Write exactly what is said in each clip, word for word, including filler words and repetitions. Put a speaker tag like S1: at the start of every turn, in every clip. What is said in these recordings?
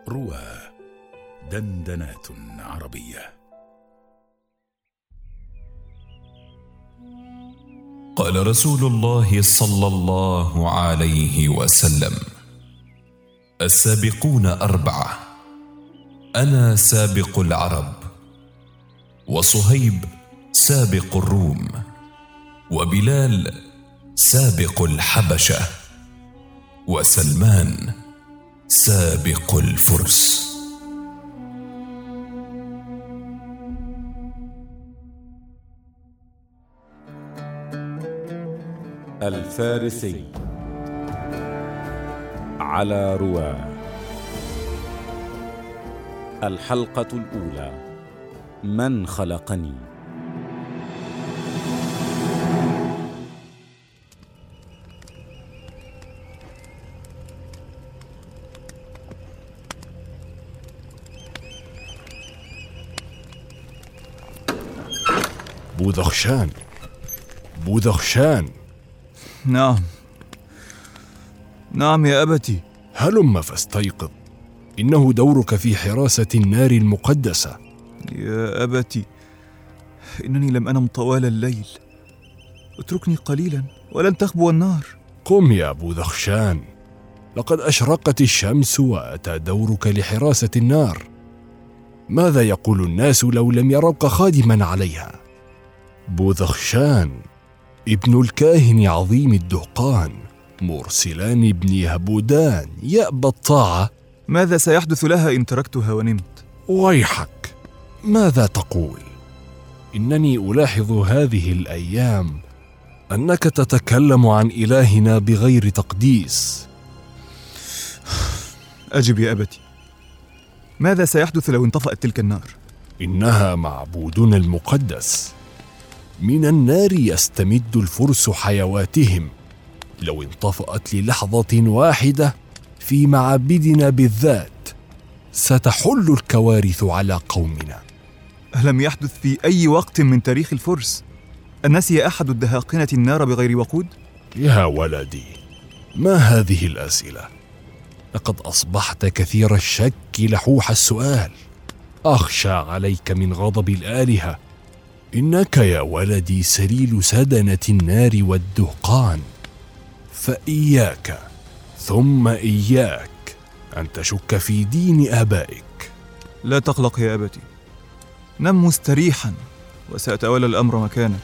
S1: روى دندنات عربية.
S2: قال رسول الله صلى الله عليه وسلم: السابقون أربعة، أنا سابق العرب، وصهيب سابق الروم، وبلال سابق الحبشة، وسلمان سابق الفرس.
S3: الفارسي على رواه. الحلقة الأولى: من خلقني.
S4: بوذخشان، بوذخشان.
S5: نعم نعم يا أبتي.
S4: هلم فاستيقظ، إنه دورك في حراسة النار المقدسة.
S5: يا أبتي، إنني لم أنم طوال الليل، اتركني قليلا ولن تخبو النار.
S4: قم يا بوذخشان، لقد أشرقت الشمس وأتى دورك لحراسة النار. ماذا يقول الناس لو لم يروك خادما عليها؟ بوذخشان ابن الكاهن عظيم الدهقان مرسلان ابن هبودان يأبى الطاعة.
S5: ماذا سيحدث لها إن تركتها ونمت؟
S4: ويحك، ماذا تقول؟ إنني ألاحظ هذه الأيام أنك تتكلم عن إلهنا بغير تقديس.
S5: أجب يا أبتي، ماذا سيحدث لو انطفأت تلك النار؟
S4: إنها معبودنا المقدس، من النار يستمد الفرس حيواتهم. لو انطفأت للحظة واحدة في معابدنا بالذات ستحل الكوارث على قومنا.
S5: ألم يحدث في أي وقت من تاريخ الفرس أن نسي أحد الدهاقنة النار بغير وقود؟
S4: يا ولدي، ما هذه الأسئلة؟ لقد أصبحت كثير الشك لحوح السؤال. أخشى عليك من غضب الآلهة. إنك يا ولدي سليل سدنة النار والدهقان، فإياك ثم إياك أن تشك في دين آبائك.
S5: لا تقلق يا أبتي، نم مستريحا وسأتولى الأمر مكانك.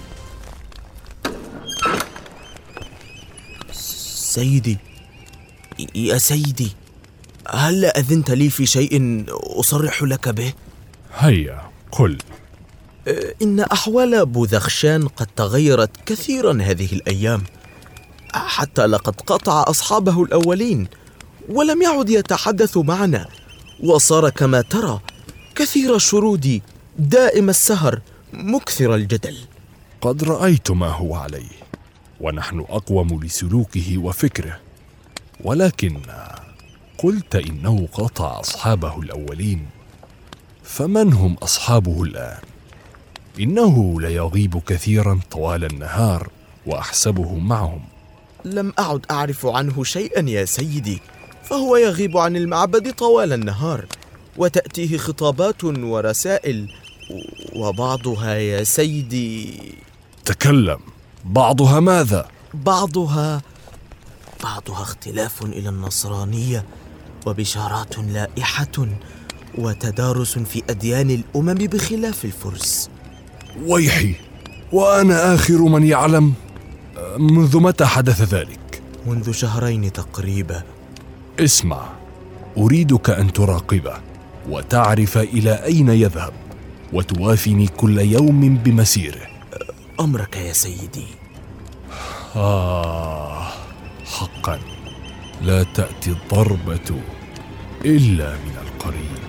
S6: سيدي يا سيدي، هل أذنت لي في شيء أصرح لك به؟
S4: هيا قل.
S6: إن أحوال بوذخشان قد تغيرت كثيرا هذه الأيام، حتى لقد قطع أصحابه الأولين ولم يعد يتحدث معنا، وصار كما ترى كثير الشرود، دائم السهر، مكثر الجدل.
S4: قد رأيت ما هو عليه، ونحن أقوم لسلوكه وفكره، ولكن قلت إنه قطع أصحابه الأولين، فمن هم أصحابه الآن؟ إنه ليغيب كثيرا طوال النهار وأحسبه معهم.
S6: لم أعد أعرف عنه شيئا يا سيدي، فهو يغيب عن المعبد طوال النهار، وتأتيه خطابات ورسائل، وبعضها يا سيدي.
S4: تكلم. بعضها ماذا؟
S6: بعضها بعضها اختلاف إلى النصرانية، وبشارات لائحة، وتدارس في أديان الأمم بخلاف الفرس.
S4: ويحي، وأنا آخر من يعلم. منذ متى حدث ذلك؟
S6: منذ شهرين تقريبا.
S4: اسمع، أريدك أن تراقبه وتعرف إلى أين يذهب، وتوافني كل يوم بمسيره.
S6: أمرك يا سيدي.
S4: آه، حقا لا تأتي الضربة إلا من القريب.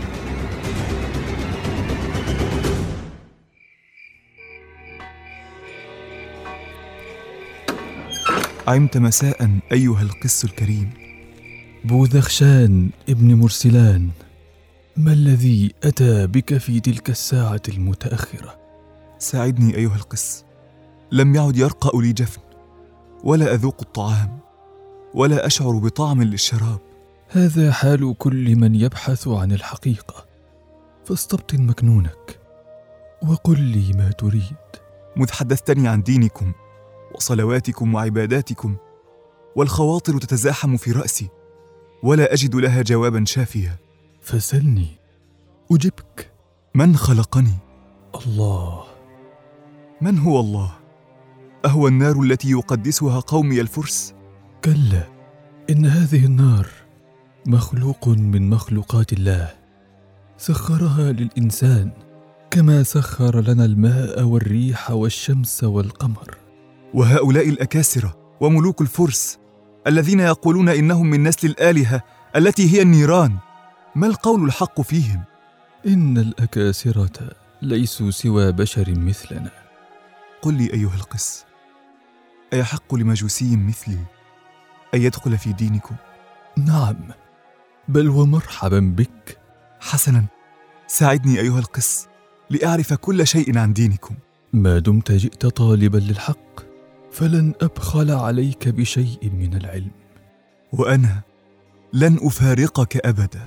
S5: عمت مساء أيها القس الكريم.
S7: بوذخشان ابن مرسلان، ما الذي أتى بك في تلك الساعة المتأخرة؟
S5: ساعدني أيها القس، لم يعد يرقأ لي جفن، ولا أذوق الطعام، ولا أشعر بطعم للشراب.
S7: هذا حال كل من يبحث عن الحقيقة، فاستبطن مكنونك وقل لي ما تريد.
S5: مذ حدثتني عن دينكم وصلواتكم وعباداتكم والخواطر تتزاحم في رأسي ولا أجد لها جوابا شافيا.
S7: فسلني أجبك.
S5: من خلقني؟
S7: الله.
S5: من هو الله؟ أهو النار التي يقدسها قومي الفرس؟
S7: كلا، إن هذه النار مخلوق من مخلوقات الله، سخرها للإنسان كما سخر لنا الماء والريح والشمس والقمر.
S5: وهؤلاء الأكاسرة وملوك الفرس الذين يقولون إنهم من نسل الآلهة التي هي النيران، ما القول الحق فيهم؟
S7: إن الأكاسرة ليسوا سوى بشر مثلنا.
S5: قل لي أيها القس، أيحق لمجوسي مثلي أن يدخل في دينكم؟
S7: نعم، بل ومرحبا بك.
S5: حسنا، ساعدني أيها القس لأعرف كل شيء عن دينكم.
S7: ما دمت جئت طالبا للحق فلن أبخل عليك بشيء من العلم،
S5: وأنا لن أفارقك أبدا.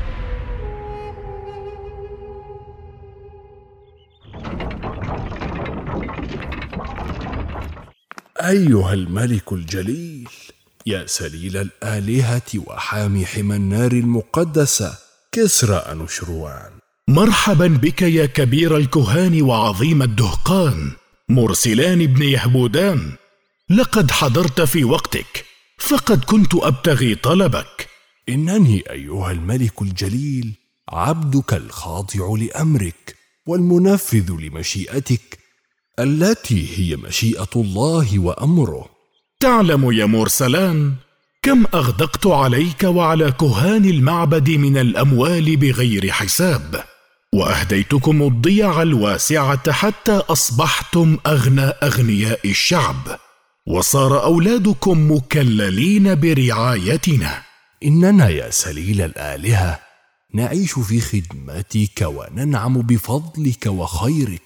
S1: أيها الملك الجليل، يا سليل الآلهة وحامي حمى النار المقدسة كسرى أنوشروان،
S8: مرحبا بك يا كبير الكهان وعظيم الدهقان مرسلان بن يهبودان. لقد حضرت في وقتك، فقد كنت أبتغي طلبك.
S1: إنني أيها الملك الجليل عبدك الخاضع لأمرك والمنفذ لمشيئتك التي هي مشيئة الله وأمره.
S8: تعلم يا مرسلان كم أغدقت عليك وعلى كهان المعبد من الأموال بغير حساب، وأهديتكم الضياع الواسعة حتى أصبحتم أغنى أغنياء الشعب، وصار أولادكم مكللين برعايتنا.
S1: إننا يا سليل الآلهة نعيش في خدمتك وننعم بفضلك وخيرك.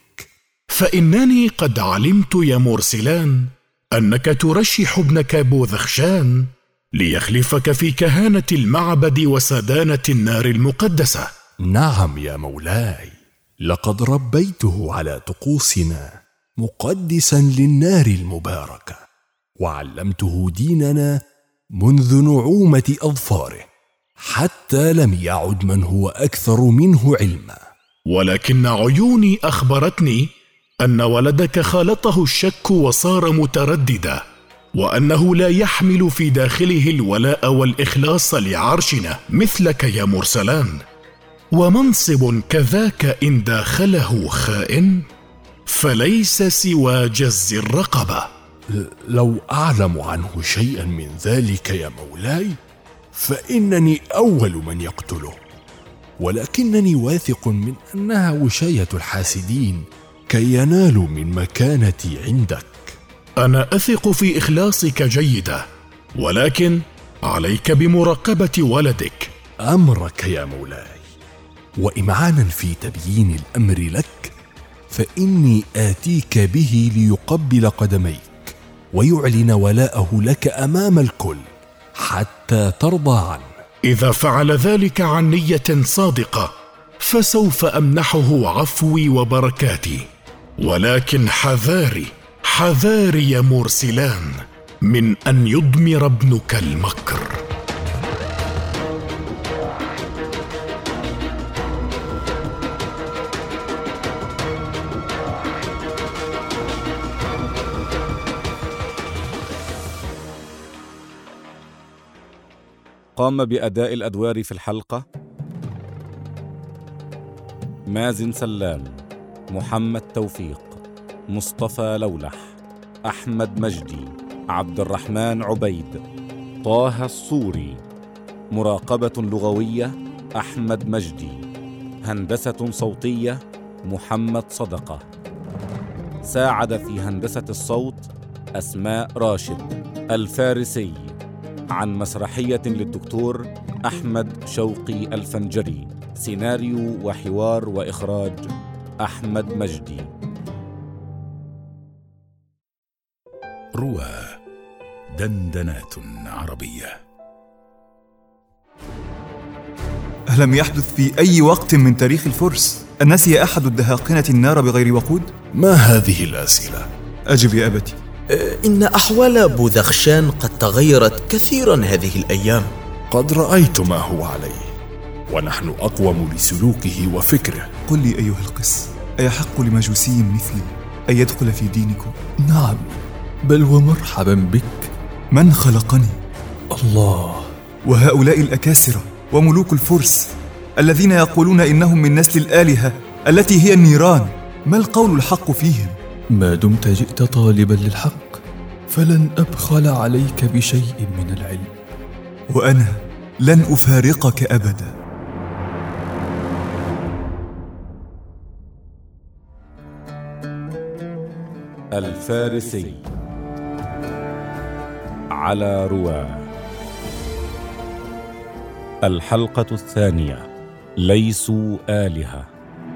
S8: فإنني قد علمت يا مرسلان أنك ترشح ابنك بوذخشان ليخلفك في كهانة المعبد وسدانة النار المقدسة.
S1: نعم يا مولاي، لقد ربيته على طقوسنا مقدسا للنار المباركة، وعلمته ديننا منذ نعومة أظفاره حتى لم يعد من هو أكثر منه علما.
S8: ولكن عيوني أخبرتني أن ولدك خالطه الشك وصار مترددا، وأنه لا يحمل في داخله الولاء والإخلاص لعرشنا مثلك يا مرسلان. ومنصب كذاك إن داخله خائن فليس سوى جز الرقبة.
S1: لو أعلم عنه شيئا من ذلك يا مولاي فإنني أول من يقتله، ولكنني واثق من أنها وشاية الحاسدين كي ينالوا من مكانتي عندك.
S8: أنا أثق في إخلاصك جيدة، ولكن عليك بمراقبة ولدك.
S1: أمرك يا مولاي. وإمعانا في تبيين الأمر لك فإني آتيك به ليقبل قدميك ويعلن ولاءه لك أمام الكل حتى ترضى عنه.
S8: إذا فعل ذلك عن نية صادقة فسوف أمنحه عفوي وبركاتي، ولكن حذاري حذاري يا مرسلان من أن يضمر ابنك المكر.
S3: قام بأداء الأدوار في الحلقة مازن سلام، محمد توفيق، مصطفى لولح، أحمد مجدي، عبد الرحمن عبيد، طه الصوري. مراقبة لغوية أحمد مجدي. هندسة صوتية محمد صدقة. ساعد في هندسة الصوت أسماء راشد. الفارسي عن مسرحية للدكتور أحمد شوقي الفنجري. سيناريو وحوار وإخراج أحمد مجدي.
S1: روى دندنات عربية.
S5: ألم يحدث في أي وقت من تاريخ الفرس أن نسي أحد الدهاقنة النار بغير وقود؟
S1: ما هذه الأسئلة؟
S5: أجب يا أبتي.
S6: إن أحوال بوذخشان قد تغيرت كثيرا هذه الأيام.
S1: قد رأيت ما هو عليه، ونحن أقوم لسلوكه وفكره.
S5: قل لي أيها القس، أيحق لمجوسي مثلي أن يدخل في دينكم؟
S7: نعم، بل ومرحبا بك.
S5: من خلقني؟
S7: الله.
S5: وهؤلاء الأكاسرة وملوك الفرس الذين يقولون إنهم من نسل الآلهة التي هي النيران، ما القول الحق فيهم؟
S7: ما دمت جئت طالبا للحق فلن أبخل عليك بشيء من العلم،
S5: وأنا لن أفارقك أبدا.
S3: الفارسي على رواه. الحلقة الثانية. ليسوا آلهة.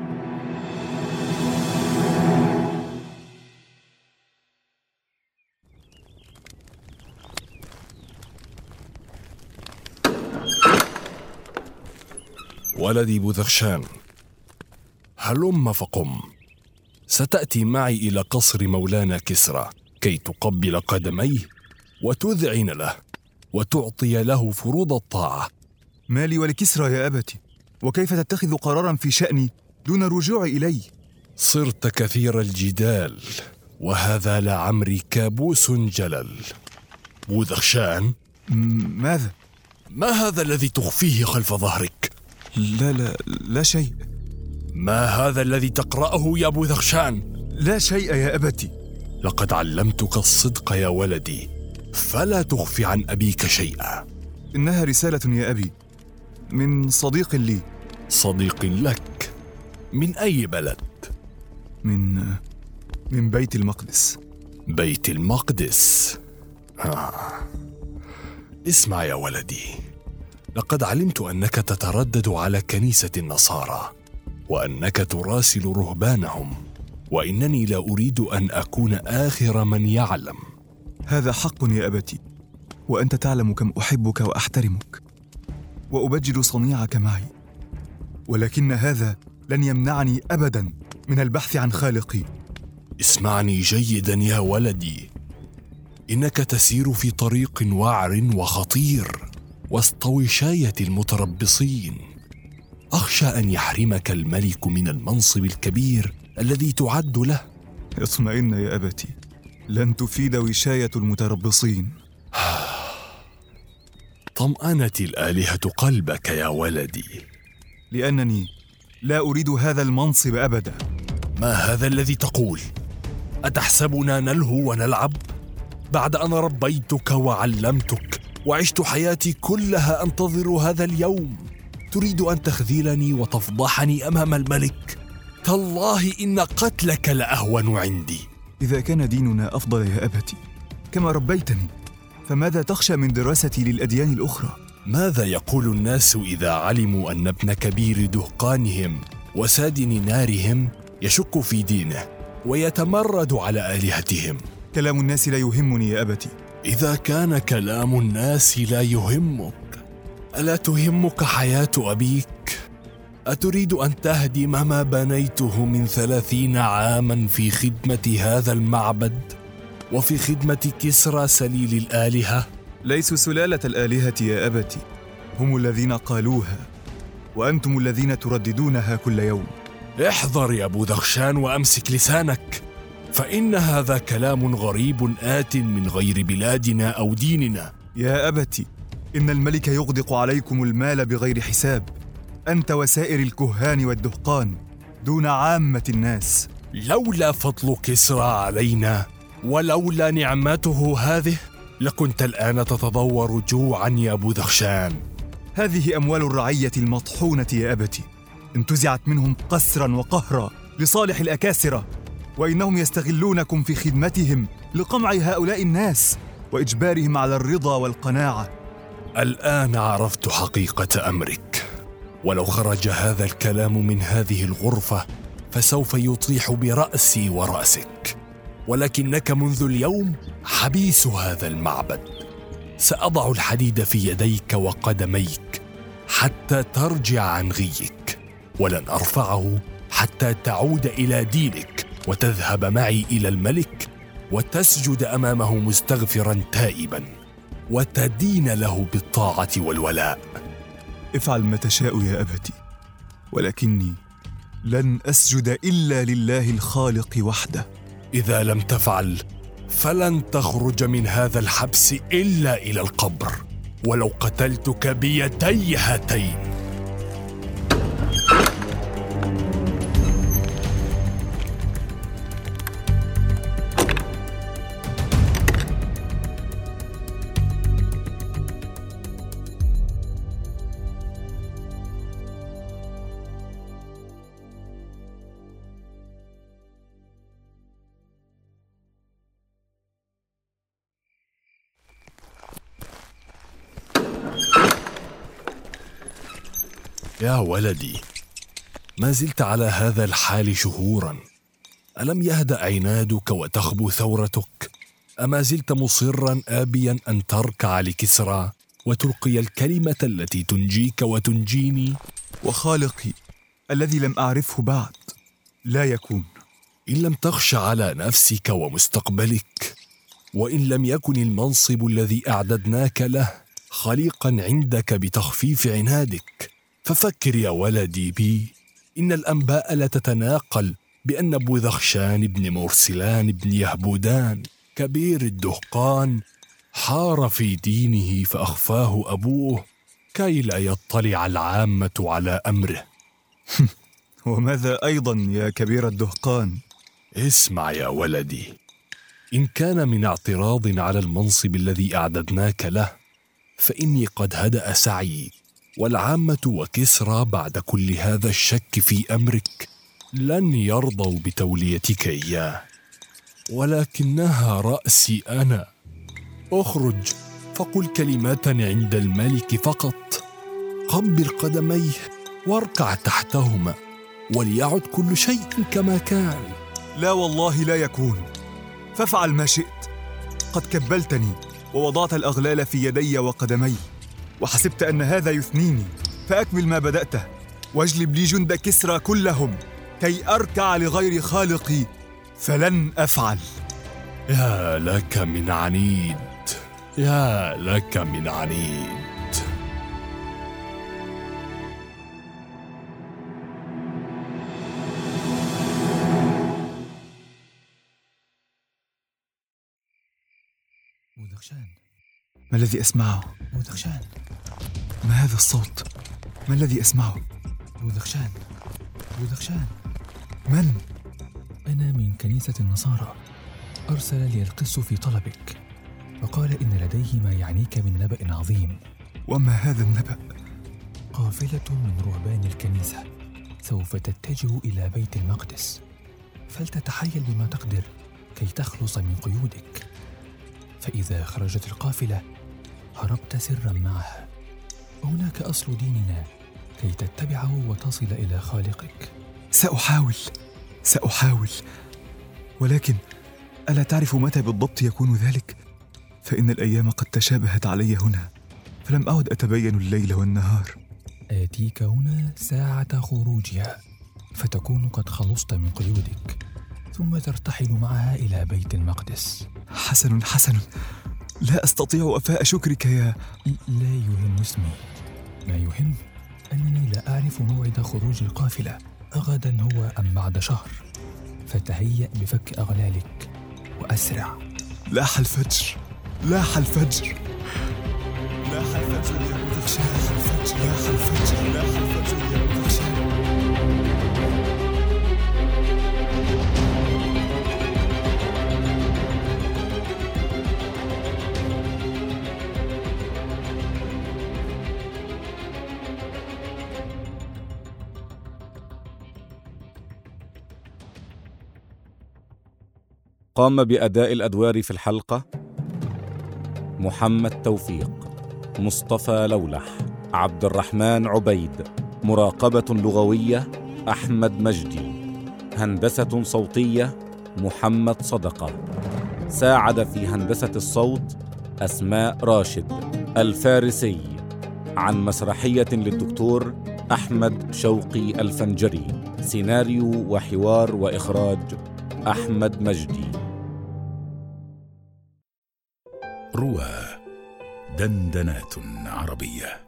S1: ولدي بوذخشان، هلم فقم. ستأتي معي إلى قصر مولانا كسرى كي تقبل قدميه وتذعن له وتعطي له فروض الطاعة.
S5: مالي ولكسرى يا أبتي؟ وكيف تتخذ قراراً في شأني دون الرجوع إلي؟
S1: صرت كثير الجدال، وهذا لعمري كابوس جلل. بوذخشان،
S5: ماذا؟
S1: ما هذا الذي تخفيه خلف ظهرك؟
S5: لا لا لا شيء.
S1: ما هذا الذي تقرأه يا بوذخشان؟
S5: لا شيء يا أبتي.
S1: لقد علمتك الصدق يا ولدي، فلا تخفي عن أبيك شيئا.
S5: إنها رسالة يا أبي من صديق لي.
S1: صديق لك؟ من أي بلد؟
S5: من من بيت المقدس.
S1: بيت المقدس. آه. اسمع يا ولدي، لقد علمت أنك تتردد على كنيسة النصارى وأنك تراسل رهبانهم، وإنني لا أريد أن أكون آخر من يعلم.
S5: هذا حق يا أبتي، وأنت تعلم كم أحبك وأحترمك وأبجل صنيعك معي، ولكن هذا لن يمنعني أبدا من البحث عن خالقي.
S1: اسمعني جيدا يا ولدي، إنك تسير في طريق وعر وخطير وسط وشاية المتربصين. أخشى أن يحرمك الملك من المنصب الكبير الذي تعد له.
S5: اطمئن يا أبتي، لن تفيد وشاية المتربصين.
S1: طمأنت الآلهة قلبك يا ولدي.
S5: لأنني لا أريد هذا المنصب أبدا.
S1: ما هذا الذي تقول؟ أتحسبنا نلهو ونلعب؟ بعد أن ربيتك وعلمتك وعشت حياتي كلها أنتظر هذا اليوم، تريد أن تخذلني وتفضحني أمام الملك؟ تالله إن قتلك لأهون عندي.
S5: إذا كان ديننا أفضل يا أبتي كما ربيتني، فماذا تخشى من دراستي للأديان الأخرى؟
S1: ماذا يقول الناس إذا علموا أن ابن كبير دهقانهم وسادن نارهم يشك في دينه ويتمرد على آلهتهم؟
S5: كلام الناس لا يهمني يا أبتي.
S1: إذا كان كلام الناس لا يهمك، ألا تهمك حياة أبيك؟ أتريد أن تهدم ما بنيته من ثلاثين عاماً في خدمة هذا المعبد وفي خدمة كسرى سليل الآلهة؟
S5: ليسوا سلالة الآلهة يا أبتي، هم الذين قالوها، وأنتم الذين ترددونها كل يوم.
S1: احذر يا بوذخشان وأمسك لسانك، فإن هذا كلام غريب آت من غير بلادنا أو ديننا.
S5: يا أبتي، إن الملك يغدق عليكم المال بغير حساب، أنت وسائر الكهان والدهقان دون عامة الناس.
S1: لولا فضل كسرى علينا ولولا نعمته هذه لكنت الآن تتضور جوعا يا بوذخشان.
S5: هذه أموال الرعية المطحونة يا أبتي، انتزعت منهم قسرا وقهرا لصالح الأكاسرة، وإنهم يستغلونكم في خدمتهم لقمع هؤلاء الناس وإجبارهم على الرضا والقناعة.
S1: الآن عرفت حقيقة أمرك، ولو خرج هذا الكلام من هذه الغرفة فسوف يطيح برأسي ورأسك، ولكنك منذ اليوم حبيس هذا المعبد. سأضع الحديد في يديك وقدميك حتى ترجع عن غيك، ولن أرفعه حتى تعود إلى دينك وتذهب معي إلى الملك وتسجد أمامه مستغفرا تائبا وتدين له بالطاعة والولاء.
S5: افعل ما تشاء يا أبتي، ولكني لن أسجد إلا لله الخالق وحده.
S1: إذا لم تفعل فلن تخرج من هذا الحبس إلا إلى القبر، ولو قتلتك بيدي هاتين. يا ولدي، ما زلت على هذا الحال شهورا. ألم يهدأ عنادك وتخبو ثورتك؟ أما زلت مصرا آبيا أن تركع لكسرى وتلقي الكلمة التي تنجيك وتنجيني؟
S5: وخالقي الذي لم أعرفه بعد لا يكون.
S1: إن لم تخش على نفسك ومستقبلك، وإن لم يكن المنصب الذي أعددناك له خليقا عندك بتخفيف عنادك، ففكر يا ولدي بي. إن الأنباء لا تتناقل بأن بوذخشان بن مرسلان بن يهبودان كبير الدهقان حار في دينه فأخفاه أبوه كي لا يطلع العامة على أمره.
S5: وماذا أيضا يا كبير الدهقان؟
S1: اسمع يا ولدي، إن كان من اعتراض على المنصب الذي أعددناك له، فإني قد هدأ سعيي، والعامة وكسرى بعد كل هذا الشك في أمرك لن يرضوا بتوليتك إياه، ولكنها رأسي أنا. أخرج فقل كلمات عند الملك فقط، قبل قدميه واركع تحتهما، وليعد كل شيء كما كان.
S5: لا والله لا يكون، فافعل ما شئت. قد كبلتني ووضعت الأغلال في يدي وقدمي، وحسبت أن هذا يثنيني، فأكمل ما بدأته واجلب لي جند كسرى كلهم كي أركع لغير خالقي، فلن أفعل.
S1: يا لك من عنيد، يا لك من عنيد.
S5: بوذخشان، ما الذي أسمعه؟
S7: بوذخشان،
S5: ما هذا الصوت؟ ما الذي أسمعه؟
S7: بوذخشان، بوذخشان.
S5: من؟
S7: أنا من كنيسة النصارى، أرسل لي القس في طلبك، وقال إن لديه ما يعنيك من نبأ عظيم.
S5: وما هذا النبأ؟
S7: قافلة من رهبان الكنيسة سوف تتجه إلى بيت المقدس، فلتتحيل بما تقدر كي تخلص من قيودك، فإذا خرجت القافلة هربت سرا معها، وهناك أصل ديننا كي تتبعه وتصل إلى خالقك.
S5: سأحاول سأحاول ولكن ألا تعرف متى بالضبط يكون ذلك؟ فإن الأيام قد تشابهت علي هنا، فلم أعد أتبين الليل والنهار.
S7: آتيك هنا ساعة خروجها، فتكون قد خلصت من قيودك، ثم ترتحل معها إلى بيت المقدس.
S5: حسن حسن، لا أستطيع أفاء شكرك يا...
S7: لا يهم اسمي، ما يهم أنني لا أعرف موعد خروج القافلة، أغدا هو أم بعد شهر، فتهيأ بفك أغلالك وأسرع.
S5: لاح الفجر، لاح الفجر، لاح الفجر يا بوذخشان، لاح الفجر، لاح الفجر، لاح الفجر يا بوذخشان.
S3: قام بأداء الأدوار في الحلقة محمد توفيق، مصطفى لولح، عبد الرحمن عبيد، مراقبة لغوية أحمد مجدي، هندسة صوتية محمد صدقة، ساعد في هندسة الصوت أسماء راشد. الفارسي عن مسرحية للدكتور أحمد شوقي الفنجري. سيناريو وحوار وإخراج أحمد مجدي.
S2: روى دندنات عربية.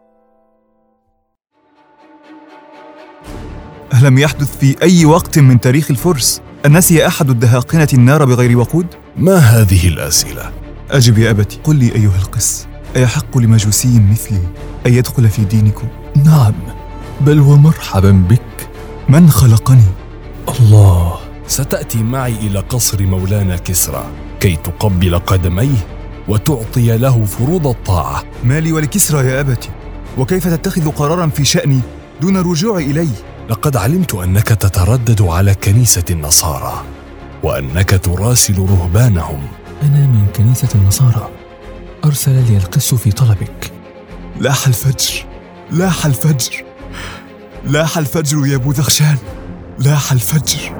S5: ألم يحدث في أي وقت من تاريخ الفرس أن نسي أحد الدهاقنة النار بغير وقود؟
S1: ما هذه الأسئلة؟
S5: أجب يا أبتي. قل لي أيها القس، أيحق لمجوسي مثلي أن يدخل في دينكم؟
S7: نعم، بل ومرحبا بك.
S5: من خلقني؟
S7: الله.
S1: ستأتي معي إلى قصر مولانا كسرى كي تقبل قدميه وتعطي له فروض الطاعة.
S5: ما لي ولكسرى يا أبتي؟ وكيف تتخذ قراراً في شأني دون الرجوع إليه؟
S1: لقد علمت أنك تتردد على كنيسة النصارى وأنك تراسل رهبانهم.
S7: أنا من كنيسة النصارى. أرسل لي القس في طلبك.
S5: لاح الفجر، لاح الفجر، لاح الفجر يا بوذخشان، لاح الفجر.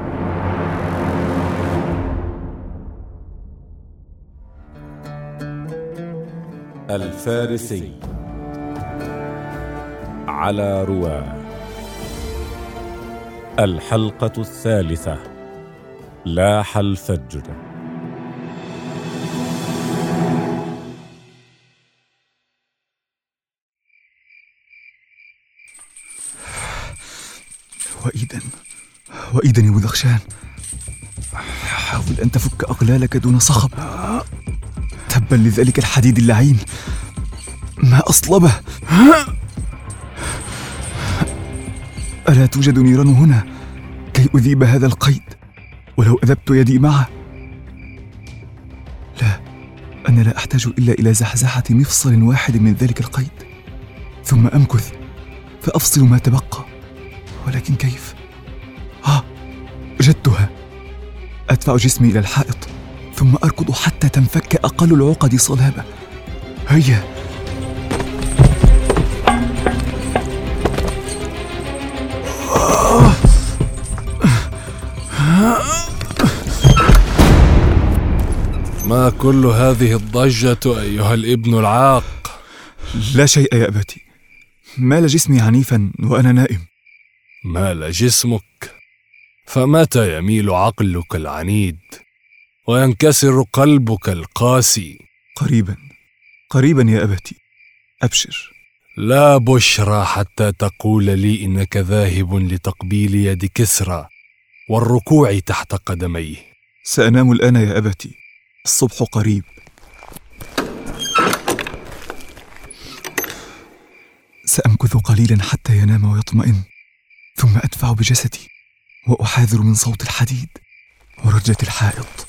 S3: الفارسي على رواه. الحلقة الثالثة. لاح الفجر.
S5: وإذا وإذا يا بوذخشان، حاول أن تفك أغلالك دون صخب. تبا لذلك الحديد اللعين، ما أصلبه. ألا توجد نيران هنا كي أذيب هذا القيد ولو أذبت يدي معه؟ لا، أنا لا أحتاج إلا إلى زحزحة مفصل واحد من ذلك القيد، ثم أمكث فأفصل ما تبقى. ولكن كيف؟ آه، وجدتها. أدفع جسمي إلى الحائط ثم أركض حتى تنفك أقل العقد صلابة. هيا.
S1: ما كل هذه الضجة أيها الابن العاق؟
S5: لا شيء يا أبتي، مال جسمي عنيفا وأنا نائم.
S1: مال جسمك؟ فمتى يميل عقلك العنيد وينكسر قلبك القاسي؟
S5: قريبا قريبا يا أبتي، أبشر.
S1: لا بشرى حتى تقول لي إنك ذاهب لتقبيل يد كسرى والركوع تحت قدميه.
S5: سأنام الآن يا أبتي، الصبح قريب. سأمكث قليلا حتى ينام ويطمئن، ثم أدفع بجسدي وأحاذر من صوت الحديد ورجة الحائط.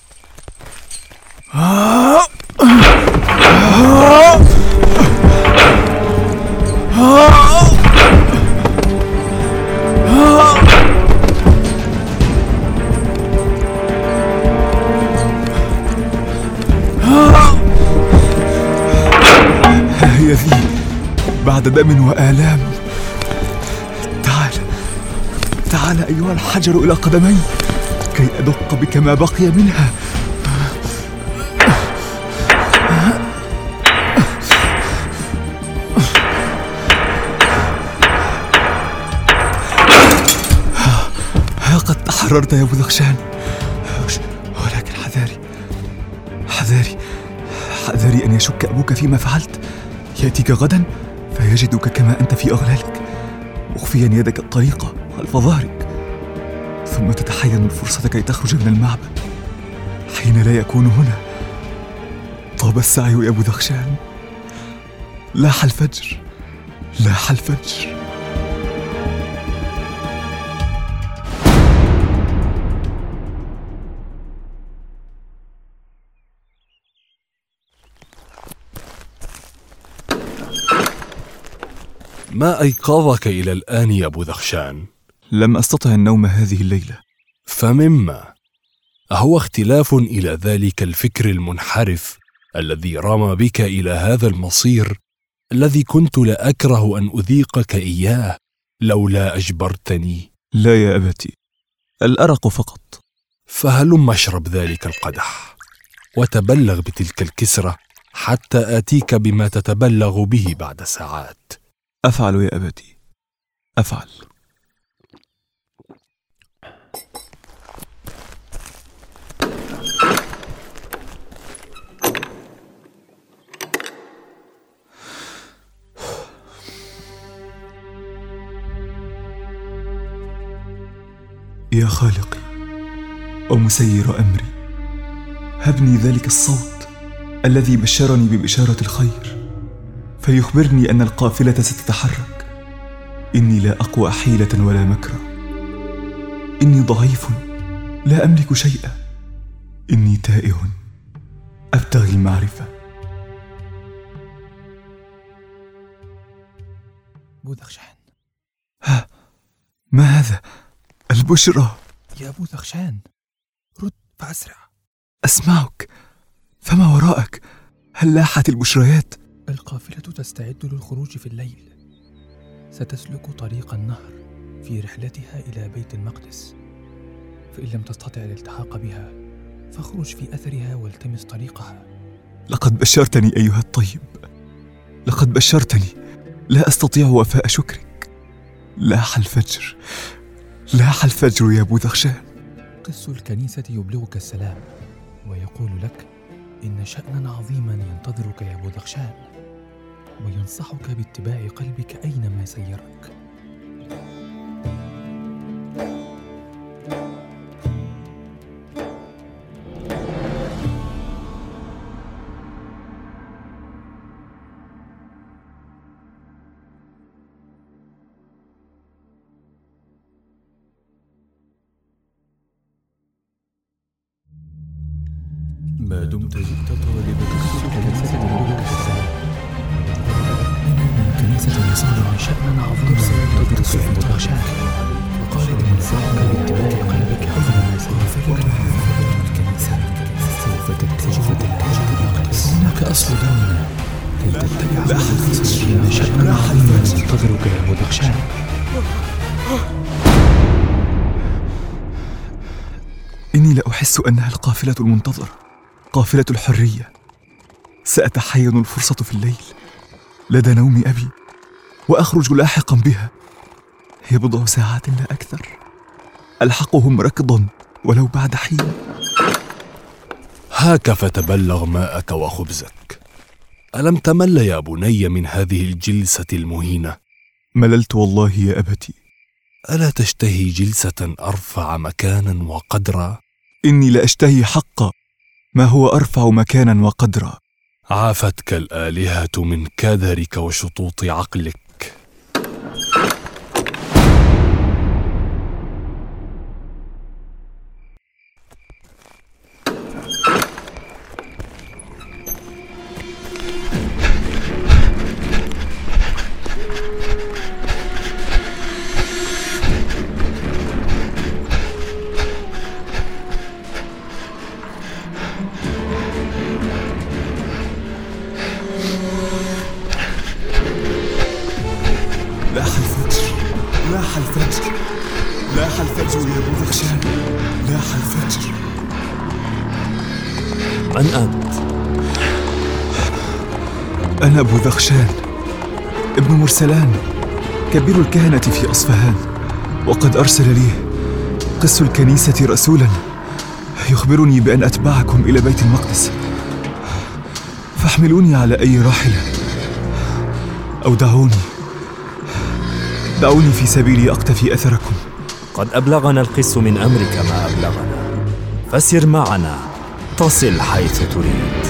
S5: هي ذي بعد دم وآلام. تعال تعال أيها الحجر إلى قدمي كي أدق بك ما بقي منها. ها قد تحررت يا بوذخشان، ولكن حذاري حذاري حذاري أن يشك أبوك فيما فعلت. يأتيك غدا فيجدك كما أنت في أغلالك، مخفيا يدك الطريقة خلف ظهرك، ثم تتحين الفرصة كي تخرج من المعبد حين لا يكون هنا. طاب السعي يا بوذخشان، لاح الفجر، لاح الفجر.
S1: ما أيقظك إلى الآن يا بوذخشان؟
S5: لم أستطع النوم هذه الليلة.
S1: فمما؟ أهو اختلاف إلى ذلك الفكر المنحرف الذي رمى بك إلى هذا المصير الذي كنت لا أكره أن أذيقك إياه لولا أجبرتني؟
S5: لا يا أبتي، الأرق فقط.
S1: فهلم اشرب ذلك القدح وتبلغ بتلك الكسرة حتى آتيك بما تتبلغ به بعد ساعات.
S5: أفعل يا أبتي، أفعل. يا خالقي ومسير أمري، هبني ذلك الصوت الذي بشرني ببشارة الخير، فليخبرني أن القافلة ستتحرك. إني لا أقوى حيلة ولا مكرا، إني ضعيف لا أملك شيئا، إني تائه أبتغي المعرفة.
S7: بوذخشان.
S5: ها، ما هذا؟ البشرى.
S7: يا بوذخشان، رد فأسرع.
S5: أسمعك، فما وراءك؟ هل لاحت البشريات؟
S7: القافلة تستعد للخروج في الليل، ستسلك طريق النهر في رحلتها إلى بيت المقدس، فإن لم تستطع الالتحاق بها فاخرج في أثرها والتمس طريقها.
S5: لقد بشرتني أيها الطيب، لقد بشرتني، لا أستطيع وفاء شكرك. لاح الفجر، لاح الفجر يا بوذخشان.
S7: قس الكنيسة يبلغك السلام ويقول لك إن شأنا عظيما ينتظرك يا بوذخشان، وينصحك باتباع قلبك أينما سيرك.
S6: ما دمت جئت طالبك الكنيسة يبلغك السلام،
S7: إننا كنيسة يصنع شأنا عظيما ينتظرك يا بوذخشان، وقال لينصحك باتباع قلبك أينما سيرك. الكنيسة سوف تتجه إلى المقدس، هناك أصل ديننا كي تتبع القصص. إن شأنا عظيما ينتظرك يا بوذخشان.
S5: إني لا أحس أنها القافلة المنتظرة، قافلة الحرية. سأتحين الفرصة في الليل لدى نوم أبي وأخرج لاحقا بها. هي بضع ساعات لا أكثر، ألحقهم ركضا ولو بعد حين.
S1: هاك فتبلغ ماءك وخبزك. ألم تمل يا بني من هذه الجلسة المهينة؟
S5: مللت والله يا أبتي.
S1: ألا تشتهي جلسة أرفع مكانا وقدرا؟
S5: إني لأشتهي حقا ما هو أرفع مكانا وقدرا.
S1: عافتك الآلهة من كدرك وشطوط عقلك.
S5: لاح الفجر، لاح الفجر، لاح الفجر يا بوذخشان، لاح الفجر.
S6: من أنت؟
S5: أنا بوذخشان ابن مرسلان، كبير الكهنة في أصفهان، وقد أرسل لي قس الكنيسة رسولا يخبرني بأن أتبعكم إلى بيت المقدس، فاحملوني على أي راحلة أو دعوني دعوني في سبيلي أقتفي أثركم.
S9: قد أبلغنا القس من أمرك ما أبلغنا، فسر معنا تصل حيث تريد.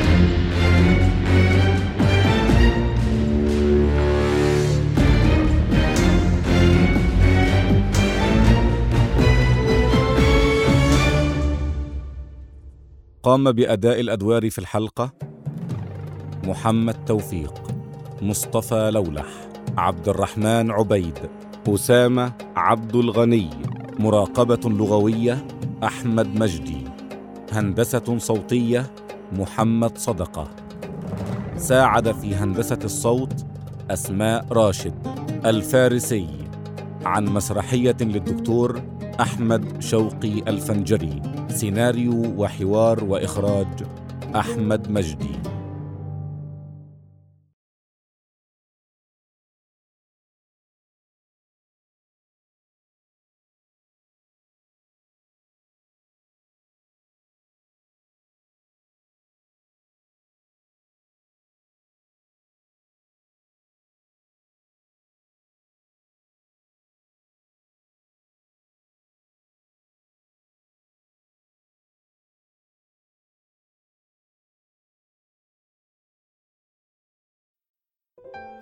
S3: قام بأداء الأدوار في الحلقة محمد توفيق، مصطفى لولح، عبد الرحمن عبيد، أسامة عبد الغني، مراقبة لغوية أحمد مجدي، هندسة صوتية محمد صدقة، ساعد في هندسة الصوت أسماء راشد. الفارسي عن مسرحية للدكتور أحمد شوقي الفنجري، سيناريو وحوار وإخراج أحمد مجدي.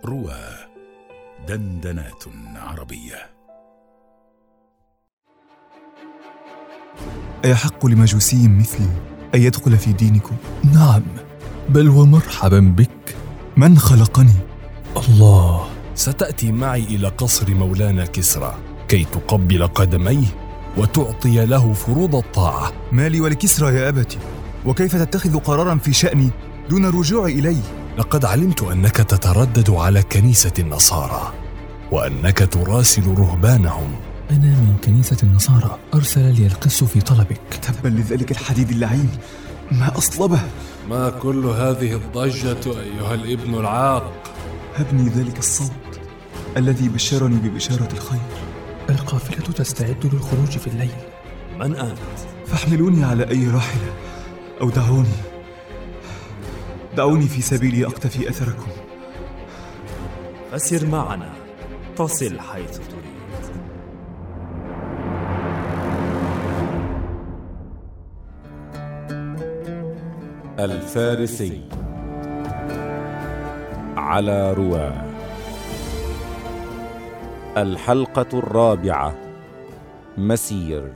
S2: روى دندنات عربية.
S5: أيحق لمجوسي مثلي أن يدخل في دينكم؟
S4: نعم، بل ومرحبا بك.
S5: من خلقني؟
S4: الله. ستأتي معي إلى قصر مولانا كسرى كي تقبل قدميه وتعطي له فروض الطاعة.
S5: ما لي ولكسرى يا أبتي؟ وكيف تتخذ قراراً في شأني دون الرجوع إلي؟
S4: لقد علمت أنك تتردد على كنيسة النصارى وأنك تراسل رهبانهم.
S7: أنا من كنيسة النصارى، أرسل لي القس في طلبك.
S5: تبا لذلك الحديد اللعين، ما أصلبه.
S1: ما كل هذه الضجة أيها الابن العاق؟
S5: هبني ذلك الصوت الذي بشرني ببشارة الخير.
S7: القافلة تستعد للخروج في الليل.
S9: من أنت؟
S5: فاحملوني على أي راحلة أو دعوني دعوني في سبيلي أقتفي أثركم.
S9: فسر معنا تصل حيث تريد.
S3: الفارسي على رواه. الحلقة الرابعة. مسير.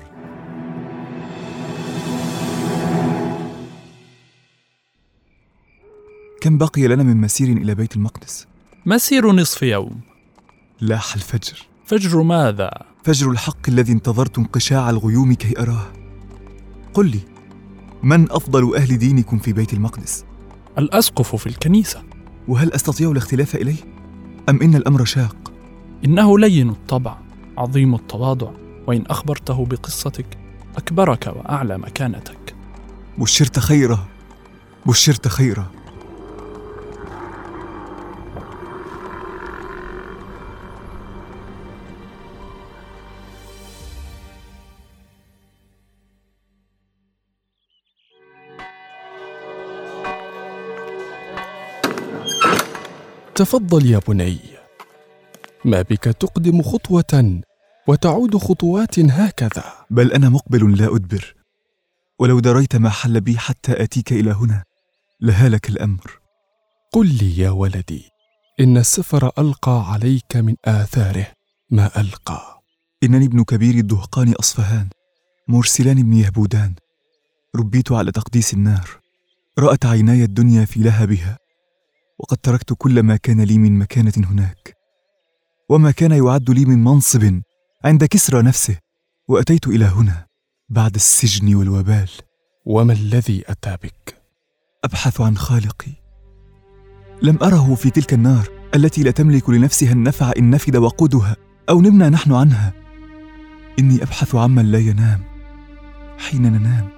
S5: كم بقي لنا من مسير إلى بيت المقدس؟
S10: مسير نصف يوم.
S5: لاح الفجر.
S10: فجر ماذا؟
S5: فجر الحق الذي انتظرت انقشاع الغيوم كي أراه. قل لي، من أفضل أهل دينكم في بيت المقدس؟
S10: الأسقف في الكنيسة.
S5: وهل أستطيع الاختلاف إليه؟ أم إن الأمر شاق؟
S10: إنه لين الطبع، عظيم التواضع، وإن أخبرته بقصتك أكبرك وأعلى مكانتك.
S5: بشرت خيرا، بشرت خيرا.
S4: تفضل يا بني. ما بك تقدم خطوة وتعود خطوات هكذا؟
S5: بل أنا مقبل لا أدبر، ولو دريت ما حل بي حتى آتيك إلى هنا لهالك الأمر.
S4: قل لي يا ولدي، إن السفر ألقى عليك من آثاره ما ألقى.
S5: إنني ابن كبير الدهقان أصفهان، مرسلان بن يهبودان. ربيت على تقديس النار، رأت عيناي الدنيا في لهبها، وقد تركت كل ما كان لي من مكانة هناك، وما كان يعد لي من منصب عند كسرى نفسه، وأتيت إلى هنا بعد السجن والوبال.
S4: وما الذي أتى بك؟
S5: أبحث عن خالقي، لم أره في تلك النار التي لا تملك لنفسها النفع إن نفد وقودها أو نمنا نحن عنها. إني أبحث عمن لا ينام حين ننام.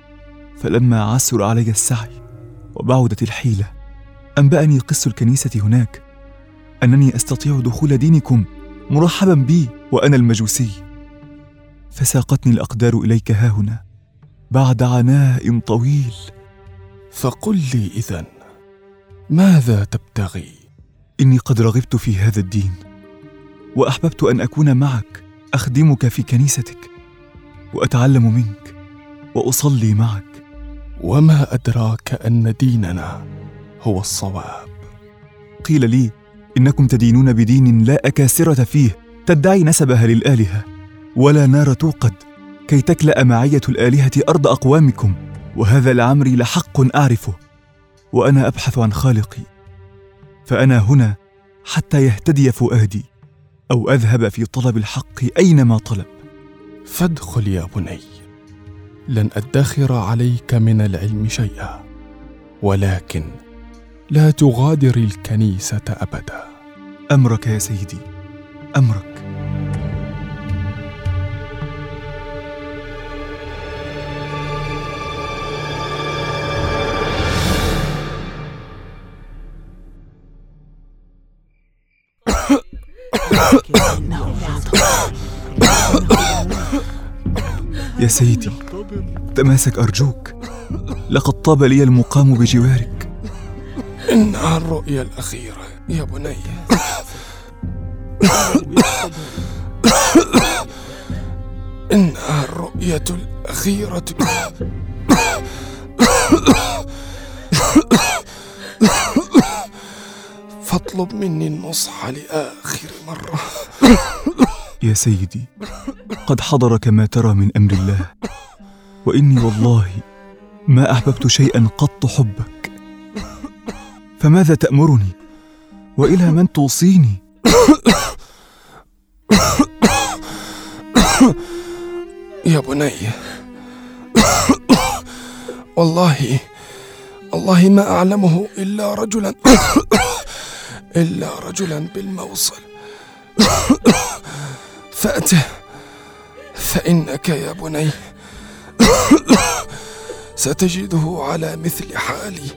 S5: فلما عسر علي السعي وبعدت الحيلة، أنبأني قس الكنيسة هناك أنني أستطيع دخول دينكم مرحبا بي وأنا المجوسي. فساقتني الأقدار إليك هاهنا بعد عناء طويل.
S4: فقل لي إذن، ماذا تبتغي؟
S5: إني قد رغبت في هذا الدين، وأحببت أن أكون معك أخدمك في كنيستك، وأتعلم منك وأصلي معك.
S4: وما أدراك أن ديننا هو الصواب؟
S5: قيل لي إنكم تدينون بدين لا أكاسرة فيه تدعي نسبها للآلهة، ولا نار توقد كي تكلأ معية الآلهة أرض أقوامكم، وهذا لعمري لحق أعرفه، وأنا أبحث عن خالقي. فأنا هنا حتى يهتدي فؤادي أو أذهب في طلب الحق أينما طلب.
S4: فادخل يا بني، لن أدخر عليك من العلم شيئا، ولكن لا تغادر الكنيسة أبدا.
S5: أمرك يا سيدي، أمرك. يا سيدي تماسك أرجوك، لقد طاب لي المقام بجوارك.
S4: إنها الرؤيا الأخيرة يا بني. إنها الرؤية الأخيرة. فاطلب
S1: اطلب مني النصح لآخر مرة.
S5: يا سيدي، قد حضر كما ترى من أمر الله، وإني والله ما أحببت شيئا قط حبك، فماذا تأمرني؟ وإلى من توصيني؟
S1: يا بني، والله والله ما أعلمه إلا رجلا إلا رجلا بالموصل، فأته، فإنك يا بني ستجده على مثل حالي.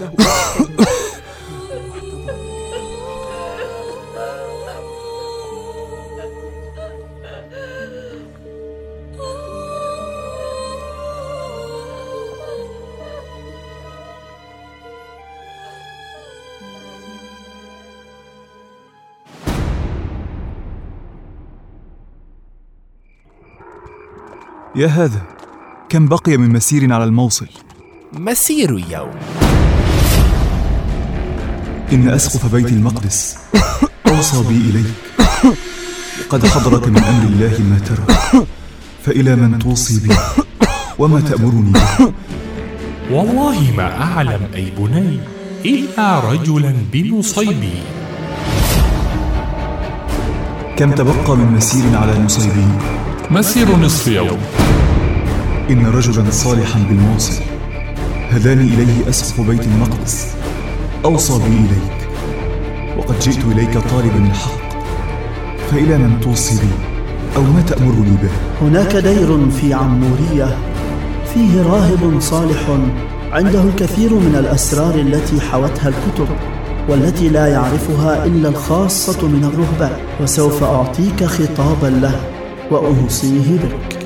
S5: يا هذا، كم بقي من مسير على الموصل؟
S11: مسير يوم.
S5: إن أسقف بيت المقدس أوصى بي إليك، لقد حضرك من أمر الله ما ترى، فإلى من توصي بي وما تأمرني به؟
S4: والله ما أعلم أي بني إلا رجلا بنصيبي.
S5: كم تبقى من مسير على نصيبين؟
S4: مسير نصف يوم.
S5: إن رجلا صالحا بالموصل هداني إليه أسقف بيت المقدس، أوصى بي إليك، وقد جئت إليك طالبا الحق، فإلى من توصي بي أو ما تأمرني به؟
S12: هناك دير في عمورية فيه راهب صالح عنده الكثير من الأسرار التي حوتها الكتب، والتي لا يعرفها إلا الخاصة من الرهبان، وسوف أعطيك خطابا له وأوصيه بك.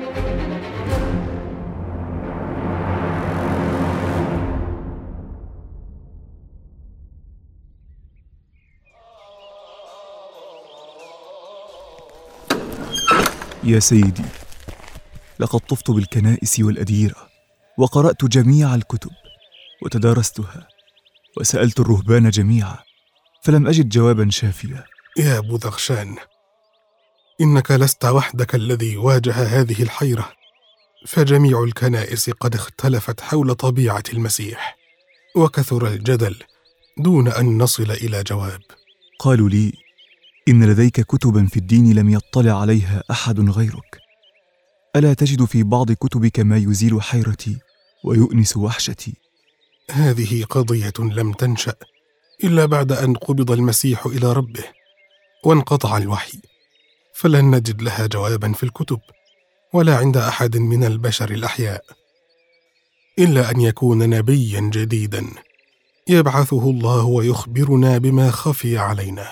S5: يا سيدي، لقد طفت بالكنائس والأديرة، وقرأت جميع الكتب وتدارستها، وسألت الرهبان جميعا، فلم أجد جوابا شافيا.
S1: يا بوذخشان، إنك لست وحدك الذي واجه هذه الحيرة، فجميع الكنائس قد اختلفت حول طبيعة المسيح، وكثر الجدل دون أن نصل إلى جواب.
S5: قالوا لي إن لديك كتبا في الدين لم يطلع عليها أحد غيرك، ألا تجد في بعض كتبك ما يزيل حيرتي ويؤنس وحشتي؟
S1: هذه قضية لم تنشأ إلا بعد أن قبض المسيح إلى ربه وانقطع الوحي، فلن نجد لها جوابا في الكتب ولا عند أحد من البشر الأحياء، إلا أن يكون نبيا جديدا يبعثه الله ويخبرنا بما خفي علينا.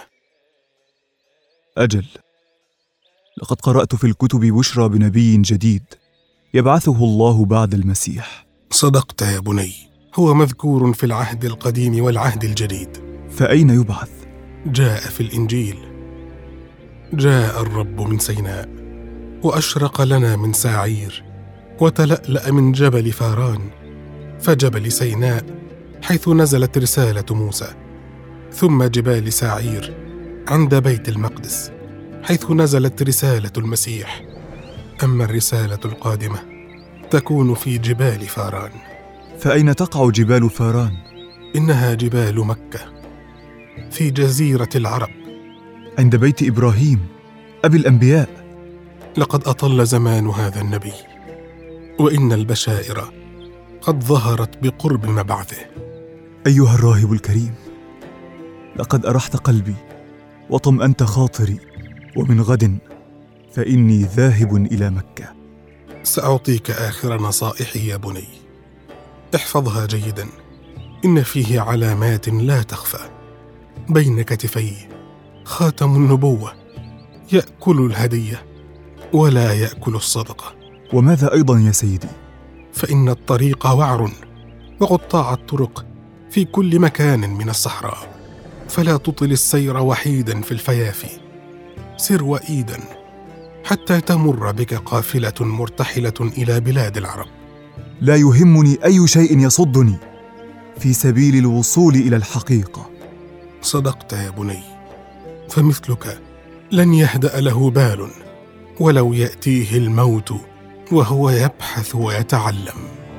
S5: أجل، لقد قرأت في الكتب بشرى بنبي جديد يبعثه الله بعد المسيح.
S1: صدقت يا بني، هو مذكور في العهد القديم والعهد الجديد.
S5: فأين يبعث؟
S1: جاء في الإنجيل: جاء الرب من سيناء وأشرق لنا من ساعير وتلألأ من جبل فاران، فجبل سيناء حيث نزلت رسالة موسى، ثم جبال ساعير عند بيت المقدس حيث نزلت رسالة المسيح، أما الرسالة القادمة تكون في جبال فاران.
S5: فأين تقع جبال فاران؟
S1: إنها جبال مكة في جزيرة العرب،
S5: عند بيت إبراهيم أبي الأنبياء.
S1: لقد أطل زمان هذا النبي، وإن البشائر قد ظهرت بقرب مبعثه.
S5: أيها الراهب الكريم، لقد أرحت قلبي وطمأنت خاطري، ومن غد فإني ذاهب إلى مكة.
S1: سأعطيك آخر نصائحي يا بني، احفظها جيدا، إن فيه علامات لا تخفى. بين كتفيه خاتم النبوة يأكل الهدية ولا يأكل الصدقة.
S5: وماذا أيضا يا سيدي؟
S1: فإن الطريق وعر وقطاع الطرق في كل مكان من الصحراء، فلا تطل السير وحيدا في الفيافي، سر وإيدا حتى تمر بك قافلة مرتحلة إلى بلاد العرب.
S5: لا يهمني أي شيء يصدني في سبيل الوصول إلى الحقيقة،
S13: صدقت يا بني، فمثلك لن يهدأ له بال ولو يأتيه الموت وهو يبحث ويتعلم.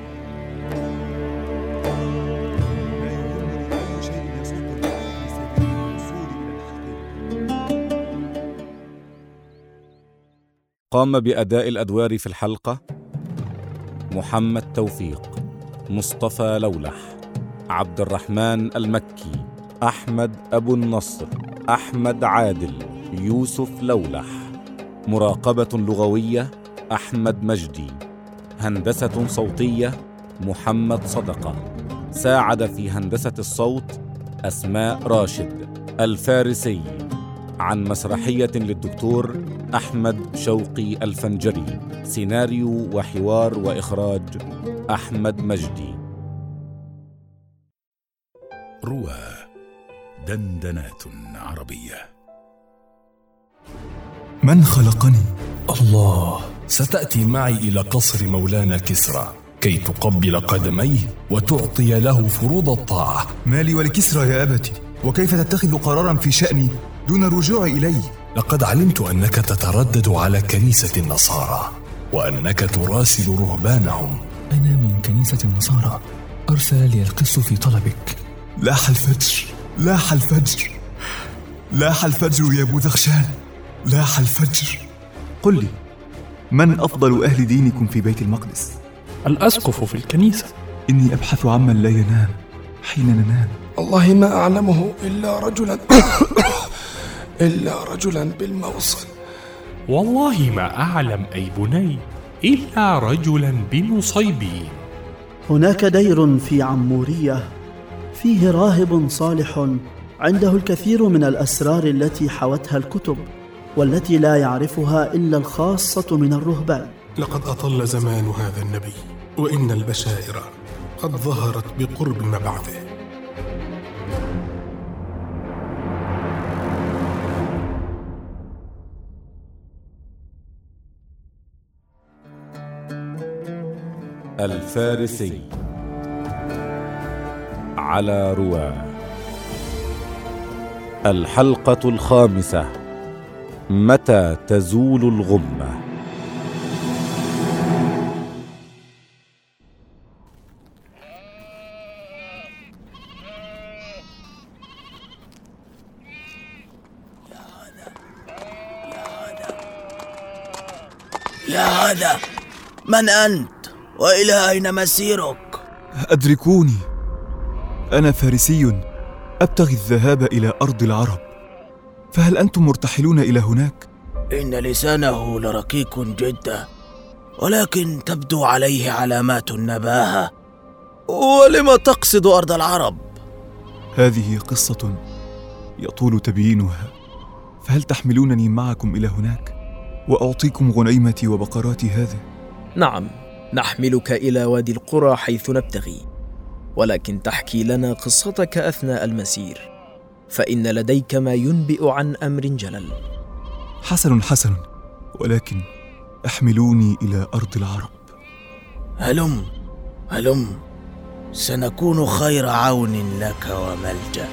S3: قام بأداء الأدوار في الحلقة محمد توفيق، مصطفى لولح، عبد الرحمن المكي، أحمد أبو النصر، أحمد عادل، يوسف لولح. مراقبة لغوية أحمد مجدي. هندسة صوتية محمد صدقة. ساعد في هندسة الصوت أسماء راشد. الفارسي عن مسرحية للدكتور أحمد شوقي الفنجري. سيناريو وحوار وإخراج أحمد مجدي.
S2: روى دندنات عربية.
S5: من خلقني؟
S4: الله. ستأتي معي إلى قصر مولانا كسرى كي تقبل قدميه وتعطي له فروض الطاعة.
S5: ما لي ولكسرى يا أبتي؟ وكيف تتخذ قرارا في شأني دون الرجوع إليه؟
S4: لقد علمت أنك تتردد على كنيسة النصارى وأنك تراسل رهبانهم.
S7: أنا من كنيسة النصارى. أرسل لي القس في طلبك.
S5: لاح الفجر، لاح الفجر، لاح الفجر يا بوذخشان، لاح الفجر. قل لي، من أفضل أهل دينكم في بيت المقدس؟
S10: الأسقف في الكنيسة.
S5: إني أبحث عمن لا ينام حين ننام.
S1: والله ما أعلمه إلا رجلا إلا رجلا بالموصل.
S14: والله ما أعلم أي بني إلا رجلا بنصيبين.
S12: هناك دير في عمورية فيه راهب صالح عنده الكثير من الأسرار التي حوتها الكتب والتي لا يعرفها إلا الخاصة من الرهبان.
S13: لقد أطل زمان هذا النبي، وإن البشائر قد ظهرت بقرب مبعثه.
S3: الفارسي على رواه. الحلقة الخامسة. متى تزول الغمة؟
S6: يا هذا، من أنت؟ وإلى أين مسيرك؟
S5: أدركوني، أنا فارسي أبتغي الذهاب إلى أرض العرب، فهل أنتم مرتحلون إلى هناك؟
S6: إن لسانه لرقيق جدا، ولكن تبدو عليه علامات النباهة. ولم تقصد أرض العرب؟
S5: هذه قصة يطول تبيينها، فهل تحملونني معكم إلى هناك وأعطيكم غنيمتي وبقراتي هذه؟
S15: نعم، نحملك إلى وادي القرى حيث نبتغي، ولكن تحكي لنا قصتك أثناء المسير، فإن لديك ما ينبئ عن أمر جلل.
S5: حسن حسن، ولكن احملوني إلى أرض العرب.
S6: هلم هلم، سنكون خير عون لك وملجأ.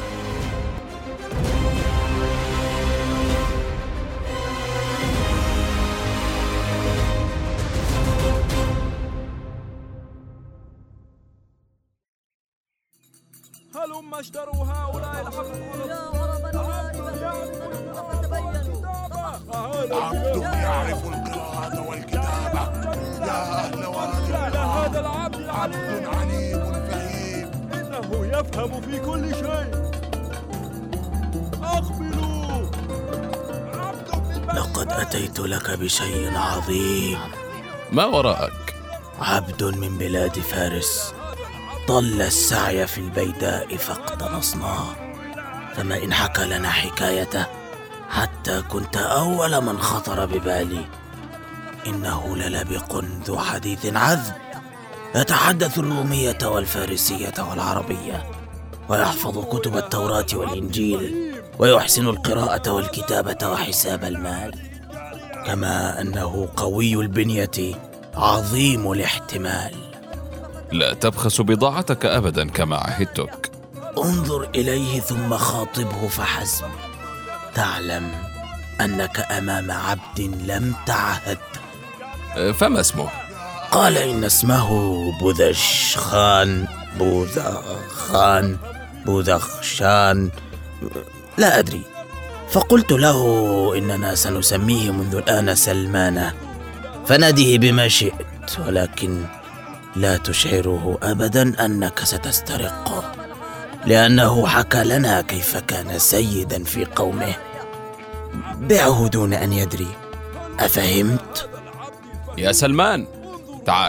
S16: هلم اشتروا هؤلاء العبد يا عرب
S17: عبد يعرف القراءة والكتابة. يا أهل وادي
S16: هذا العبد
S17: عبد عنيب فهيم،
S16: إنه يفهم في كل شيء. أقبلوا.
S6: لقد أتيت لك بشيء عظيم.
S18: ما وراءك؟
S6: عبد من بلاد فارس ضل السعي في البيداء فاقتنصناه، فما إن حكى لنا حكايته حتى كنت أول من خطر ببالي. إنه للبق ذو حديث عذب، يتحدث الرومية والفارسية والعربية، ويحفظ كتب التوراة والإنجيل، ويحسن القراءة والكتابة وحساب المال، كما أنه قوي البنية عظيم الاحتمال.
S18: لا تبخس بضاعتك أبدا كما عهدتك.
S6: انظر إليه ثم خاطبه فحسب. تعلم أنك أمام عبد لم تعهد.
S18: فما اسمه؟
S6: قال إن اسمه بوذخشان بوذخان بوذخشان لا أدري. فقلت له إننا سنسميه منذ الآن سلمان، فناديه بما شئت، ولكن لا تشعره أبدا أنك ستسترقه، لأنه حكى لنا كيف كان سيدا في قومه. دعه دون أن يدري، أفهمت؟
S18: يا سلمان تعال.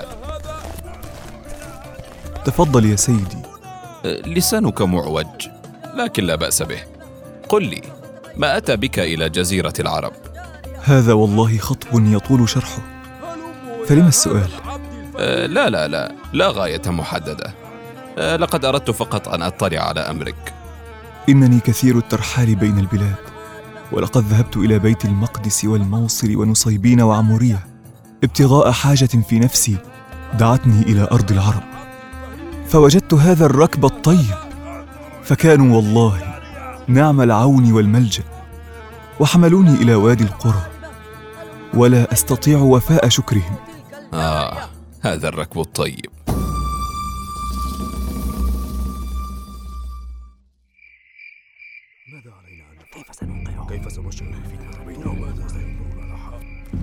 S19: تفضل يا سيدي.
S18: لسانك معوج لكن لا بأس به. قل لي، ما أتى بك إلى جزيرة العرب؟
S19: هذا والله خطب يطول شرحه، فلما السؤال؟
S18: أه لا لا لا لا غاية محددة. أه لقد أردت فقط أن أطلع على أمرك.
S19: إنني كثير الترحال بين البلاد، ولقد ذهبت إلى بيت المقدس والموصل ونصيبين وعمورية ابتغاء حاجة في نفسي دعتني إلى أرض العرب، فوجدت هذا الركب الطيب، فكانوا والله نعم العون والملجأ، وحملوني إلى وادي القرى، ولا أستطيع وفاء شكرهم.
S18: آه هذا الركب الطيب.
S20: ماذا علينا أن نفعل؟ كيف سنوقعه؟ كيف سنشر الفتنة بينهم؟ ماذا سيقولون لها؟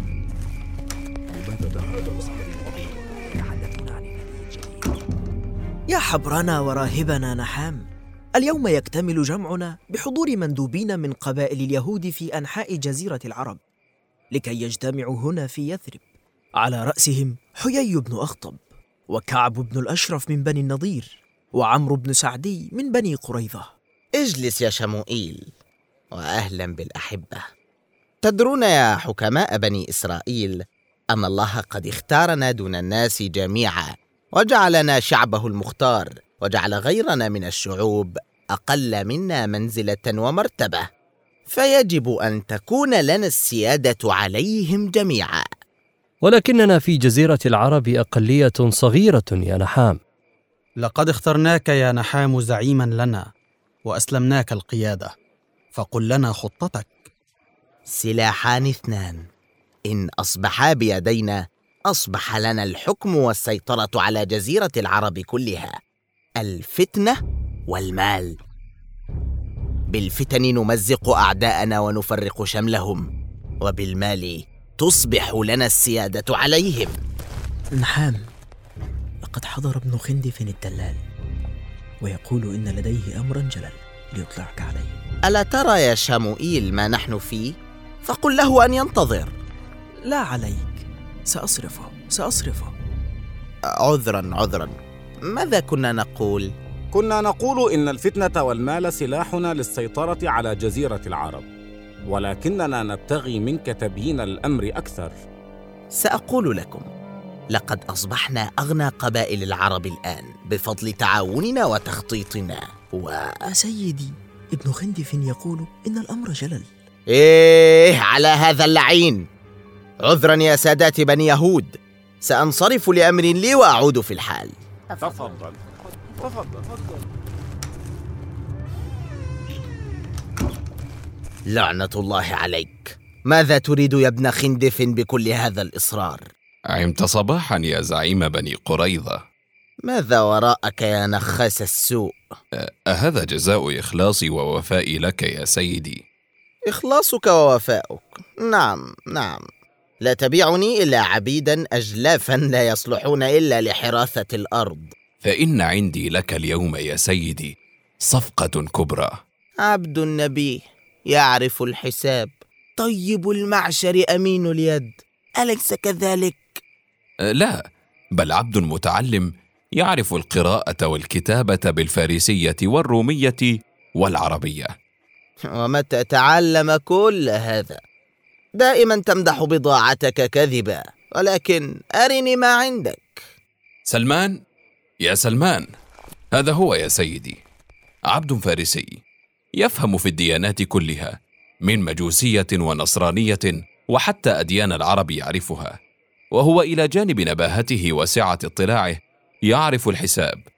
S20: لماذا دعا هذا الصحابي
S15: يتحدثون عن النبي؟ يا حبرنا وراهبنا نحام، اليوم يكتمل جمعنا بحضور مندوبين من قبائل اليهود في أنحاء جزيرة العرب لكي يجتمعوا هنا في يثرب، على رأسهم حيي بن أخطب، وكعب بن الأشرف من بني النضير، وعمرو بن سعدي من بني قريظة.
S6: اجلس يا شموئيل، وأهلا بالأحبة. تدرون يا حكماء بني إسرائيل أن الله قد اختارنا دون الناس جميعا، وجعلنا شعبه المختار، وجعل غيرنا من الشعوب أقل منا منزلة ومرتبة، فيجب أن تكون لنا السيادة عليهم جميعا.
S21: ولكننا في جزيرة العرب أقلية صغيرة يا نحام.
S22: لقد اخترناك يا نحام زعيما لنا، وأسلمناك القيادة، فقل لنا خطتك.
S6: سلاحان اثنان، إن أصبحا بيدينا أصبح لنا الحكم والسيطرة على جزيرة العرب كلها: الفتنة والمال. بالفتن نمزق أعداءنا ونفرق شملهم، وبالمال تصبح لنا السيادة عليهم.
S15: نحام، لقد حضر ابن خندف الدلال ويقول إن لديه أمرا جلل ليطلعك عليه.
S6: ألا ترى يا شموئيل ما نحن فيه؟ فقل له أن ينتظر.
S15: لا عليك، سأصرفه سأصرفه.
S6: عذرا عذرا، ماذا كنا نقول؟
S3: كنا نقول إن الفتنة والمال سلاحنا للسيطرة على جزيرة العرب، ولكننا نبتغي منك تبيين الأمر أكثر.
S6: سأقول لكم، لقد أصبحنا أغنى قبائل العرب الآن بفضل تعاوننا وتخطيطنا و...
S15: سيدي، ابن خندف يقول إن الأمر جلل.
S6: إيه على هذا اللعين. عذرا يا سادات بني يهود، سأنصرف لأمر لي وأعود في الحال.
S3: تفضل تفضل.
S6: لعنة الله عليك، ماذا تريد يا ابن خندف بكل هذا الإصرار؟
S18: عمت صباحا يا زعيم بني قريظة.
S6: ماذا وراءك يا نخاس السوء؟
S18: أهذا جزاء إخلاصي ووفائي لك يا سيدي؟
S6: إخلاصك ووفاؤك، نعم نعم. لا تبيعني إلا عبيدا أجلافا لا يصلحون إلا لحراثة الأرض.
S18: فإن عندي لك اليوم يا سيدي صفقة كبرى.
S6: عبد النبي يعرف الحساب، طيب المعشر أمين اليد، أليس كذلك؟
S18: لا، بل عبد متعلم يعرف القراءة والكتابة بالفارسية والرومية والعربية.
S6: ومتى تعلم كل هذا؟ دائما تمدح بضاعتك كذبا، ولكن أرني ما عندك.
S18: سلمان، يا سلمان، هذا هو يا سيدي، عبد فارسي يفهم في الديانات كلها، من مجوسية ونصرانية وحتى أديان العرب يعرفها، وهو إلى جانب نباهته وسعة اطلاعه يعرف الحساب،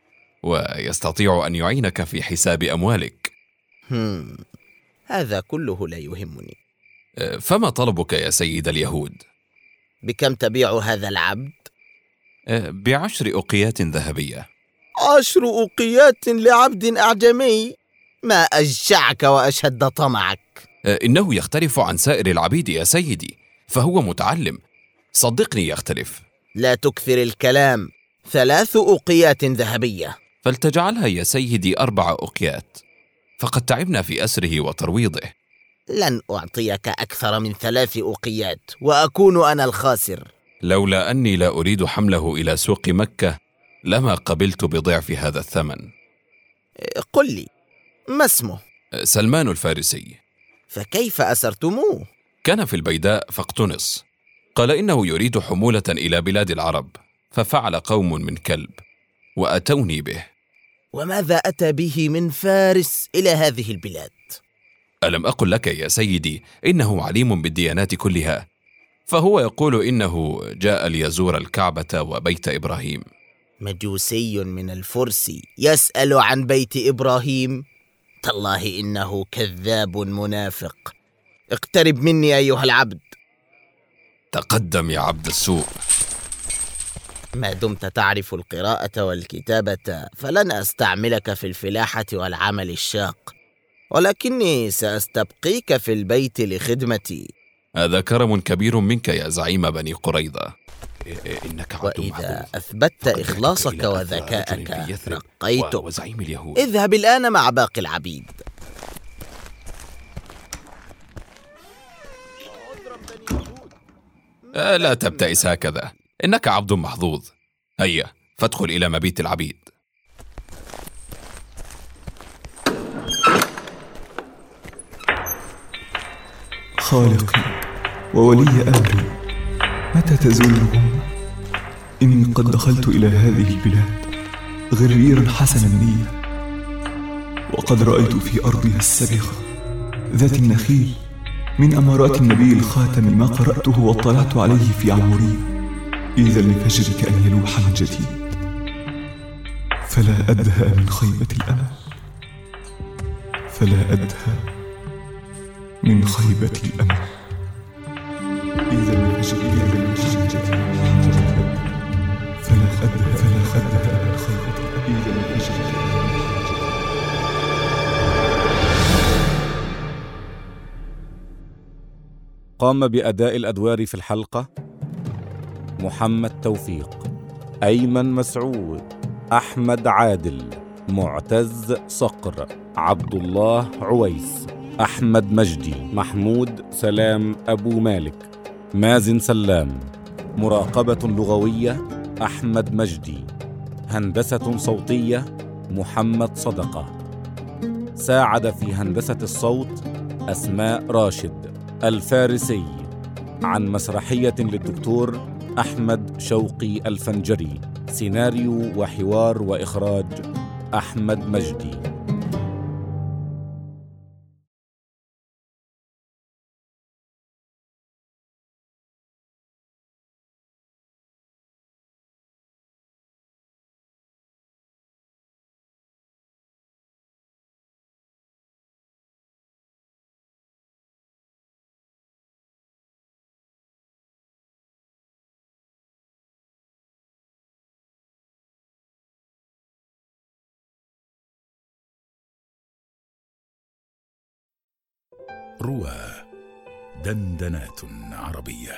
S18: ويستطيع أن يعينك في حساب أموالك.
S6: هم. هذا كله لا يهمني.
S18: فما طلبك يا سيد اليهود؟
S6: بكم تبيع هذا العبد؟
S18: بعشر أوقيات ذهبية.
S6: عشر أوقيات لعبد أعجمي؟ ما أجشعك وأشد طمعك.
S18: إنه يختلف عن سائر العبيد يا سيدي، فهو متعلم، صدقني يختلف.
S6: لا تكثر الكلام، ثلاث أوقيات ذهبية.
S18: فلتجعلها يا سيدي أربع أوقيات، فقد تعبنا في أسره وترويضه.
S6: لن أعطيك أكثر من ثلاث أوقيات وأكون أنا الخاسر.
S18: لولا أني لا أريد حمله إلى سوق مكة لما قبلت بضعف هذا الثمن.
S6: قل لي، ما اسمه؟
S18: سلمان الفارسي.
S6: فكيف أسرتموه؟
S18: كان في البيداء فاقتنص، قال إنه يريد حمولة إلى بلاد العرب، ففعل قوم من كلب وأتوني به.
S6: وماذا أتى به من فارس إلى هذه البلاد؟
S18: ألم أقل لك يا سيدي إنه عليم بالديانات كلها، فهو يقول إنه جاء ليزور الكعبة وبيت إبراهيم.
S6: مجوسي من الفرس يسأل عن بيت إبراهيم؟ تالله إنه كذاب منافق. اقترب مني أيها العبد.
S18: تقدم يا عبد السوء.
S6: ما دمت تعرف القراءة والكتابة فلن أستعملك في الفلاحة والعمل الشاق، ولكني سأستبقيك في البيت لخدمتي.
S18: هذا كرم كبير منك يا زعيم بني قريظة. إنك
S6: وإذا أثبتت إخلاصك وذكاءك رقيتك. اذهب الآن مع باقي العبيد.
S18: لا تبتئس هكذا، إنك عبد محظوظ. هيا فادخل إلى مبيت العبيد.
S19: خالقي وولي أمري، متى تزول الغمة؟ إني قد دخلت إلى هذه البلاد غريرا حسن النية، وقد رأيت في أرضها السبخة ذات النخيل من أمارات النبي الخاتم ما قرأته واطلعت عليه في عمورية، إذا للفجر كأن يلوح من جديد، فلا أدهى من خيبة الأمل، فلا أدهى من خيبة الأمل، إذا للفجر كأن يلوح من جديد، فلا أدهى فلا أدهى من خيبة الأمل، إذا للفجر كأن يلوح من جديد.
S3: قام بأداء الأدوار في الحلقة محمد توفيق، أيمن مسعود، أحمد عادل، معتز صقر، عبد الله عويس، أحمد مجدي، محمود سلام أبو مالك، مازن سلام. مراقبة لغوية أحمد مجدي. هندسة صوتية محمد صدقة. ساعد في هندسة الصوت أسماء راشد. الفارسي عن مسرحية للدكتور أحمد شوقي الفنجري. سيناريو وحوار وإخراج أحمد مجدي.
S2: روى دندنات عربية.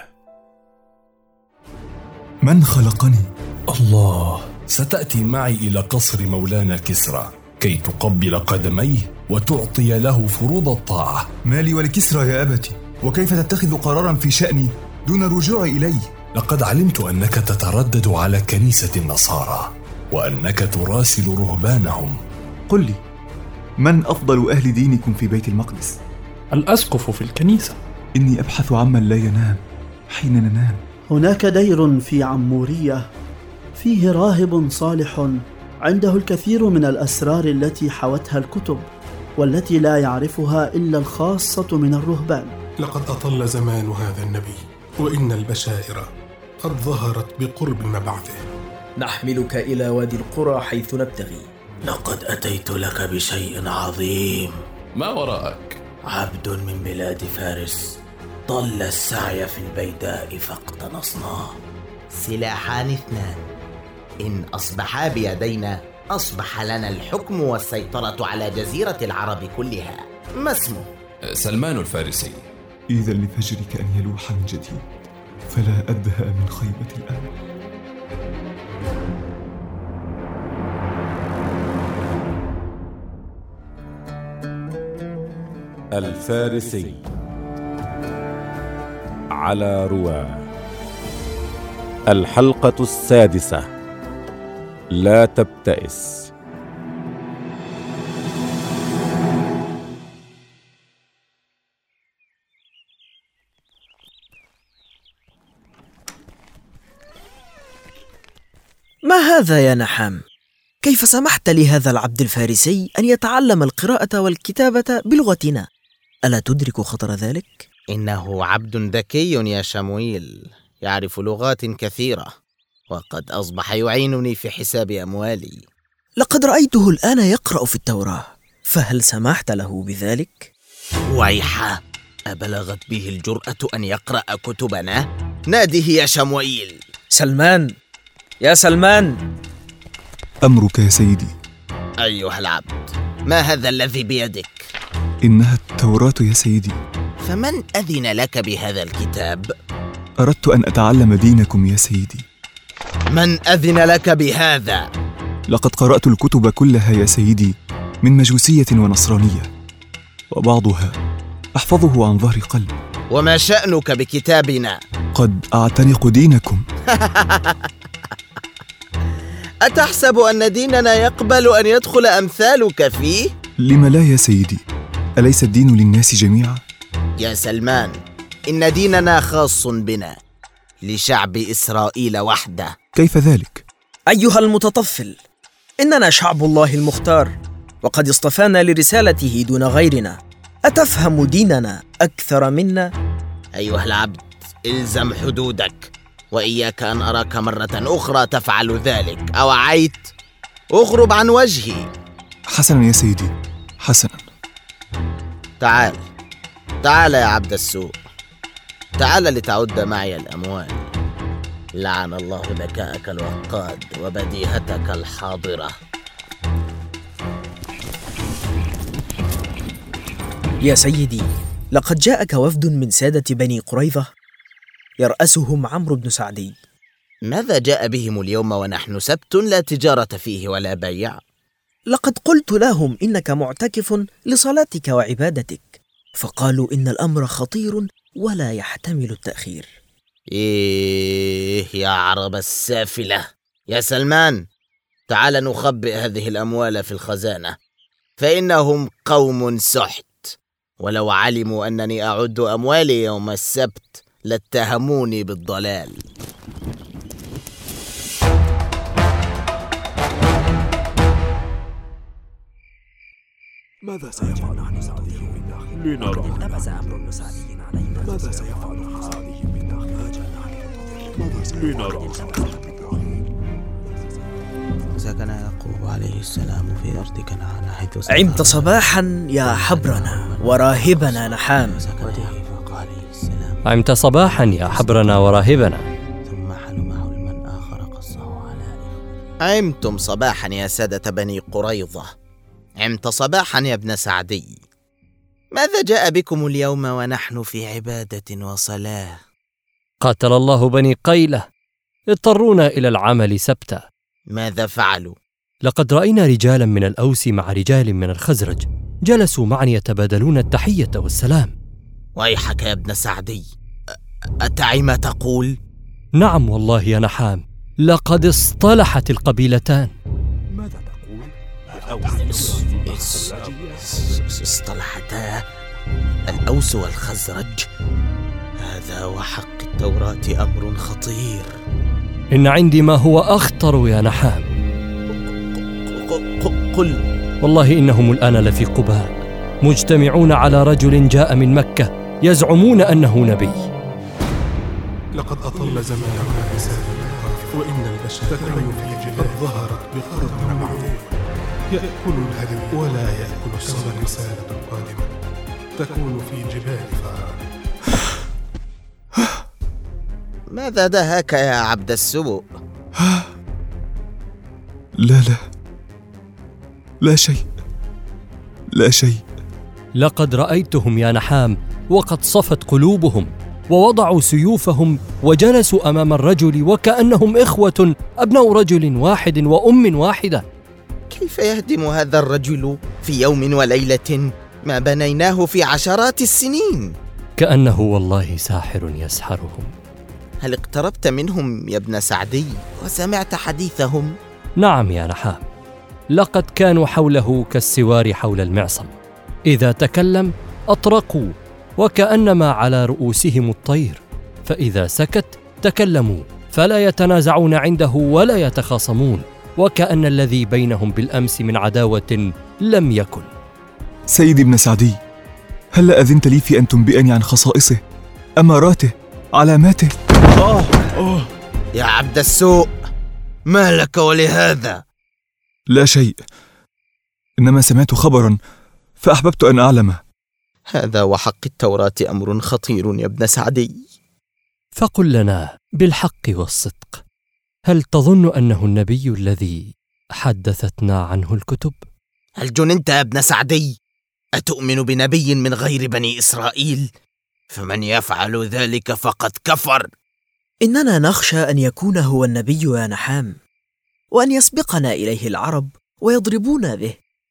S19: من خلقني؟
S4: الله. ستأتي معي إلى قصر مولانا كسرى كي تقبل قدميه وتعطي له فروض الطاعة.
S5: ما لي ولكسرى يا أبتي؟ وكيف تتخذ قرارا في شأني دون الرجوع إليه؟
S4: لقد علمت أنك تتردد على كنيسة النصارى وأنك تراسل رهبانهم.
S5: قل لي، من أفضل أهل دينكم في بيت المقدس؟
S10: الأسقف في الكنيسة.
S19: إني أبحث عمن لا ينام حين ننام.
S12: هناك دير في عمورية فيه راهب صالح عنده الكثير من الأسرار التي حوتها الكتب والتي لا يعرفها إلا الخاصة من الرهبان.
S13: لقد أطل زمان هذا النبي، وإن البشائر قد ظهرت بقرب مبعثه.
S8: نحملك إلى وادي القرى حيث نبتغي،
S6: لقد أتيت لك بشيء عظيم.
S18: ما وراءك؟
S6: عبد من بلاد فارس ضل السعي في البيداء فاقتنصناه.
S8: سلاحان اثنان، إن أصبحا بيدينا أصبح لنا الحكم والسيطرة على جزيرة العرب كلها. ما اسمه؟
S18: سلمان الفارسي.
S19: إذا لفجرك أن يلوح من جديد، فلا أدهى من خيبة الأمل.
S3: الفارسي على رواه. الحلقة السادسة. لا تبتئس.
S15: ما هذا يا نحام؟ كيف سمحت لهذا العبد الفارسي أن يتعلم القراءة والكتابة بلغتنا؟ ألا تدرك خطر ذلك؟
S8: إنه عبد ذكي يا شمويل، يعرف لغات كثيرة، وقد أصبح يعينني في حساب أموالي.
S15: لقد رأيته الآن يقرأ في التوراة، فهل سمحت له بذلك؟
S8: ويحا، أبلغت به الجرأة أن يقرأ كتبنا؟ ناديه يا شمويل.
S15: سلمان، يا سلمان.
S19: أمرك يا سيدي.
S8: أيها العبد، ما هذا الذي بيدك؟
S19: إنها التوراة يا سيدي.
S8: فمن أذن لك بهذا الكتاب؟
S19: أردت أن أتعلم دينكم يا سيدي.
S8: من أذن لك بهذا؟
S19: لقد قرأت الكتب كلها يا سيدي، من مجوسية ونصرانية، وبعضها أحفظه عن ظهر قلب.
S8: وما شأنك بكتابنا؟
S19: قد أعتنق دينكم.
S8: أتحسب أن ديننا يقبل أن يدخل أمثالك فيه؟
S19: لم لا يا سيدي؟ أليس الدين للناس جميعا؟
S8: يا سلمان، إن ديننا خاص بنا، لشعب إسرائيل وحده.
S19: كيف ذلك؟
S15: أيها المتطفل، إننا شعب الله المختار، وقد اصطفانا لرسالته دون غيرنا. أتفهم ديننا أكثر منا؟
S8: أيها العبد، إلزم حدودك، وإياك أن أراك مرة أخرى تفعل ذلك. أوعيت؟ أغرب عن وجهي.
S19: حسنا يا سيدي، حسنا.
S8: تعال تعال يا عبد السوء، تعال لتعد معي الأموال. لعن الله ذكاءك الوقاد وبديهتك الحاضرة.
S15: يا سيدي، لقد جاءك وفد من سادة بني قريظة يرأسهم عمرو بن سعدي.
S8: ماذا جاء بهم اليوم ونحن سبت لا تجارة فيه ولا بيع؟
S15: لقد قلت لهم إنك معتكف لصلاتك وعبادتك، فقالوا إن الأمر خطير ولا يحتمل التأخير.
S8: إيه يا عرب السافلة. يا سلمان، تعال نخبئ هذه الأموال في الخزانة، فإنهم قوم سحت، ولو علموا أنني أعد أموالي يوم السبت لاتهموني بالضلال.
S20: ماذا سيفعل عن سعدي بالداخل؟ لنرى. انتبز أمر بن سعدي علينا. ماذا سيفعل عن سعدي بالداخل؟ ماذا سيفعل؟
S8: سكن يعقوب عليه السلام في أرض كنعان حيث
S15: عمت صباحا يا حبرنا وراهبنا نحام.
S21: عمت صباحا يا حبرنا وراهبنا.
S8: ثم حلمه المن آخر قصه على. عمتم صباحا يا سادة بني قريظة. عمت صباحا يا ابن سعدي. ماذا جاء بكم اليوم ونحن في عبادة وصلاة؟
S21: قاتل الله بني قيلة، اضطرونا إلى العمل سبتا.
S8: ماذا فعلوا؟
S21: لقد رأينا رجالا من الأوس مع رجال من الخزرج، جلسوا معا يتبادلون التحية والسلام.
S8: ويحك يا ابن سعدي، أتعي ما تقول؟
S21: نعم والله يا نحام، لقد اصطلحت القبيلتان.
S20: ماذا تقول؟ الأوس
S8: اصطلحتا؟ الأوس والخزرج؟ هذا وحق التوراة أمر خطير.
S21: إن عندي ما هو أخطر يا نحام.
S8: قل.
S21: والله إنهم الآن لفي قباء، مجتمعون على رجل جاء من مكة يزعمون أنه نبي.
S13: لقد أطل زماننا رسالة، وإن البشرة قد ظهرت بقرب معروف. يأكل الهدم ولا يأكل الصبر. الرسالة القادمة تكون في جبال فاران.
S8: ماذا دهاك يا عبد السوء؟
S19: لا لا لا شيء لا شيء.
S21: لقد رأيتهم يا نحام وقد صفت قلوبهم، ووضعوا سيوفهم وجلسوا أمام الرجل وكأنهم إخوة أبناء رجل واحد وأم واحدة.
S8: كيف يهدم هذا الرجل في يوم وليلة ما بنيناه في عشرات السنين؟
S21: كأنه والله ساحر يسحرهم.
S8: هل اقتربت منهم يا ابن سعدي وسمعت حديثهم؟
S21: نعم يا نحام، لقد كانوا حوله كالسوار حول المعصم، إذا تكلم أطرقوا وكأنما على رؤوسهم الطير، فإذا سكت تكلموا فلا يتنازعون عنده ولا يتخاصمون، وكأن الذي بينهم بالأمس من عداوة لم يكن.
S19: سيدي ابن سعدي، هل أذنت لي في أن تنبئني عن خصائصه، أماراته، علاماته؟
S8: أوه. أوه. يا عبد السوء، ما لك ولهذا؟
S19: لا شيء، إنما سمعت خبرا فأحببت أن أعلمه.
S8: هذا وحق التوراة أمر خطير يا ابن سعدي.
S21: فقل لنا بالحق والصدق، هل تظن أنه النبي الذي حدثتنا عنه الكتب؟
S8: هل جننت يا ابن سعدي؟ أتؤمن بنبي من غير بني إسرائيل؟ فمن يفعل ذلك فقد كفر.
S15: إننا نخشى أن يكون هو النبي يا نحام، وأن يسبقنا إليه العرب ويضربونا به.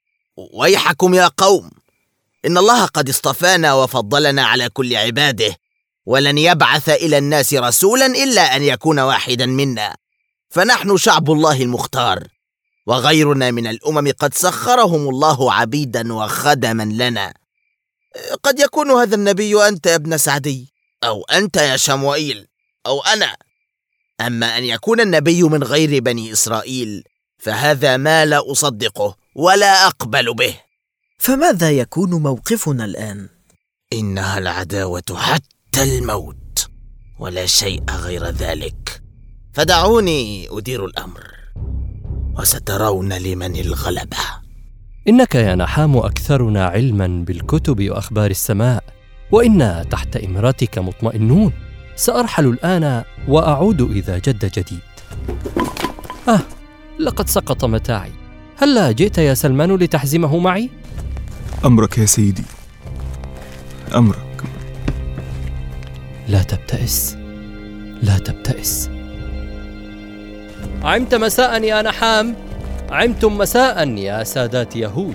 S8: ويحكم يا قوم، إن الله قد اصطفانا وفضلنا على كل عباده، ولن يبعث إلى الناس رسولا إلا أن يكون واحدا منا، فنحن شعب الله المختار، وغيرنا من الأمم قد سخرهم الله عبيدا وخدما لنا. قد يكون هذا النبي أنت يا ابن سعدي، أو أنت يا شموئيل، أو أنا. أما أن يكون النبي من غير بني إسرائيل فهذا ما لا أصدقه ولا أقبل به.
S15: فماذا يكون موقفنا الآن؟
S8: إنها العداوة حتى الموت، ولا شيء غير ذلك، فدعوني أدير الأمر وسترون لمن الغلبة.
S21: إنك يا نحام أكثرنا علما بالكتب وأخبار السماء، وإنا تحت إمرتك مطمئنون. سأرحل الآن وأعود إذا جد جديد. آه، لقد سقط متاعي. هلا جئت يا سلمان لتحزمه معي؟
S19: أمرك يا سيدي، أمرك.
S21: لا تبتئس، لا تبتئس. عمت مساء يا نحام، عمتم مساء يا سادات يهود.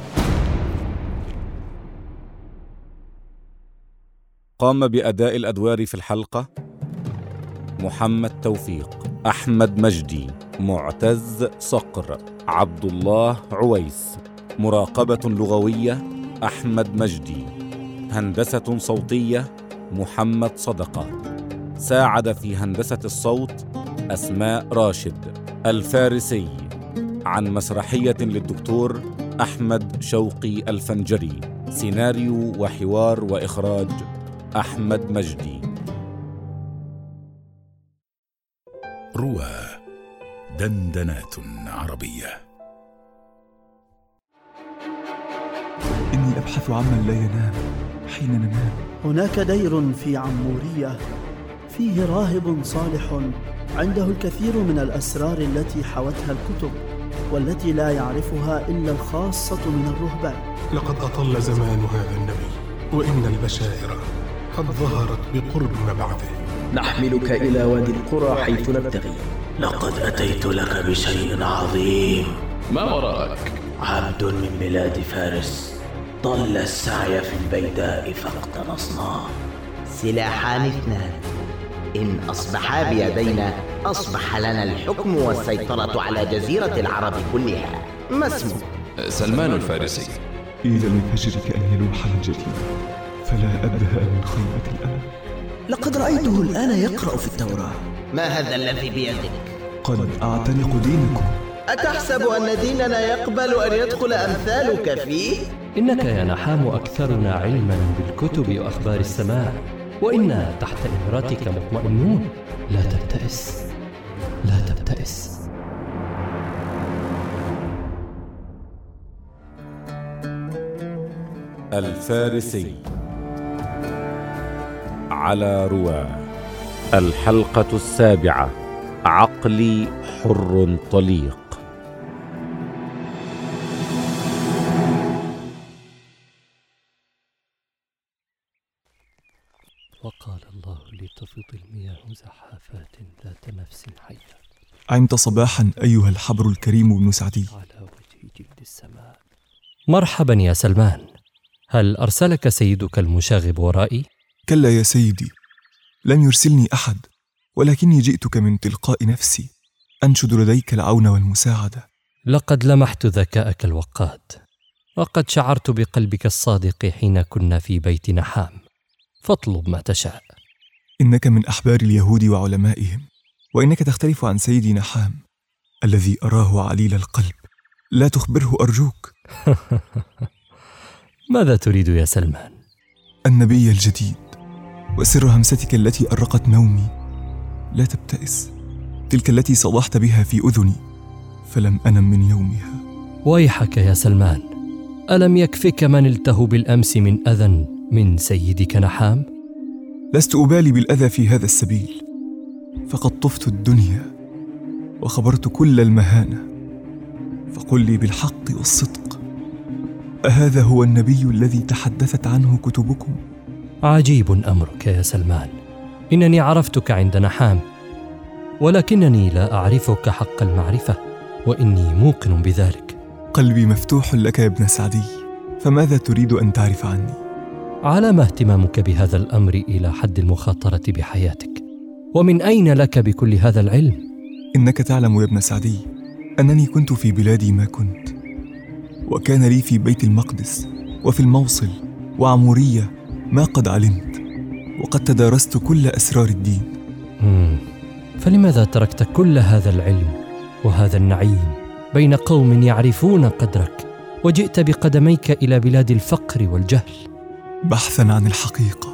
S3: قام بأداء الأدوار في الحلقة محمد توفيق، أحمد مجدي، معتز صقر، عبد الله عويس. مراقبة لغوية أحمد مجدي. هندسة صوتية محمد صدقة. ساعد في هندسة الصوت أسماء راشد. الفارسي عن مسرحية للدكتور أحمد شوقي الفنجري. سيناريو وحوار وإخراج أحمد مجدي.
S2: روى دندنات عربية.
S19: إني أبحث عمن لا ينام حين ننام.
S12: هناك دير في عمورية فيه راهب صالح عنده الكثير من الأسرار التي حوتها الكتب، والتي لا يعرفها إلا الخاصة من الرهبان.
S13: لقد أطل زمان هذا النبي، وإن البشائر قد ظهرت بقرب مبعثه.
S9: نحملك إلى وادي القرى حيث نبتغي. لقد أتيت لك بشيء عظيم.
S18: ما وراءك؟
S9: عبد من بلاد فارس ضل السعي في البيداء فاقتنصناه.
S8: سلاحان اثنان، إن أصبحا بيدينا أصبح لنا الحكم والسيطرة على جزيرة العرب كلها. ما اسمه؟
S18: سلمان الفارسي.
S19: إذا الفجر كأن يلوح من جديد، فلا أبدأ من خيمة الأمل.
S15: لقد رأيته الآن يقرأ في التوراة.
S8: ما هذا الذي بيدك؟
S19: قد أعتنق دينكم.
S8: أتحسب أن ديننا يقبل أن يدخل أمثالك فيه؟
S21: إنك يا نحام أكثرنا علما بالكتب وأخبار السماء، وإنا تحت إمرتك مطمئنون. لا تبتئس، لا تبتئس.
S3: الفارسي على رواه. الحلقة السابعة. عقلي حر طليق.
S21: وقال الله لتفض المياه زحافات ذات نفس حية.
S19: عمت صباحا أيها الحبر الكريم بن سعدي.
S21: على وجه جلد السماء. مرحبا يا سلمان، هل أرسلك سيدك المشاغب ورائي؟
S19: كلا يا سيدي، لم يرسلني أحد، ولكني جئتك من تلقاء نفسي أنشد لديك العون والمساعدة.
S21: لقد لمحت ذكاءك الوقاد، وقد شعرت بقلبك الصادق حين كنا في بيت نحام، فاطلب ما تشاء.
S19: إنك من أحبار اليهود وعلمائهم، وإنك تختلف عن سيدي نحام الذي أراه عليل القلب. لا تخبره أرجوك.
S21: ماذا تريد يا سلمان؟
S19: النبي الجديد وسر همستك التي أرقت نومي. لا تبتئس، تلك التي صدحت بها في أذني فلم أنم من يومها.
S21: ويحك يا سلمان، ألم يكفك ما نلته بالأمس من أذى من سيدك نحام؟
S19: لست أبالي بالأذى في هذا السبيل، فقد طفت الدنيا وخبرت كل المهانة. فقل لي بالحق والصدق، أهذا هو النبي الذي تحدثت عنه كتبكم؟
S21: عجيب أمرك يا سلمان، إنني عرفتك عند نحام، ولكنني لا أعرفك حق المعرفة، وإني موقن بذلك.
S19: قلبي مفتوح لك يا ابن سعدي، فماذا تريد أن تعرف عني؟
S21: على ما اهتمامك بهذا الأمر إلى حد المخاطرة بحياتك؟ ومن أين لك بكل هذا العلم؟
S19: إنك تعلم يا ابن سعدي أنني كنت في بلادي ما كنت، وكان لي في بيت المقدس وفي الموصل وعمورية ما قد علمت، وقد تدارست كل أسرار الدين.
S21: مم. فلماذا تركت كل هذا العلم وهذا النعيم بين قوم يعرفون قدرك، وجئت بقدميك إلى بلاد الفقر والجهل؟
S19: بحثا عن الحقيقة.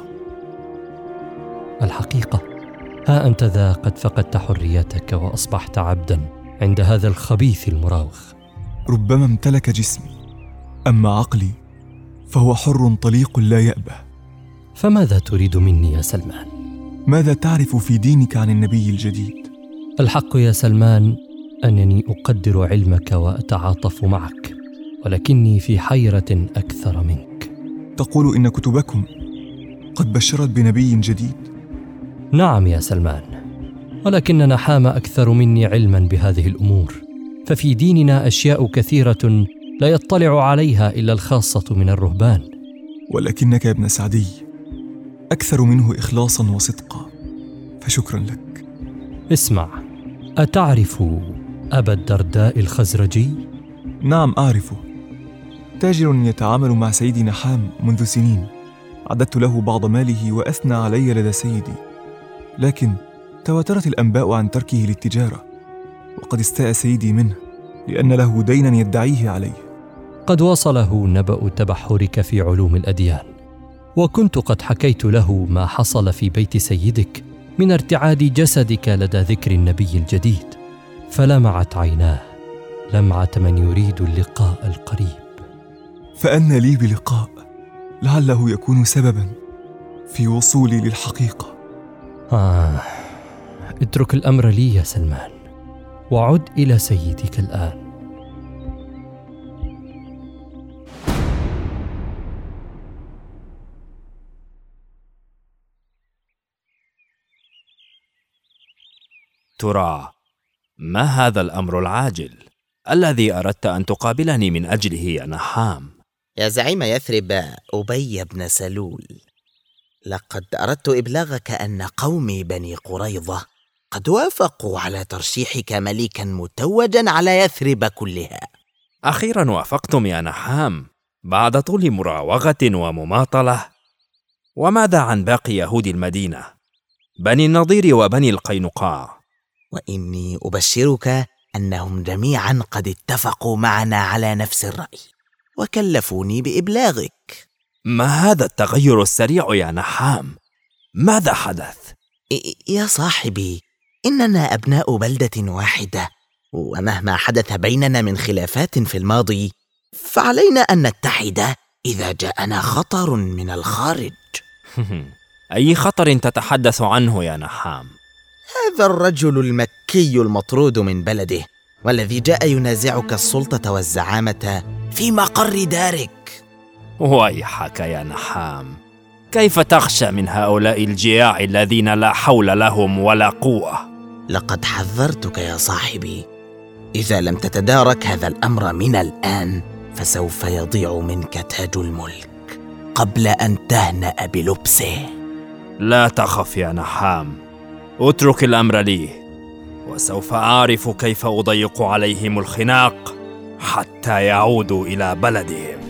S21: الحقيقة؟ ها أنت ذا قد فقدت حريتك وأصبحت عبدا عند هذا الخبيث المراوغ.
S19: ربما امتلك جسمي، أما عقلي فهو حر طليق لا يأبه.
S21: فماذا تريد مني يا سلمان؟
S19: ماذا تعرف في دينك عن النبي الجديد؟
S21: الحق يا سلمان أنني أقدر علمك وأتعاطف معك، ولكني في حيرة أكثر منك.
S19: تقول إن كتبكم قد بشرت بنبي جديد؟
S21: نعم يا سلمان، ولكن نحام أكثر مني علما بهذه الأمور، ففي ديننا أشياء كثيرة لا يطلع عليها إلا الخاصة من الرهبان.
S19: ولكنك يا ابن سعدي أكثر منه إخلاصا وصدقا، فشكرا لك.
S21: اسمع، أتعرف أبا الدرداء الخزرجي؟
S19: نعم أعرفه، تاجر يتعامل مع سيدي نحام منذ سنين. عددت له بعض ماله وأثنى علي لدى سيدي، لكن تواترت الأنباء عن تركه للتجارة، وقد استاء سيدي منه لأن له دينا يدعيه عليه.
S21: قد وصله نبأ تبحرك في علوم الأديان، وكنت قد حكيت له ما حصل في بيت سيدك من ارتعاد جسدك لدى ذكر النبي الجديد، فلمعت عيناه لمعة من يريد اللقاء القريب.
S19: فأنا لي بلقاء لعله يكون سببا في وصولي للحقيقة.
S21: آه، اترك الأمر لي يا سلمان، وعد إلى سيدك الآن.
S7: ترى ما هذا الأمر العاجل الذي أردت أن تقابلني من أجله يا نحام؟
S8: يا زعيم يثرب أبي بن سلول، لقد أردت إبلاغك أن قومي بني قريظة قد وافقوا على ترشيحك ملكا متوجا على يثرب كلها.
S7: أخيرا وافقتم يا نحام بعد طول مراوغة ومماطلة. وماذا عن باقي يهود المدينة، بني النضير وبني القينقاع؟
S8: وإني أبشرك أنهم جميعا قد اتفقوا معنا على نفس الرأي وكلفوني بإبلاغك.
S7: ما هذا التغير السريع يا نحام؟ ماذا حدث؟
S8: يا صاحبي، إننا أبناء بلدة واحدة، ومهما حدث بيننا من خلافات في الماضي فعلينا أن نتحد إذا جاءنا خطر من الخارج.
S7: أي خطر تتحدث عنه يا نحام؟
S8: هذا الرجل المكي المطرود من بلده، والذي جاء ينازعك السلطة والزعامة في مقر دارك.
S7: ويحك يا نحام، كيف تخشى من هؤلاء الجياع الذين لا حول لهم ولا قوة؟
S8: لقد حذرتك يا صاحبي، إذا لم تتدارك هذا الأمر من الآن فسوف يضيع منك تاج الملك قبل أن تهنأ بلبسه.
S7: لا تخف يا نحام، اترك الأمر لي، وسوف أعرف كيف أضيق عليهم الخناق حتى يعودوا إلى بلدهم.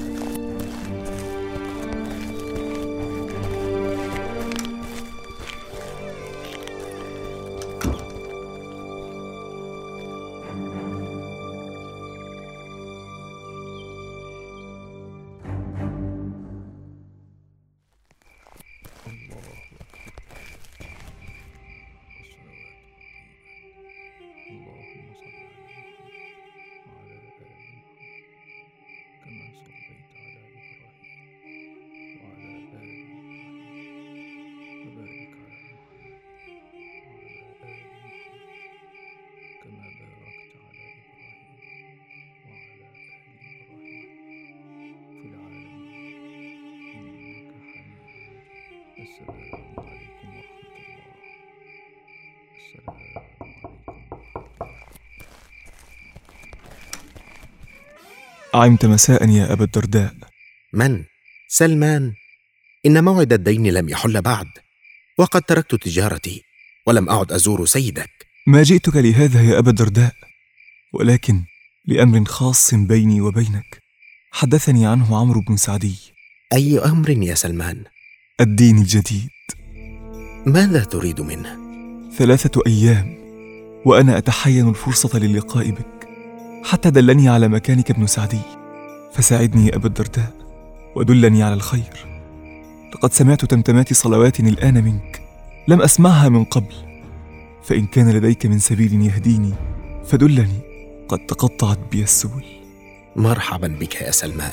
S19: عمت مساء يا أبا الدرداء.
S1: من؟ سلمان. إن موعد الدين لم يحل بعد، وقد تركت تجارتي ولم أعد أزور سيدك.
S19: ما جئتك لهذا يا أبا الدرداء، ولكن لأمر خاص بيني وبينك حدثني عنه عمرو بن سعدي.
S1: أي أمر يا سلمان؟
S19: الدين الجديد.
S1: ماذا تريد منه؟
S19: ثلاثة أيام وأنا أتحين الفرصة للقاء بك، حتى دلني على مكانك ابن سعدي، فساعدني يا أبا الدرداء ودلني على الخير. لقد سمعت تمتمات صلوات الآن منك لم أسمعها من قبل، فإن كان لديك من سبيل يهديني فدلني، قد تقطعت بي السبل.
S1: مرحبا بك يا سلمان.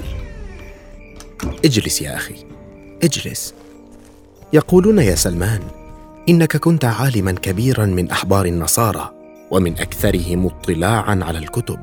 S1: اجلس يا أخي، اجلس. يقولون يا سلمان إنك كنت عالما كبيرا من أحبار النصارى ومن أكثرهم اطلاعا على الكتب.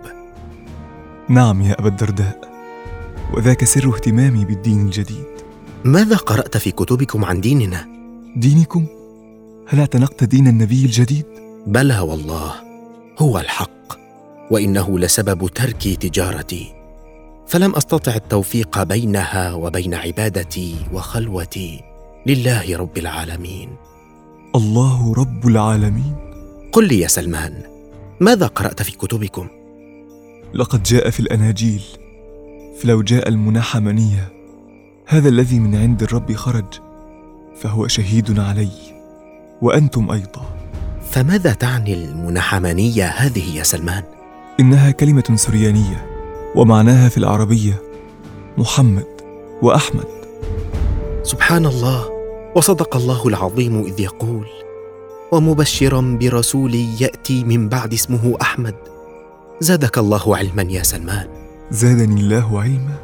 S19: نعم يا أبا الدرداء، وذاك سر اهتمامي بالدين الجديد.
S1: ماذا قرأت في كتبكم عن ديننا؟
S19: دينكم؟ هل اعتنقت دين النبي الجديد؟
S1: بلى والله، هو الحق، وإنه لسبب تركي تجارتي، فلم أستطع التوفيق بينها وبين عبادتي وخلوتي لله رب العالمين.
S19: الله رب العالمين؟
S1: قل لي يا سلمان، ماذا قرأت في كتبكم؟
S19: لقد جاء في الأناجيل: فلو جاء المنحمنية هذا الذي من عند الرب خرج فهو شهيد علي، وأنتم أيضا.
S1: فماذا تعني المنحمنية هذه يا سلمان؟
S19: إنها كلمة سريانية، ومعناها في العربية محمد وأحمد.
S1: سبحان الله، وصدق الله العظيم إذ يقول: ومبشرا برسول يأتي من بعد اسمه أحمد. زادك الله علما يا سلمان.
S19: زادني الله علما؟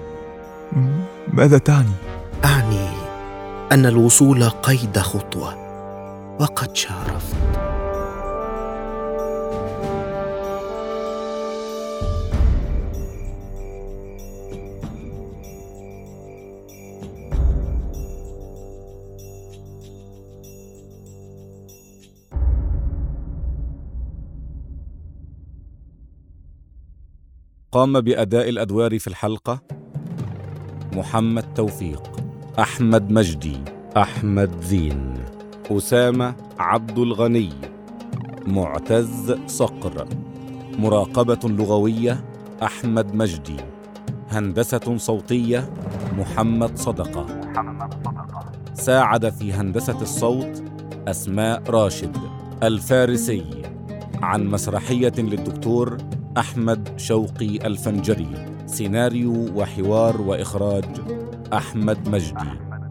S19: ماذا تعني؟
S1: أعني أن الوصول قيد خطوة، وقد شارفت.
S3: قام بأداء الأدوار في الحلقة محمد توفيق، أحمد مجدي، أحمد زين، أسامة عبد الغني، معتز صقر. مراقبة لغوية أحمد مجدي. هندسة صوتية محمد صدقة. ساعد في هندسة الصوت أسماء راشد. الفارسي عن مسرحية للدكتور أحمد شوقي الفنجري. سيناريو وحوار وإخراج أحمد مجدي.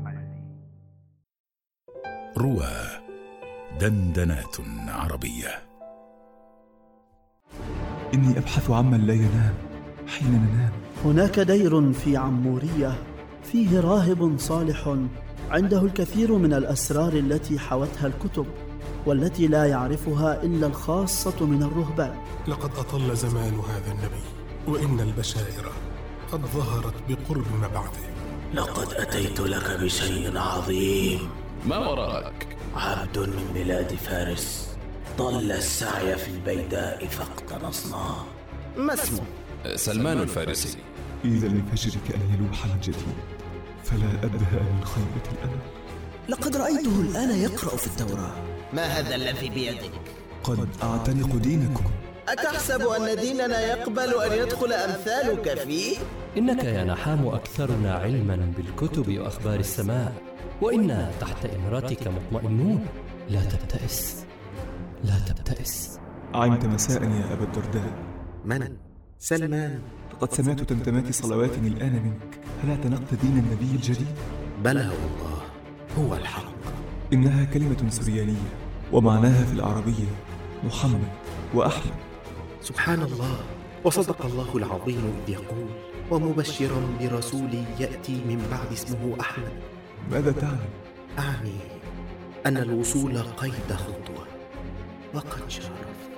S2: روى دندنات عربية.
S19: إني أبحث عمن لا ينام حين ننام،
S12: هناك دير في عمورية فيه راهب صالح عنده الكثير من الأسرار التي حوتها الكتب والتي لا يعرفها إلا الخاصة من الرهبان.
S13: لقد أطل زمان هذا النبي، وإن البشائر قد ظهرت بقرب مبعثه.
S9: لقد أتيت لك بشيء عظيم.
S18: ما وراءك؟
S9: عبد من بلاد فارس ضل السعي في البيداء فاقتنصناه.
S8: ما اسمه؟
S18: سلمان الفارسي.
S19: إذا لفجرك أن يلوح الجديد فلا أبهى من خيبة الأمل.
S15: لقد رأيته الآن يقرأ في التوراة.
S8: ما هذا الذي بيدك؟
S19: قد أعتنق دينكم.
S8: أتحسب أن ديننا يقبل أن يدخل أمثالك فيه؟
S21: إنك يا نحام أكثرنا علما بالكتب وأخبار السماء، وإنا تحت إمرتك مطمئنون. لا تبتئس، لا تبتئس.
S19: عمت مساء يا أبا الدرداء.
S1: من؟ سلمان.
S19: لقد سمعت تمتمات صلوات الآن منك. هل اعتنقت دين النبي الجديد؟
S1: بلى والله، هو الحق.
S19: إنها كلمة سريانية ومعناها في العربية محمد وأحمد.
S1: سبحان الله، وصدق الله العظيم إذ يقول: ومبشرا برسول يأتي من بعد اسمه أحمد.
S19: ماذا تعلم؟
S1: أعني أن الوصول قيد خطوة، وقد شرف.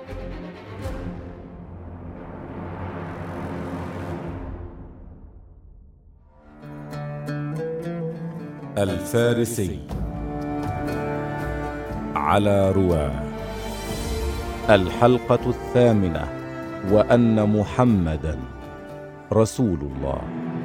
S3: الفارسي على رواه. الحلقة الثامنة: وأن محمدًا رسول الله.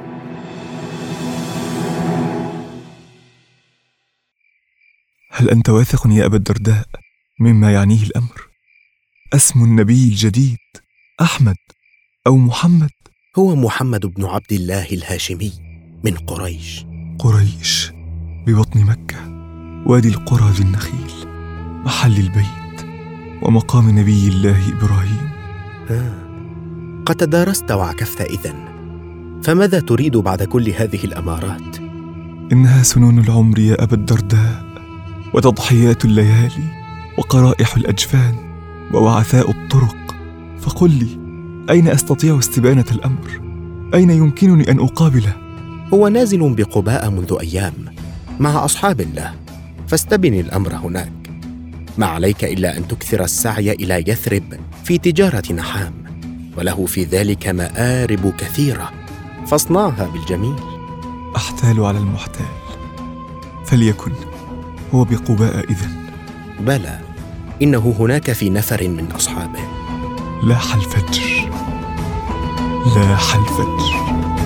S19: هل أنت واثق يا أبا الدرداء مما يعنيه الأمر؟ اسم النبي الجديد أحمد أو محمد؟
S1: هو محمد بن عبد الله الهاشمي من قريش.
S19: قريش ببطن مكة، وادي القرى ذي النخيل، محل البيت ومقام نبي الله إبراهيم.
S1: آه. قد تدارست وعكفت إذن، فماذا تريد بعد كل هذه الأمارات؟
S19: إنها سنون العمر يا أبا الدرداء، وتضحيات الليالي، وقرائح الأجفان، ووعثاء الطرق. فقل لي، أين أستطيع استبانة الأمر؟ أين يمكنني أن أقابله؟
S1: هو نازل بقباء منذ أيام مع أصحاب الله، فاستبن الأمر هناك. ما عليك إلا أن تكثر السعي إلى يثرب في تجارة نحام، وله في ذلك مآرب كثيرة، فاصنعها بالجميل.
S19: أحتال على المحتال، فليكن هو بقباء إذن.
S1: بلى، إنه هناك في نفر من أصحابه.
S19: لاح الفجر، لاح الفجر.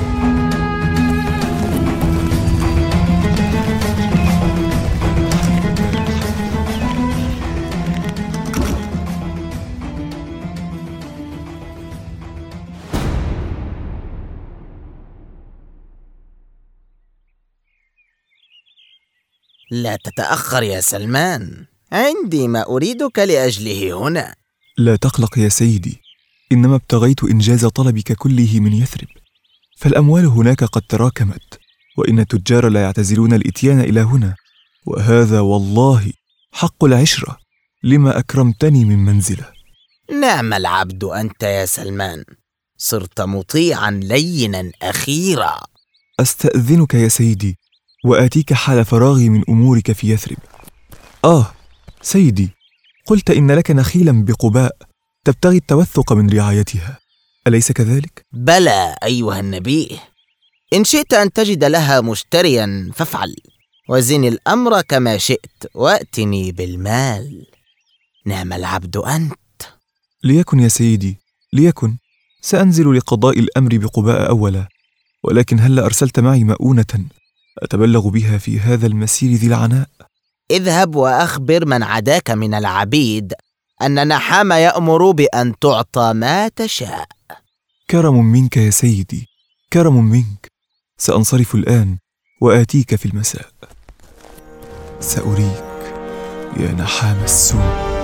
S8: لا تتأخر يا سلمان، عندي ما أريدك لأجله هنا.
S19: لا تقلق يا سيدي، إنما ابتغيت إنجاز طلبك كله من يثرب، فالأموال هناك قد تراكمت، وإن التجار لا يعتزلون الإتيان إلى هنا، وهذا والله حق العشرة لما أكرمتني من منزله.
S8: نعم العبد أنت يا سلمان، صرت مطيعا لينا أخيرا.
S19: أستأذنك يا سيدي وآتيك حال فراغي من أمورك في يثرب. آه سيدي، قلت إن لك نخيلا بقباء تبتغي التوثق من رعايتها، أليس كذلك؟
S8: بلى أيها النبي، إن شئت أن تجد لها مشتريا فافعل، وزن الأمر كما شئت وأتني بالمال. نعم العبد أنت.
S19: ليكن يا سيدي، ليكن. سأنزل لقضاء الأمر بقباء أولا، ولكن هل أرسلت معي مؤونة أتبلغ بها في هذا المسير ذي العناء؟
S8: اذهب وأخبر من عداك من العبيد أن نحام يأمر بأن تعطى ما تشاء.
S19: كرم منك يا سيدي، كرم منك. سأنصرف الآن وآتيك في المساء. سأريك يا نحام السوء.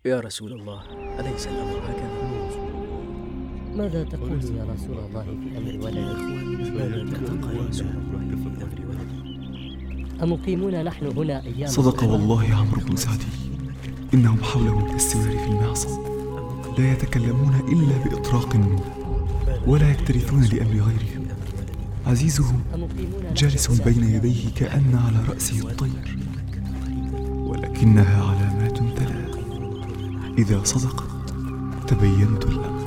S9: يا رسول الله، أليس الأمر هكذا؟
S11: ماذا تقول يا رسول الله في أمر ولدك؟
S9: ماذا تقول يا رسول الله في أمر ولدك؟
S11: أمقيمون نحن هنا أيام؟
S19: صدق والله عمرو بن سعدي، إنهم حولهم كالسوار في المعصم، لا يتكلمون إلا بإطراق النور، ولا يكترثون لأمر غيرهم. عزيزهم جالس بين يديه كأن على رأسه الطير، ولكنها علامات تلا. إذا صدق تبينت الأمر.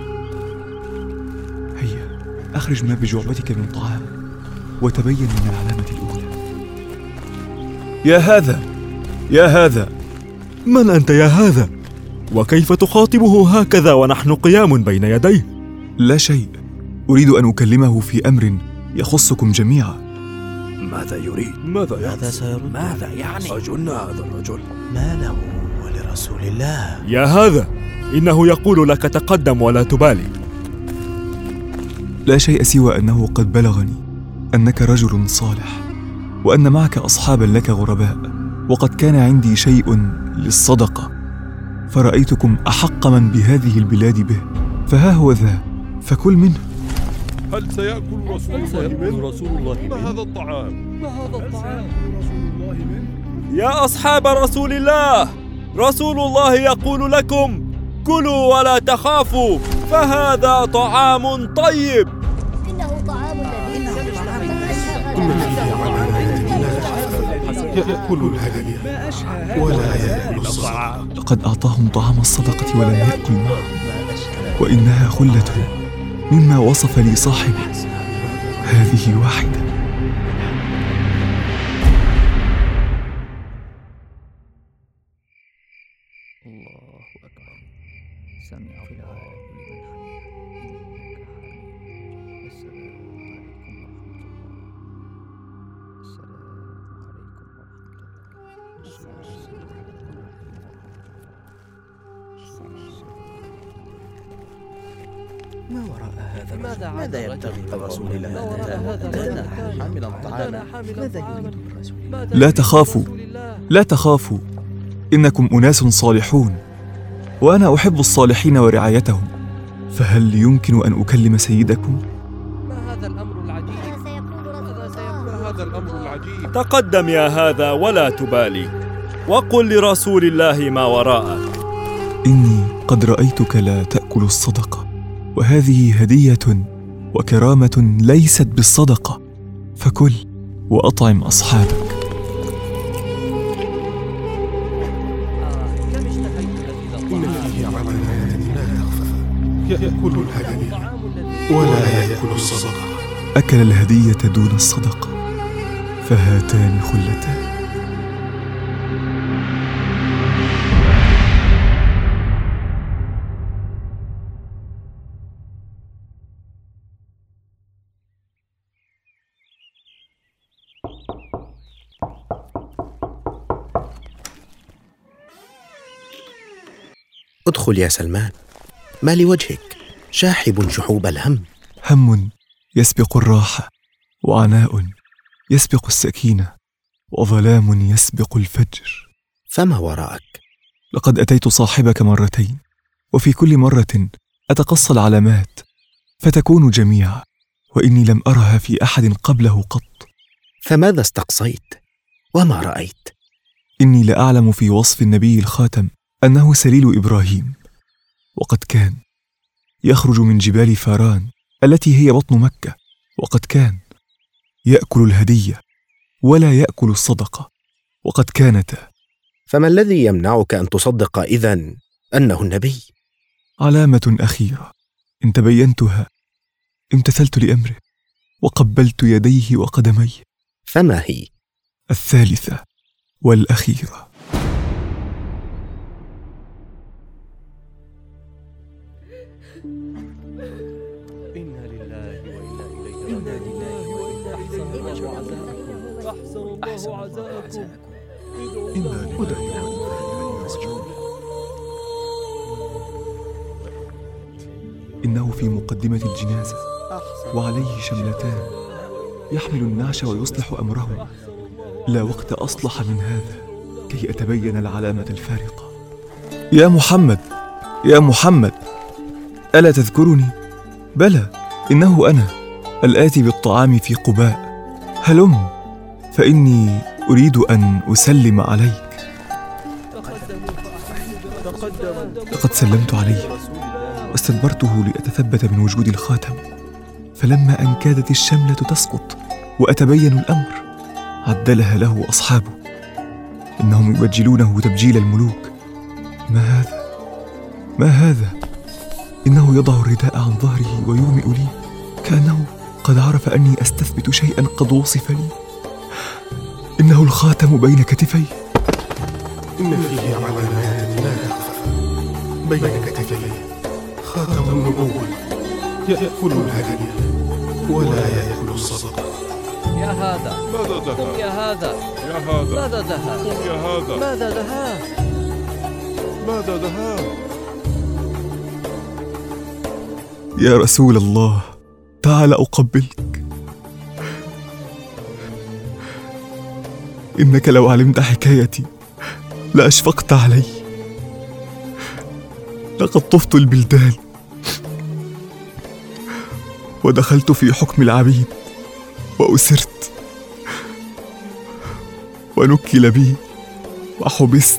S19: هيا أخرج ما بجعبتك من طعام وتبين من العلامة الأولى.
S14: يا هذا يا هذا من أنت يا هذا؟ وكيف تخاطبه هكذا ونحن قيام بين يديه؟
S19: لا شيء، أريد أن أكلمه في أمر يخصكم جميعا.
S14: ماذا يريد؟ ماذا يعني؟
S22: ماذا سيرد؟
S14: ماذا يعني؟ أجن هذا الرجل.
S22: ما له ولرسول الله؟
S14: يا هذا إنه يقول لك تقدم ولا تبالي.
S19: لا شيء سوى أنه قد بلغني أنك رجل صالح، وأن معك أصحابا لك غرباء، وقد كان عندي شيء للصدقة، فرأيتكم أحق من بهذه البلاد به، فها هو ذا، فكل منه.
S20: هل سيأكل رسول الله منه؟ رسول الله منه؟ ما هذا الطعام؟ ما هذا الطعام؟
S14: يا أصحاب رسول الله، رسول الله يقول لكم: كلوا ولا تخافوا، فهذا طعام طيب.
S11: إنه طعام الذين
S13: يأكل الهدي ولا يأكل الصدقة.
S19: لقد أعطاهم طعام الصدقة ولم يأكل معه، وإنها خلة مما وصف لي صاحبي. هذه واحدة.
S10: الله أكبر. سمع في العالم لمن حمده. السلام عليكم ورحمة الله. السلام عليكم.
S22: ما وراء هذا؟
S15: ماذا
S22: ماذا يبتغي برسول الله؟ أتانا حاملا طعاما. ماذا يريد برسول الله؟
S19: لا تخافوا، لا تخافوا، إنكم أناس صالحون، وأنا أحب الصالحين ورعايتهم، فهل يمكن أن أكلم سيدكم؟
S16: ما هذا الأمر العجيب؟ ما هذا الأمر العجيب؟
S14: تقدم يا هذا ولا تبالي، وقل لرسول الله ما وراءك.
S19: إني قد رأيتك لا تأكل الصدقة، وهذه هدية وكرامة ليست بالصدقة، فكل وأطعم أصحابك.
S13: يأكل الهدي ولا يأكل الصدقة.
S19: أكل الهدية دون الصدقة، فهاتان خلتان.
S1: ادخل يا سلمان، ما لوجهك شاحب شحوب الهم؟
S19: هم يسبق الراحة، وعناء يسبق السكينة، وظلام يسبق الفجر.
S1: فما وراءك؟
S19: لقد أتيت صاحبك مرتين، وفي كل مرة أتقصى العلامات فتكون جميعا، وإني لم أرها في أحد قبله قط.
S1: فماذا استقصيت؟ وما رأيت؟
S19: إني لأعلم في وصف النبي الخاتم أنه سليل إبراهيم، وقد كان يخرج من جبال فاران التي هي بطن مكة، وقد كان يأكل الهدية ولا يأكل الصدقة، وقد كانتا.
S1: فما الذي يمنعك أن تصدق إذن أنه النبي؟
S19: علامة أخيرة إن تبينتها امتثلت لأمره وقبلت يديه وقدميه.
S1: فما هي؟
S19: الثالثة والأخيرة.
S16: إنا لله وإنا إليه إنا لله وإنا أحسن الله عزاءكم أحسن الله عزاءكم
S19: إنا لله إنه في مقدمة الجنازة وعليه شملتان يحمل النعش ويصلح أمره. لا وقت أصلح من هذا كي أتبين العلامة الفارقة. يا محمد، يا محمد، ألا تذكرني؟ بلى، إنه أنا الآتي بالطعام في قباء. هلم، فإني أريد أن أسلم عليك. لقد سلمت عليه واستدبرته لأتثبت من وجود الخاتم، فلما أن كادت الشملة تسقط وأتبين الأمر عدلها له أصحابه، إنهم يبجلونه تبجيل الملوك. ما هذا؟ ما هذا؟ إنه يضع الرداء عن ظهره ويومئ لي كأنه قد عرف أني أستثبت شيئا قد وصف لي. إنه الخاتم بين كتفي.
S13: إن فيه علامات لا تخفى بين كتفي، خاتم النبوة يأكل الهدي ولا يأكل الصدقة.
S21: يا هذا
S20: ماذا دها؟
S21: قم يا هذا
S20: يا هذا
S21: ماذا دها؟
S20: قم يا هذا
S21: ماذا دها؟
S20: ماذا دها؟
S19: يا رسول الله، تعال أقبلك. إنك لو علمت حكايتي لأشفقت علي. لقد طفت البلدان ودخلت في حكم العبيد وأسرت ونكل بي وحبست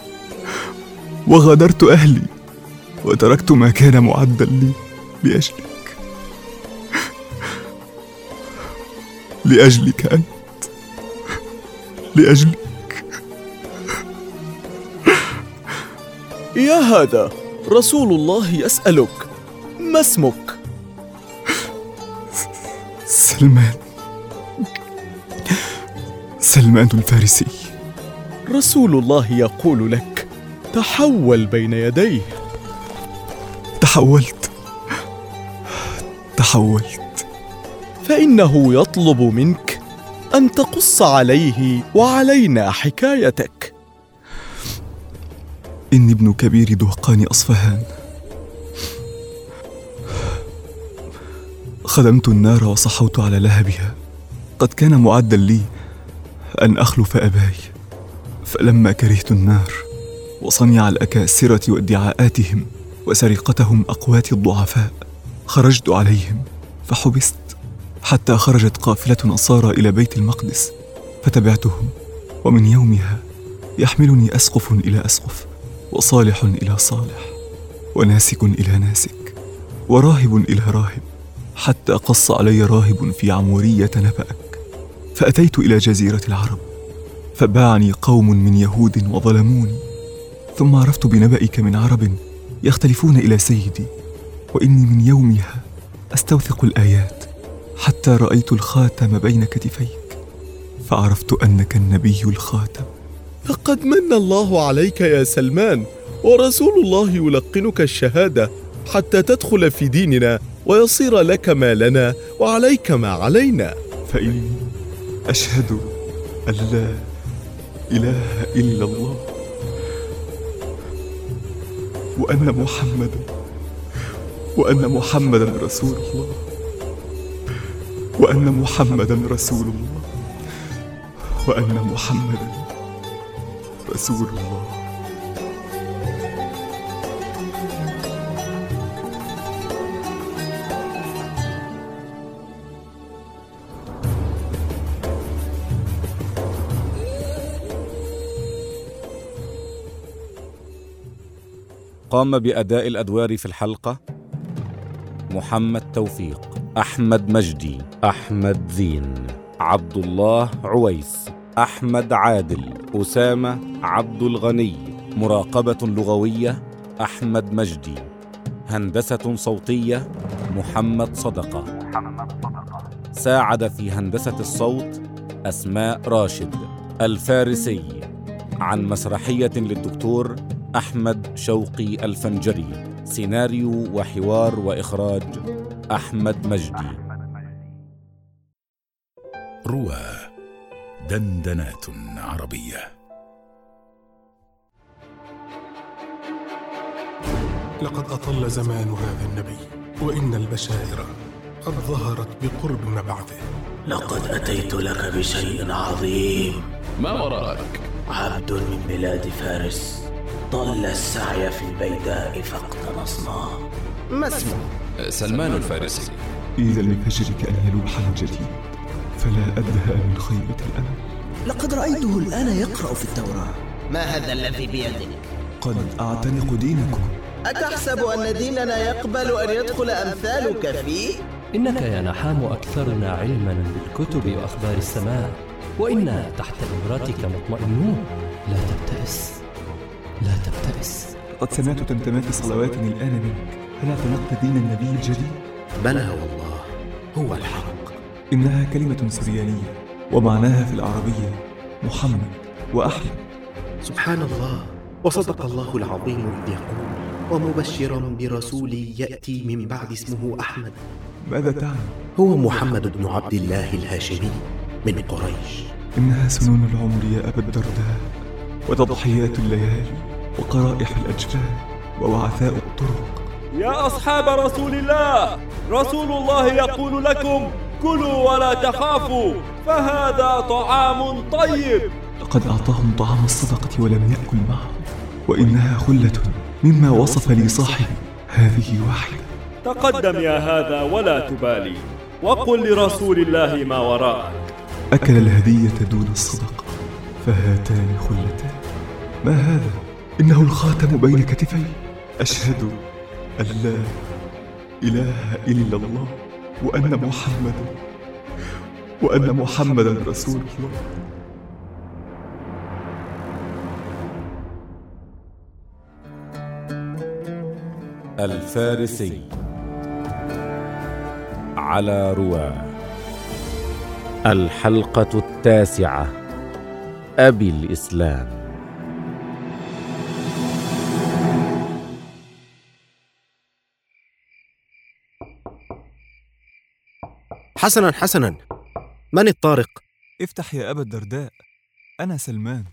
S19: وغادرت أهلي وتركت ما كان معدا لي لأجلك، لأجلك أنت، لأجلك.
S6: يا هذا، رسول الله يسألك، ما اسمك؟
S19: سلمان، سلمان الفارسي.
S6: رسول الله يقول لك تحول بين يديه.
S19: تحولت تحولت
S6: فإنه يطلب منك أن تقص عليه وعلينا حكايتك.
S19: إني ابن كبير دهقان أصفهان، خدمت النار وصحوت على لهبها. قد كان معدا لي أن أخلف أباي، فلما كرهت النار وصنيع الأكاسرة وادعاءاتهم وسرقتهم أقوات الضعفاء خرجت عليهم فحبست، حتى خرجت قافلة نصارى إلى بيت المقدس فتبعتهم، ومن يومها يحملني أسقف إلى أسقف، وصالح إلى صالح، وناسك إلى ناسك، وراهب إلى راهب، حتى قص علي راهب في عمورية نبأك، فأتيت إلى جزيرة العرب فباعني قوم من يهود وظلموني، ثم عرفت بنبأك من عرب يختلفون إلى سيدي، وإني من يومها أستوثق الآيات حتى رأيت الخاتم بين كتفيك فعرفت أنك النبي الخاتم.
S6: لقد من الله عليك يا سلمان، ورسول الله يلقنك الشهادة حتى تدخل في ديننا ويصير لك ما لنا وعليك ما علينا.
S19: فإني أشهد أن لا إله إلا الله وأن محمدا وأن محمدا رسول الله وأن محمدا رسول الله وأن محمدا رسول الله.
S3: قام بأداء الأدوار في الحلقة محمد توفيق، أحمد مجدي، أحمد زين، عبد الله عويس، أحمد عادل، أسامة عبد الغني. مراقبة لغوية أحمد مجدي. هندسة صوتية محمد صدقة. ساعد في هندسة الصوت أسماء راشد. الفارسي عن مسرحية للدكتور أحمد شوقي الفنجري. سيناريو وحوار وإخراج أحمد مجدي.
S2: روى دندنات عربية.
S13: لقد أطل زمان هذا النبي، وإن البشائر قد ظهرت بقرب مبعثه.
S9: لقد أتيت لك بشيء عظيم.
S18: ما وراءك؟
S9: عبد من بلاد فارس ضل السعي في البيداء فاقتنصنا.
S8: ما اسمه؟
S18: سلمان الفارسي.
S19: إذا لفجرك أن يلوح من جديد فلا أدهى من خيبة الأمل.
S15: لقد رأيته الآن يقرأ في التوراة.
S8: ما هذا الذي بيدك؟
S19: قد أعتنق دينكم.
S8: أتحسب أن ديننا يقبل أن يدخل أمثالك فيه؟
S21: إنك يا نحام أكثرنا علما بالكتب وأخبار السماء، وإنا تحت إمرتك مطمئنون. لا تبتئس، لا تبتئس.
S19: قد سمعت تمتمات صلوات الآن منك. هل اعتنقت دين النبي الجديد؟
S1: بلى والله، هو الحق.
S19: إنها كلمة سريانية ومعناها في العربية محمد وأحمد.
S1: سبحان الله، وصدق الله العظيم إذ يقول ومبشرا برسول يأتي من بعد اسمه أحمد.
S19: ماذا تعني؟
S1: هو محمد بن عبد الله الهاشمي من قريش.
S19: إنها سنون العمر يا أبا الدرداء، وتضحيات الليالي، وقرائح الأجفان، ووعثاء الطرق.
S20: يا أصحاب رسول الله، رسول الله يقول لكم كلوا ولا تخافوا، فهذا طعام طيب.
S19: لقد أعطاهم طعام الصدقة ولم يأكل معهم، وإنها خلة مما وصف لي صاحبي. هذه واحدة.
S20: تقدم يا هذا ولا تبالي، وقل لرسول الله ما وراءك.
S19: أكل الهدية دون الصدقة، فهاتان خلتان. ما هذا؟ إنه الخاتم بين كتفي. أشهد أن لا إله إلا الله وأن محمدا وأن محمدا رسول الله.
S3: الفارسي على رواه. الحلقة التاسعة. أبي الإسلام.
S1: حسنا حسنا، من الطارق؟
S19: افتح يا أبا الدرداء، أنا سلمان.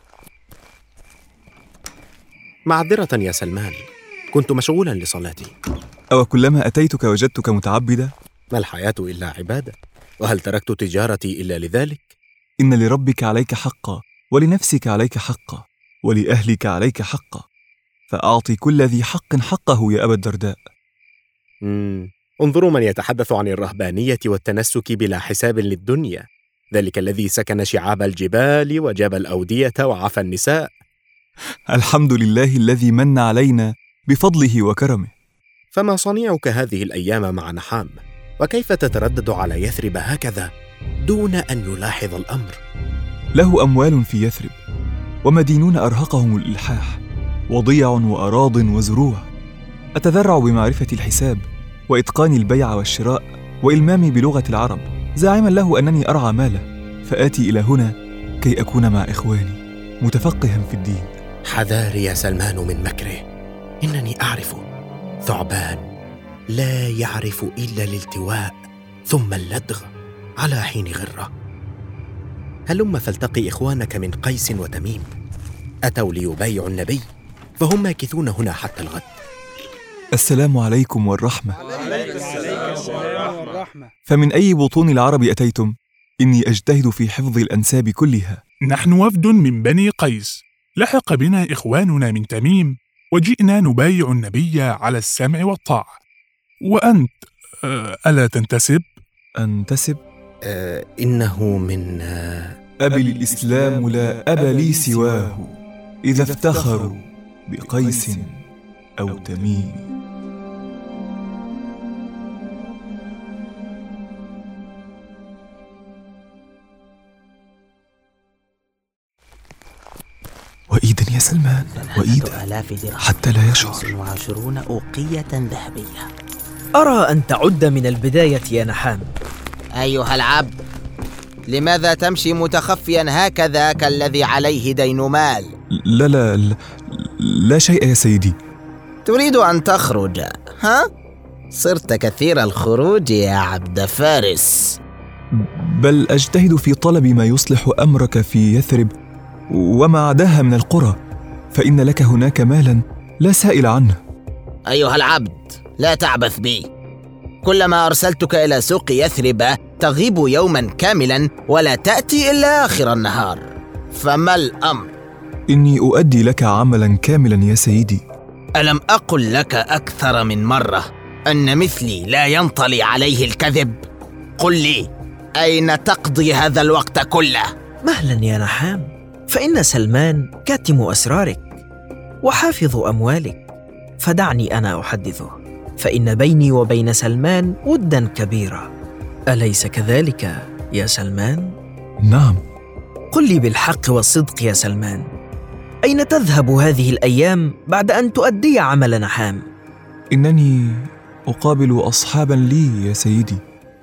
S1: معذرة يا سلمان، كنت مشغولا لصلاتي.
S19: أو كلما أتيتك وجدتك متعبدا؟
S1: ما الحياة إلا عبادة، وهل تركت تجارتي إلا لذلك؟
S19: إن لربك عليك حقا، ولنفسك عليك حقا، ولأهلك عليك حقا، فأعطي كل ذي حق حقه يا أبا الدرداء.
S1: مم. انظروا من يتحدث عن الرهبانية والتنسك بلا حساب للدنيا، ذلك الذي سكن شعاب الجبال وجاب الأودية وعفى النساء.
S19: الحمد لله الذي من علينا بفضله وكرمه.
S1: فما صنيعك هذه الأيام مع نحام؟ وكيف تتردد على يثرب هكذا دون أن يلاحظ الأمر؟
S19: له أموال في يثرب، ومدينون أرهقهم الإلحاح، وضيع وأراض وزروع. أتذرع بمعرفة الحساب وإتقان البيع والشراء وإلمامي بلغة العرب، زاعما له أنني أرعى ماله، فآتي إلى هنا كي أكون مع إخواني متفقها في الدين.
S1: حذار يا سلمان من مكره، إنني أعرف ثعبان لا يعرف إلا الالتواء ثم اللدغ على حين غرة. هلم فالتقي إخوانك من قيس وتميم، أتوا ليبايعوا النبي، فهم ماكثون هنا حتى الغد.
S19: السلام عليكم والرحمة.
S4: عليك السلام والرحمة.
S19: فمن أي بطون العرب أتيتم؟ إني أجتهد في حفظ الأنساب كلها.
S17: نحن وفد من بني قيس، لحق بنا إخواننا من تميم، وجئنا نبايع النبي على السمع والطاعة. وأنت ألا تنتسب؟
S19: أنتسب؟
S1: آه إنه من آه
S19: أبي الإسلام لا أب لي سواه، إذا افتخروا بقيس أو تميم. وإيدا يا سلمان، وإيدا حتى لا يشعر.
S8: وعشرون أوقية ذهبية.
S15: أرى أن تعد من البداية يا نحام.
S8: أيها العبد، لماذا تمشي متخفيا هكذا كالذي عليه دين مال؟
S19: لا لا لا, لا شيء يا سيدي.
S8: تريد أن تخرج، ها؟ صرت كثير الخروج يا عبد فارس.
S19: بل أجتهد في طلب ما يصلح أمرك في يثرب وما عداها من القرى، فإن لك هناك مالا لا سائل عنه.
S8: أيها العبد، لا تعبث بي. كلما أرسلتك إلى سوق يثرب تغيب يوما كاملا ولا تأتي إلا آخر النهار، فما الأمر؟
S19: إني أؤدي لك عملا كاملا يا سيدي.
S8: ألم أقل لك أكثر من مرة أن مثلي لا ينطلي عليه الكذب؟ قل لي، أين تقضي هذا الوقت كله؟
S15: مهلا يا نحام، فإن سلمان كاتم أسرارك وحافظ أموالك، فدعني أنا أحدثه، فإن بيني وبين سلمان ودا كبيرا، أليس كذلك يا سلمان؟
S19: نعم.
S15: قل لي بالحق والصدق يا سلمان، أين تذهب هذه الأيام بعد أن تؤدي عمل نحام؟
S19: إنني أقابل أصحابا لي يا سيدي.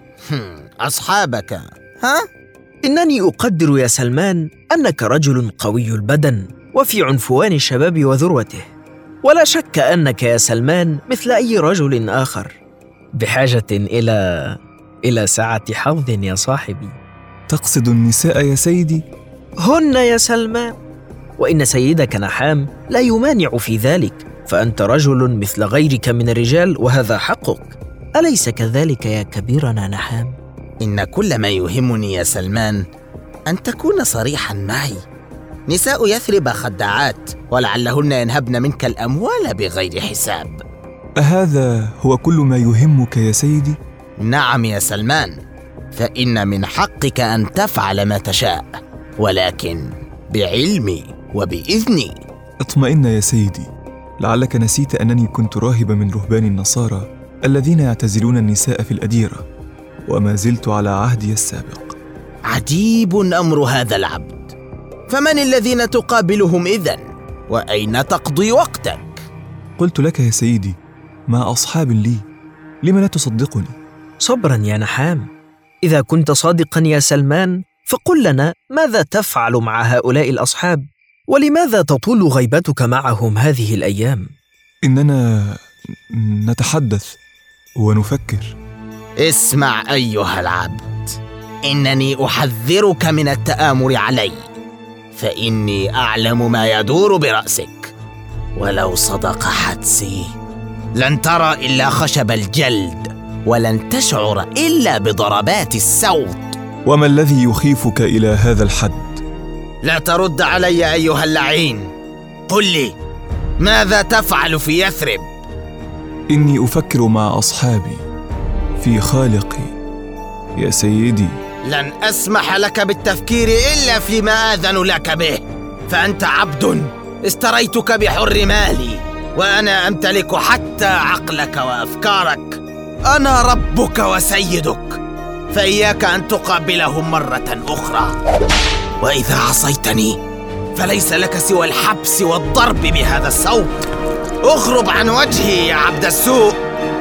S8: أصحابك؟ ها؟
S15: إنني أقدر يا سلمان أنك رجل قوي البدن وفي عنفوان الشباب وذروته، ولا شك أنك يا سلمان مثل أي رجل آخر بحاجة إلى إلى سعة حظ يا صاحبي.
S19: تقصد النساء يا سيدي؟
S15: هن يا سلمان، وإن سيدك نحام لا يمانع في ذلك، فأنت رجل مثل غيرك من الرجال وهذا حقك، أليس كذلك يا كبيرنا نحام؟
S8: إن كل ما يهمني يا سلمان أن تكون صريحا معي. نساء يثرب خداعات، ولعلهن ينهبن منك الأموال بغير حساب.
S19: أهذا هو كل ما يهمك يا سيدي؟
S8: نعم يا سلمان، فإن من حقك أن تفعل ما تشاء، ولكن بعلمي وبإذني.
S19: اطمئن يا سيدي، لعلك نسيت أنني كنت راهبا من رهبان النصارى الذين يعتزلون النساء في الأديرة، وما زلت على عهدي السابق.
S8: عجيب أمر هذا العبد، فمن الذين تقابلهم إذن؟ وأين تقضي وقتك؟
S19: قلت لك يا سيدي مع أصحاب لي، لم لا تصدقني؟
S15: صبرا يا نحام، إذا كنت صادقا يا سلمان فقل لنا ماذا تفعل مع هؤلاء الأصحاب، ولماذا تطول غيبتك معهم هذه الأيام؟
S19: إننا نتحدث ونفكر.
S8: اسمع أيها العبد، إنني أحذرك من التآمر علي، فإني أعلم ما يدور برأسك، ولو صدق حدسي لن ترى إلا خشب الجلد، ولن تشعر إلا بضربات السوط.
S19: وما الذي يخيفك إلى هذا الحد؟
S8: لا ترد علي أيها اللعين، قل لي ماذا تفعل في يثرب؟
S19: إني أفكر مع أصحابي في خالقي يا سيدي.
S8: لن أسمح لك بالتفكير إلا فيما آذن لك به، فأنت عبد استريتك بحر مالي، وأنا أمتلك حتى عقلك وأفكارك. أنا ربك وسيدك، فإياك أن تقابلهم مرة أخرى، وإذا عصيتني فليس لك سوى الحبس والضرب بهذا الصوت. اغرب عن وجهي يا عبد السوء.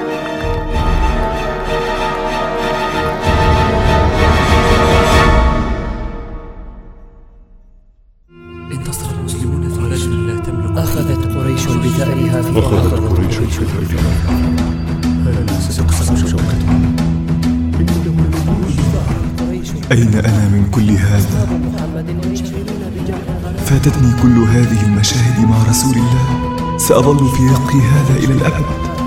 S21: انتصر المسلمون في رجل لا تملك. أخذت قريش بثأرها في
S20: أخذت قريش بثأرها.
S19: أين أنا من كل هذا؟ فاتتني كل هذه المشاهد مع رسول الله، سأظل في رقي هذا إلى الأبد.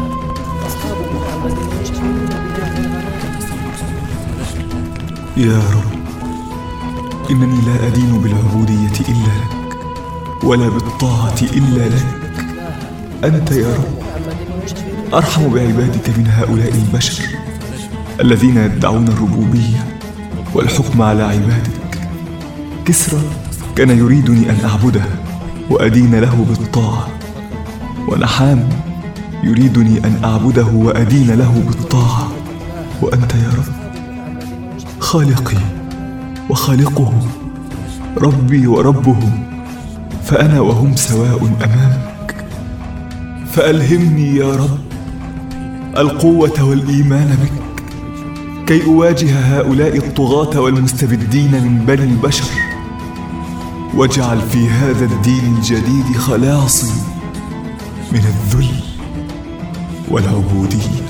S19: يا رب، إنني لا أدين بالعبودية إلا لك، ولا بالطاعة إلا لك. أنت يا رب أرحم بعبادك من هؤلاء البشر الذين يدعون الربوبية والحكم على عبادك. كسرى كان يريدني أن أعبده وأدين له بالطاعة، ونحام يريدني أن أعبده وأدين له بالطاعة، وأنت يا رب خالقي وخالقهم، ربي وربهم، فأنا وهم سواء أمامك. فألهمني يا رب القوة والإيمان بك كي أواجه هؤلاء الطغاة والمستبدين من بني البشر، واجعل في هذا الدين الجديد خلاصي من الذل والعبودية.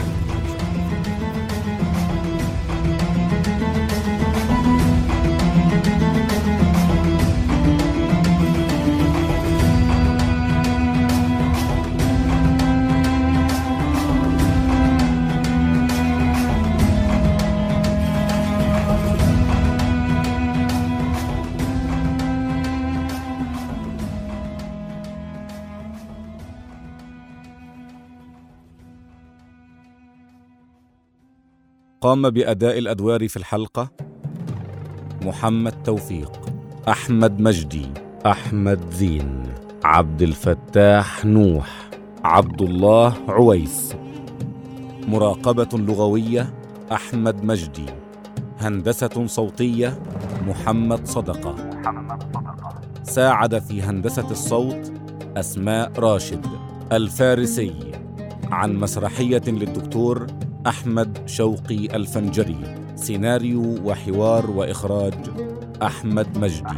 S3: قام بأداء الأدوار في الحلقة محمد توفيق، أحمد مجدي، أحمد زين، عبد الفتاح نوح، عبد الله عويس. مراقبة لغوية أحمد مجدي. هندسة صوتية محمد صدقة. ساعد في هندسة الصوت أسماء راشد. الفارسي عن مسرحية للدكتور أحمد شوقي الفنجري. سيناريو وحوار وإخراج أحمد مجدي.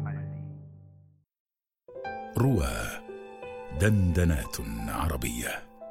S2: روى دندنات عربية.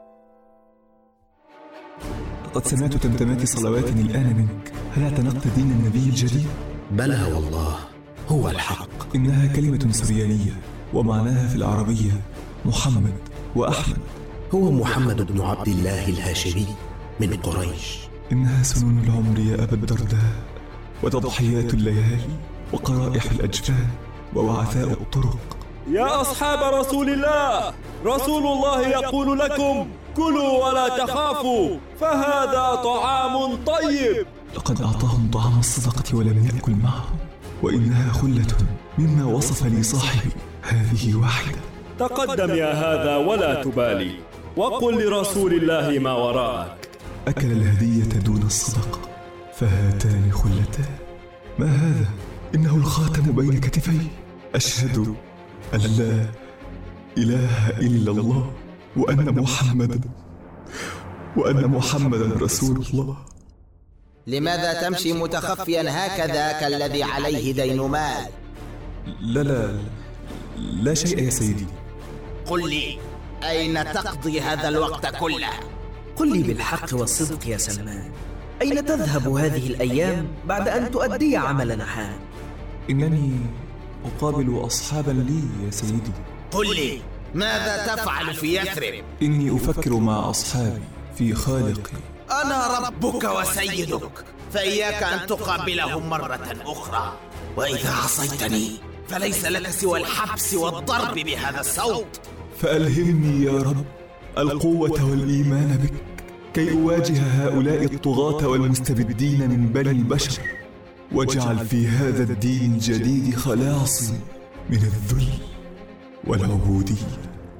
S19: لقد سمعت تمتمات صلوات الآن منك. هل اعتنقت دين النبي الجديد؟
S1: بلى والله، هو الحق.
S19: إنها كلمة سريانية ومعناها في العربية محمد وأحمد.
S1: هو محمد بن عبد الله الهاشمي من قريش.
S19: إنها سنون العمر يا أبا الدرداء، وتضحيات الليالي، وقرائح الأجفان، ووعثاء الطرق.
S20: يا أصحاب رسول الله، رسول الله يقول لكم: كلوا ولا تخافوا، فهذا طعام طيب.
S19: لقد أعطاهم طعام الصدقة ولم يأكل معهم، وإنها خلة مما وصف لي صاحبي. هذه واحدة.
S20: تقدم يا هذا ولا تبالي، وقل لرسول الله ما وراءك.
S19: أكل الهدية دون الصدقة، فهاتان خلتان. ما هذا؟ إنه الخاتم بين كتفي. أشهد أن لا إله إلا الله، وأن محمدا وأن محمدا رسول الله.
S8: لماذا تمشي متخفيا هكذا كالذي عليه دين مال؟
S19: لا لا لا شيء يا سيدي.
S8: قل لي، أين تقضي هذا الوقت كله؟
S15: قل لي بالحق والصدق يا سلمان، أين تذهب هذه الأيام بعد أن تؤدي عمل نحام؟
S19: إنني أقابل أصحابا لي يا سيدي.
S8: قل لي، ماذا تفعل في يثرب؟
S19: إني أفكر مع أصحابي في خالقي.
S8: أنا ربك وسيدك، فإياك أن تقابلهم مرة أخرى، وإذا عصيتني فليس لك سوى الحبس والضرب بهذا الصوت.
S19: فألهمني يا رب القوة والإيمان بك، كي أواجه هؤلاء الطغاة والمستبدين من بني البشر، واجعل في هذا الدين الجديد خلاصي من الذل والعبودية.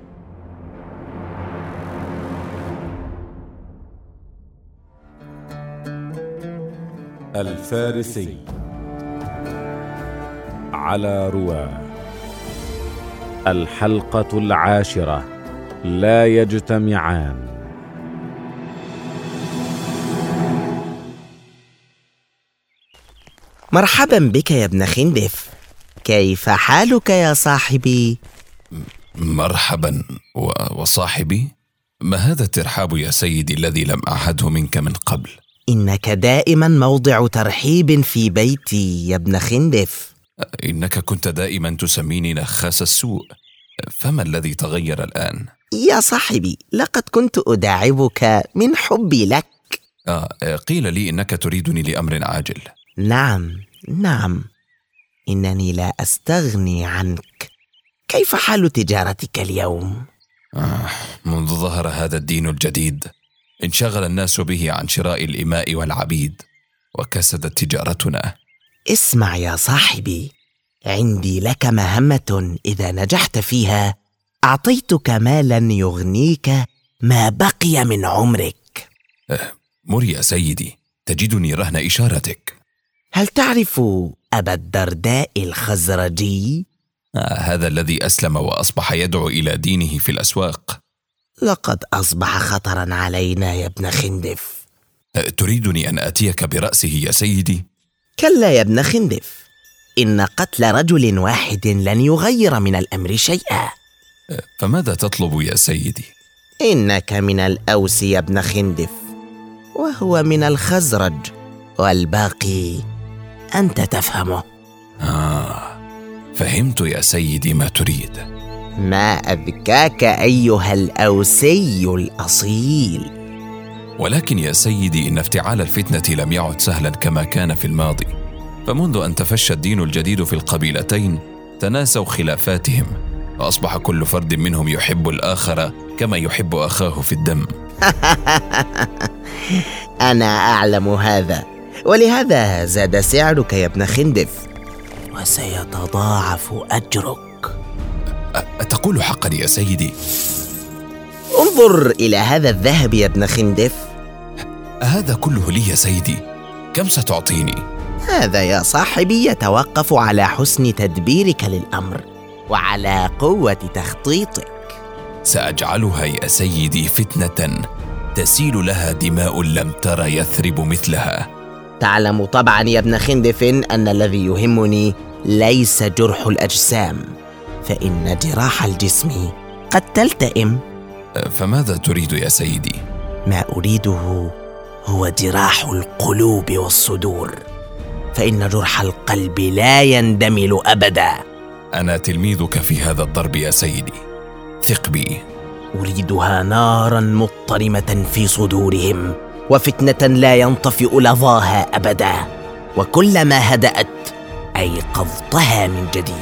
S3: الفارسي على رواه. الحلقة العاشرة. لا يجتمعان.
S8: مرحبا بك يا ابن خندف، كيف حالك يا صاحبي؟
S18: مرحبا و... وصاحبي؟ ما هذا الترحاب يا سيدي الذي لم أعهده منك من قبل؟
S8: إنك دائما موضع ترحيب في بيتي يا ابن خندف.
S18: إنك كنت دائما تسميني نخاس السوء، فما الذي تغير الآن؟
S8: يا صاحبي، لقد كنت أداعبك من حبي لك.
S18: آه، قيل لي إنك تريدني لأمر عاجل.
S8: نعم نعم، إنني لا أستغني عنك. كيف حال تجارتك اليوم؟
S18: آه، منذ ظهر هذا الدين الجديد انشغل الناس به عن شراء الإماء والعبيد، وكسدت تجارتنا.
S8: اسمع يا صاحبي، عندي لك مهمة إذا نجحت فيها أعطيتك مالا يغنيك ما بقي من عمرك.
S18: أه، مر يا سيدي، تجدني رهن إشارتك.
S8: هل تعرف أبا الدرداء الخزرجي؟
S18: آه، هذا الذي أسلم وأصبح يدعو إلى دينه في الأسواق.
S8: لقد أصبح خطرا علينا يا ابن خندف.
S18: أه، تريدني أن آتيك برأسه يا سيدي؟
S8: كلا يا ابن خندف، إن قتل رجل واحد لن يغير من الأمر شيئا.
S18: أه، فماذا تطلب يا سيدي؟
S8: إنك من الأوس يا ابن خندف، وهو من الخزرج، والباقي أنت تفهمه.
S18: آه، فهمت يا سيدي ما تريد.
S8: ما أذكاك أيها الأوسي الأصيل.
S18: ولكن يا سيدي، إن افتعال الفتنة لم يعد سهلا كما كان في الماضي، فمنذ أن تفشى الدين الجديد في القبيلتين تناسوا خلافاتهم، وأصبح كل فرد منهم يحب الآخر كما يحب أخاه في الدم.
S8: أنا أعلم هذا، ولهذا زاد سعرك يا ابن خندف، وسيتضاعف أجرك.
S18: أتقول حقا يا سيدي؟
S8: انظر إلى هذا الذهب يا ابن خندف.
S18: هذا كله لي يا سيدي، كم ستعطيني؟
S8: هذا يا صاحبي يتوقف على حسن تدبيرك للأمر وعلى قوة تخطيطك.
S18: سأجعلها يا سيدي فتنة تسيل لها دماء لم تر يثرب مثلها.
S8: تعلم طبعا يا ابن خندف أن الذي يهمني ليس جرح الأجسام، فإن جراح الجسم قد تلتئم.
S18: فماذا تريد يا سيدي؟
S8: ما أريده هو جراح القلوب والصدور، فإن جرح القلب لا يندمل أبدا.
S18: أنا تلميذك في هذا الضرب يا سيدي، ثق بي.
S8: أريدها نارا مضطرمة في صدورهم، وفتنة لا ينطفئ لظاها أبدا، وكلما هدأت أيقظتها من جديد.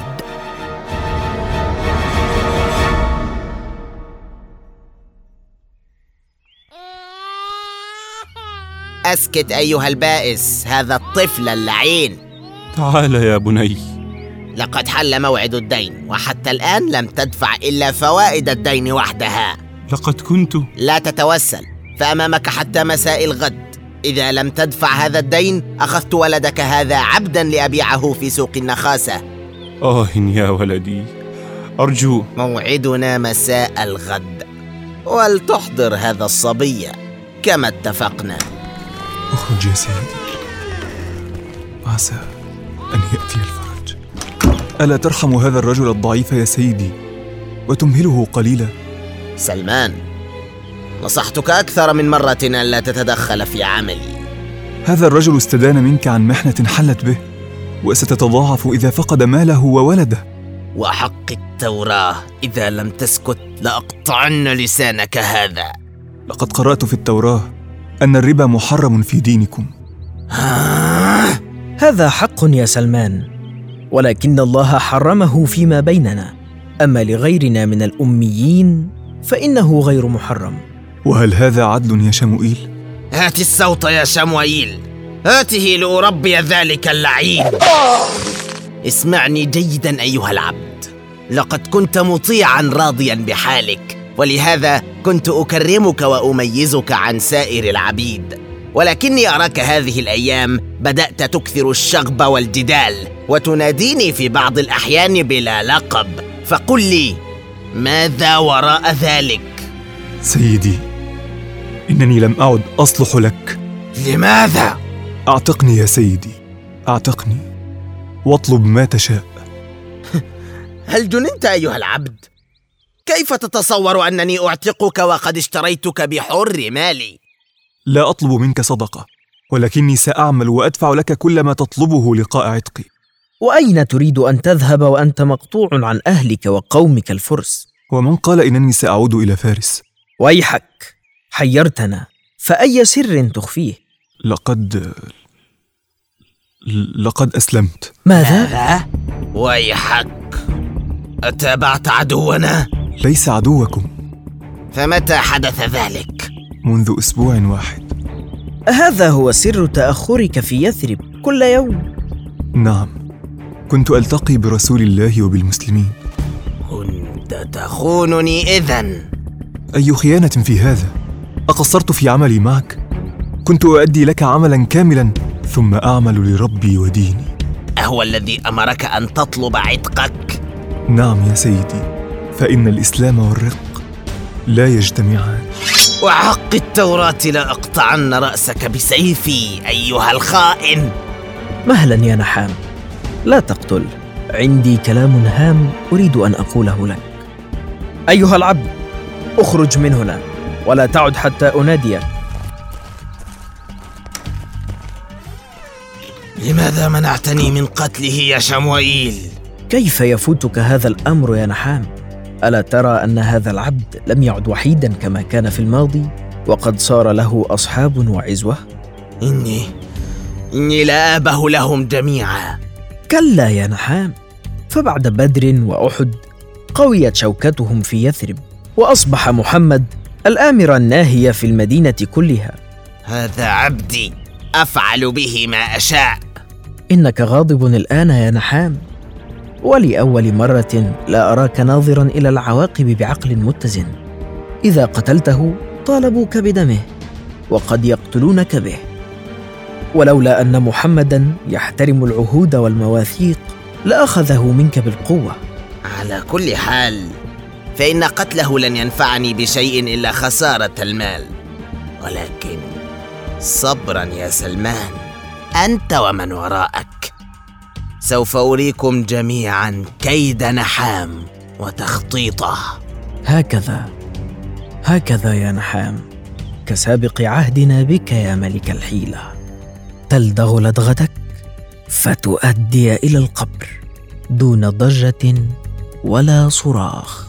S8: أسكت أيها البائس، هذا الطفل اللعين.
S14: تعال يا بني.
S8: لقد حل موعد الدين، وحتى الآن لم تدفع إلا فوائد الدين وحدها.
S14: لقد كنت...
S8: لا تتوسل، فأمامك حتى مساء الغد. إذا لم تدفع هذا الدين أخذت ولدك هذا عبدا لأبيعه في سوق النخاسة.
S14: آه يا ولدي، أرجو.
S8: موعدنا مساء الغد، ولتحضر هذا الصبي كما اتفقنا.
S19: اخرج يا سيدي، عسى أن يأتي الفرج. ألا ترحم هذا الرجل الضعيف يا سيدي وتمهله قليلا؟
S8: سلمان، نصحتك أكثر من مرة ألا تتدخل في عملي.
S19: هذا الرجل استدان منك عن محنة حلت به، وستتضاعف إذا فقد ماله وولده.
S8: وحق التوراة إذا لم تسكت لأقطعن لسانك هذا.
S19: لقد قرأت في التوراة أن الربا محرم في دينكم.
S15: هذا حق يا سلمان، ولكن الله حرمه فيما بيننا، أما لغيرنا من الأميين فإنه غير محرم.
S19: وهل هذا عدل يا شموئيل؟
S8: هات الصوت يا شموئيل، هاته لأربي ذلك اللعين. اسمعني جيدا أيها العبد، لقد كنت مطيعا راضيا بحالك، ولهذا كنت أكرمك وأميزك عن سائر العبيد، ولكني أراك هذه الأيام بدأت تكثر الشغب والجدال، وتناديني في بعض الأحيان بلا لقب، فقل لي ماذا وراء ذلك؟
S19: سيدي، إنني لم أعد أصلح لك.
S8: لماذا؟
S19: أعتقني يا سيدي، أعتقني واطلب ما تشاء.
S8: هل جننت أيها العبد؟ كيف تتصور أنني أعتقك وقد اشتريتك بحر مالي؟
S19: لا أطلب منك صدقة، ولكني سأعمل وأدفع لك كل ما تطلبه لقاء عتقي.
S15: وأين تريد أن تذهب وأنت مقطوع عن أهلك وقومك الفرس؟
S19: ومن قال إنني سأعود إلى فارس؟
S15: ويحك، حيرتنا، فأي سر تخفيه؟
S19: لقد... لقد أسلمت.
S15: ماذا؟
S8: ويحك، أتابعت عدونا؟
S19: ليس عدوكم.
S8: فمتى حدث ذلك؟
S19: منذ أسبوع واحد.
S15: هذا هو سر تأخرك في يثرب كل يوم؟
S19: نعم، كنت ألتقي برسول الله وبالمسلمين.
S8: كنت تخونني إذن؟
S19: أي خيانة في هذا؟ أقصرت في عملي معك؟ كنت أؤدي لك عملا كاملا ثم أعمل لربي وديني.
S8: أهو الذي أمرك أن تطلب عتقك؟
S19: نعم يا سيدي، فإن الإسلام والرق لا يجتمعان.
S8: وحق التوراة لأقطعن رأسك بسيفي أيها الخائن.
S15: مهلا يا نحام، لا تقتل، عندي كلام هام أريد أن أقوله لك. أيها العبد، اخرج من هنا ولا تعد حتى أناديك.
S8: لماذا منعتني من قتله يا شموئيل؟
S15: كيف يفوتك هذا الأمر يا نحام؟ ألا ترى أن هذا العبد لم يعد وحيدا كما كان في الماضي، وقد صار له أصحاب وعزوة؟
S8: إني إني لا آبه لهم جميعا.
S15: كلا يا نحام، فبعد بدر وأحد قويت شوكتهم في يثرب، وأصبح محمد الآمر الناهي في المدينة كلها.
S8: هذا عبدي، أفعل به ما أشاء.
S15: إنك غاضب الآن يا نحام، ولأول مرة لا أراك ناظرا إلى العواقب بعقل متزن. إذا قتلته طالبوك بدمه، وقد يقتلونك به، ولولا أن محمدا يحترم العهود والمواثيق لأخذه منك بالقوة.
S8: على كل حال فإن قتله لن ينفعني بشيء إلا خسارة المال، ولكن صبرا يا سلمان، أنت ومن وراءك. سوف أريكم جميعا كيد نحام وتخطيطه.
S15: هكذا هكذا يا نحام، كسابق عهدنا بك يا ملك الحيلة. تلدغ لدغتك فتؤدي إلى القبر دون ضجة ولا صراخ.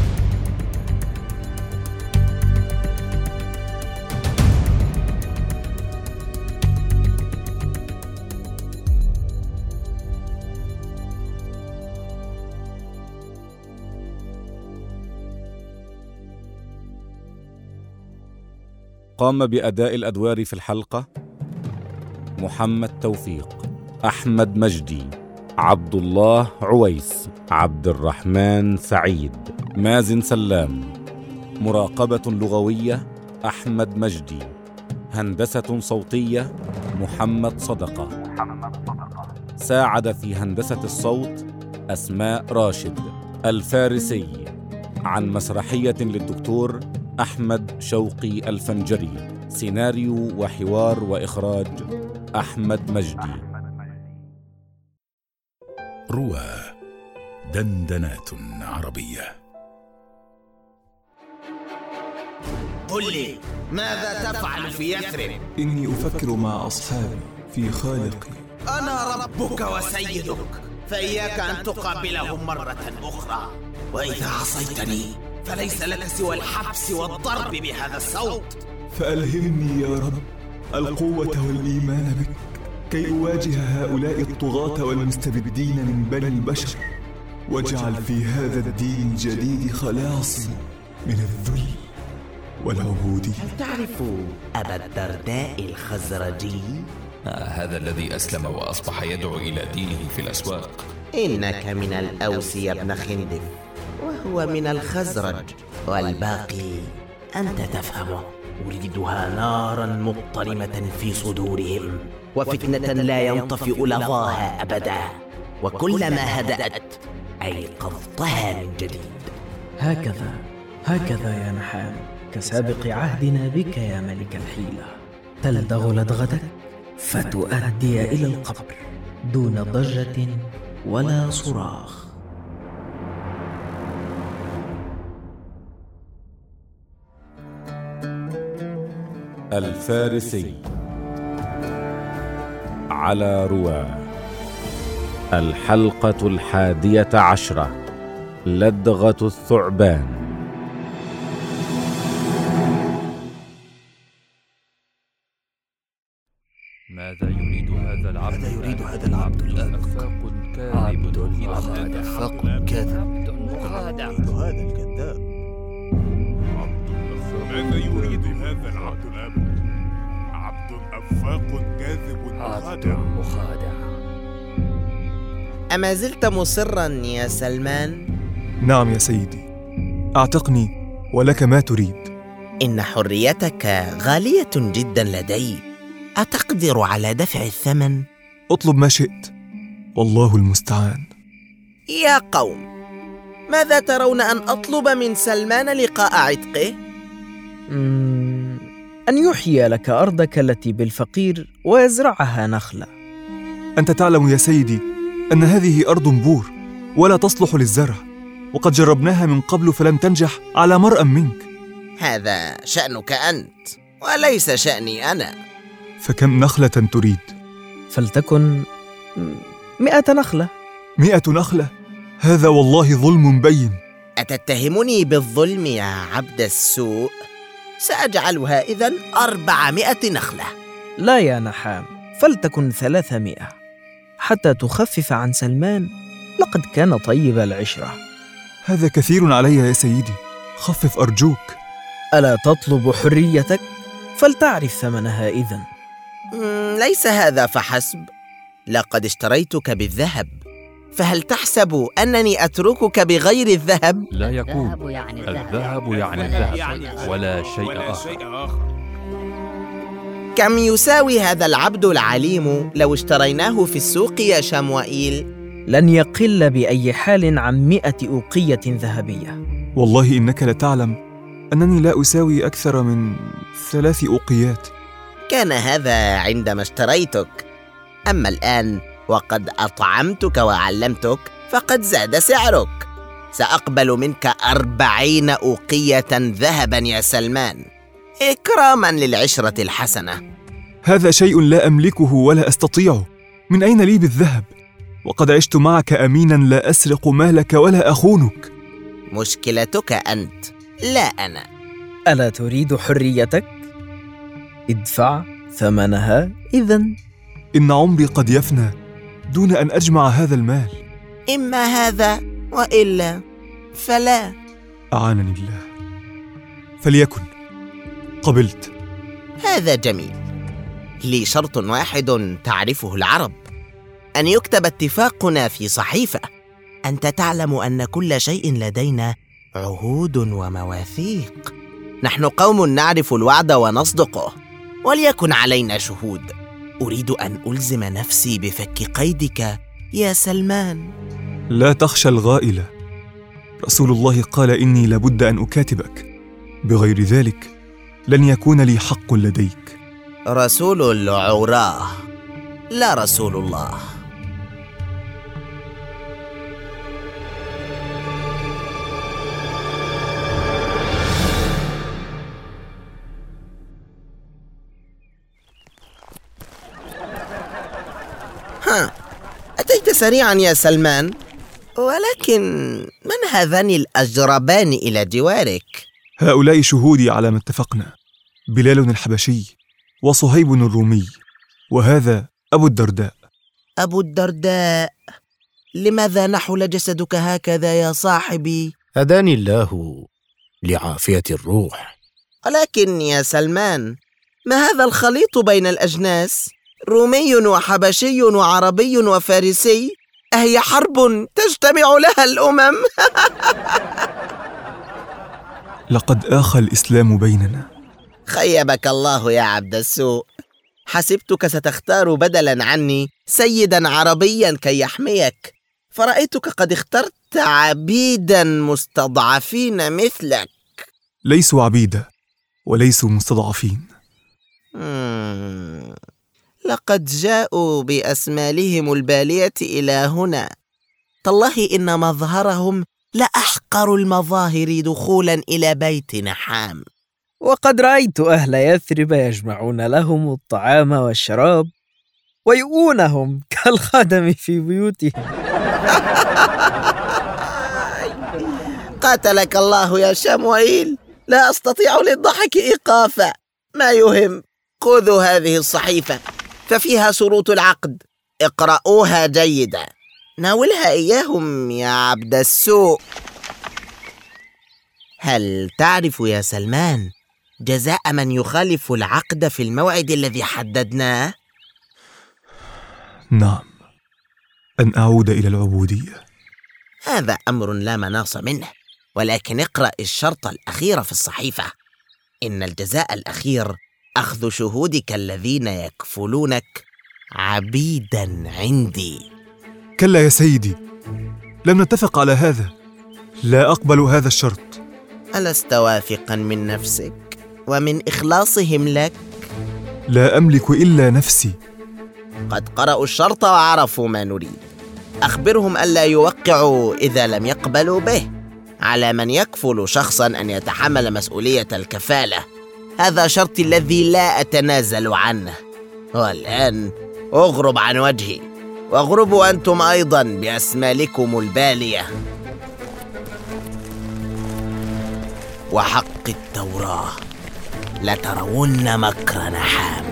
S3: قام بأداء الأدوار في الحلقة محمد توفيق، أحمد مجدي، عبد الله عويس، عبد الرحمن سعيد، مازن سلام. مراقبة لغوية أحمد مجدي. هندسة صوتية محمد صدقة. ساعد في هندسة الصوت أسماء راشد. الفارسي عن مسرحية للدكتور أحمد شوقي الفنجري. سيناريو وحوار وإخراج أحمد مجدي.
S2: روى دندنات عربية.
S8: قل لي، ماذا تفعل في يثرب؟
S19: إني أفكر مع أصحابي في خالقي.
S8: أنا ربك وسيدك، فإياك أن تقابلهم مرة أخرى، وإذا عصيتني فليس لك سوى الحبس والضرب بهذا الصوت.
S19: فألهمني يا رب القوة والإيمان بك كي أواجه هؤلاء الطغاة والمستبدين من بني البشر، واجعل في هذا الدين الجديد خلاصي من الذل والعبودية.
S8: هل تعرف أبا الدرداء الخزرجي؟
S18: آه هذا الذي أسلم وأصبح يدعو إلى دينه في الأسواق.
S8: إنك من الأوس يا ابن خندف، وهو من الخزرج، والباقي أنت تفهمه. أريدها نارا مضطرمة في صدورهم، وفتنة لا ينطفئ لظاها أبدا، وكلما هدأت أيقظتها من جديد.
S15: هكذا هكذا يا نحام، كسابق عهدنا بك يا ملك الحيلة. تلدغ لدغتك فتؤدي إلى القبر دون ضجة ولا صراخ.
S3: الفارسي على رواه. الحلقة الحادية عشرة. لدغة الثعبان.
S20: ماذا يريد هذا العبد؟
S5: ماذا يريد هذا العبد الآن؟
S20: أفاق كاذب.
S5: عبد أفاق كاذب.
S20: هذا الكذاب.
S17: ماذا يريد هذا العبد الآن؟ عبد أفاق كاذب
S20: مخادع. مخادع.
S8: أما زلت مصرا يا سلمان؟
S19: نعم يا سيدي، أعتقني ولك ما تريد.
S8: إن حريتك غالية جدا لدي، أتقدر على دفع الثمن؟
S19: اطلب ما شئت، والله المستعان.
S8: يا قوم، ماذا ترون أن أطلب من سلمان لقاء عتقه؟
S15: أن يحيي لك أرضك التي بالفقير ويزرعها نخلة.
S19: أنت تعلم يا سيدي أن هذه أرض بور ولا تصلح للزرع، وقد جربناها من قبل فلم تنجح على مرأى منك.
S8: هذا شأنك أنت وليس شأني أنا.
S19: فكم نخلة تريد؟
S15: فلتكن مئة نخلة.
S19: مئة نخلة؟ هذا والله ظلم بين.
S8: أتتهمني بالظلم يا عبد السوء؟ سأجعلها إذن أربعمائة نخلة.
S15: لا يا نحام، فلتكن ثلاثمائة حتى تخفف عن سلمان، لقد كان طيب العشرة.
S19: هذا كثير علي يا سيدي، خفف أرجوك.
S15: ألا تطلب حريتك؟ فلتعرف ثمنها إذن.
S8: ليس هذا فحسب، لقد اشتريتك بالذهب، فهل تحسب أنني أتركك بغير الذهب؟
S21: لا يكون، الذهب يعني الذهب ولا شيء آخر.
S8: كم يساوي هذا العبد العليم لو اشتريناه في السوق يا شموئيل؟
S15: لن يقل بأي حال عن مئة أوقية ذهبية.
S19: والله إنك لتعلم أنني لا أساوي أكثر من ثلاث أوقيات.
S8: كان هذا عندما اشتريتك، أما الآن وقد أطعمتك وعلمتك فقد زاد سعرك. سأقبل منك أربعين أوقية ذهبا يا سلمان، إكراما للعشرة الحسنة.
S19: هذا شيء لا أملكه ولا أستطيعه، من أين لي بالذهب؟ وقد عشت معك أمينا لا أسرق مالك ولا أخونك.
S8: مشكلتك أنت لا أنا.
S15: ألا تريد حريتك؟ ادفع ثمنها إذن.
S19: إن عمري قد يفنى دون أن أجمع هذا المال.
S8: إما هذا وإلا فلا.
S19: أعانني الله. فليكن، قبلت.
S8: هذا جميل. لي شرط واحد تعرفه العرب، أن يكتب اتفاقنا في صحيفة. أنت تعلم أن كل شيء لدينا عهود ومواثيق. نحن قوم نعرف الوعد ونصدقه، وليكن علينا شهود. أريد أن ألزم نفسي بفك قيدك يا سلمان.
S19: لا تخشى الغائلة، رسول الله قال إني لابد أن أكاتبك، بغير ذلك لن يكون لي حق لديك.
S8: رسول العراه لا رسول الله. ها، أتيت سريعا يا سلمان، ولكن من هذان الأجربان إلى جوارك؟
S19: هؤلاء شهودي على ما اتفقنا، بلال الحبشي وصهيب الرومي، وهذا أبو الدرداء.
S8: أبو الدرداء، لماذا نحل جسدك هكذا يا صاحبي؟
S1: هداني الله لعافية الروح.
S8: ولكن يا سلمان، ما هذا الخليط بين الأجناس؟ رومي وحبشي وعربي وفارسي، أهي حرب تجتمع لها الأمم؟
S19: لقد آخى الإسلام بيننا.
S8: خيبك الله يا عبد السوء، حسبتك ستختار بدلاً عني سيداً عربياً كي يحميك، فرأيتك قد اخترت عبيداً مستضعفين مثلك.
S19: ليسوا عبيدة وليسوا مستضعفين.
S8: مم. لقد جاءوا بأسمالهم البالية إلى هنا، تالله إن مظهرهم لأحقر المظاهر دخولاً إلى بيت نحام.
S15: وقد رأيت أهل يثرب يجمعون لهم الطعام والشراب ويؤونهم كالخدم في بيوتهم.
S8: قاتلك الله يا شموئيل، لا أستطيع للضحك إيقافا. ما يهم، خذوا هذه الصحيفة ففيها شروط العقد، اقرأوها جيدا. ناولها إياهم يا عبد السوء. هل تعرف يا سلمان جزاء من يخالف العقد في الموعد الذي حددناه؟
S19: نعم، أن أعود إلى العبودية.
S8: هذا أمر لا مناص منه، ولكن اقرأ الشرط الأخير في الصحيفة. إن الجزاء الأخير أخذ شهودك الذين يكفلونك عبيدا عندي.
S19: كلا يا سيدي، لم نتفق على هذا. لا أقبل هذا الشرط.
S8: ألست واثقا من نفسك ومن إخلاصهم لك؟
S19: لا أملك إلا نفسي.
S8: قد قرأوا الشرط وعرفوا ما نريد. أخبرهم ألا يوقعوا إذا لم يقبلوا به. على من يكفل شخصا أن يتحمل مسؤولية الكفالة. هذا شرطي الذي لا أتنازل عنه. والآن أغرب عن وجهي، واغربوا أنتم أيضا بأسمالكم البالية. وحق التوراة لترون مكر نحام.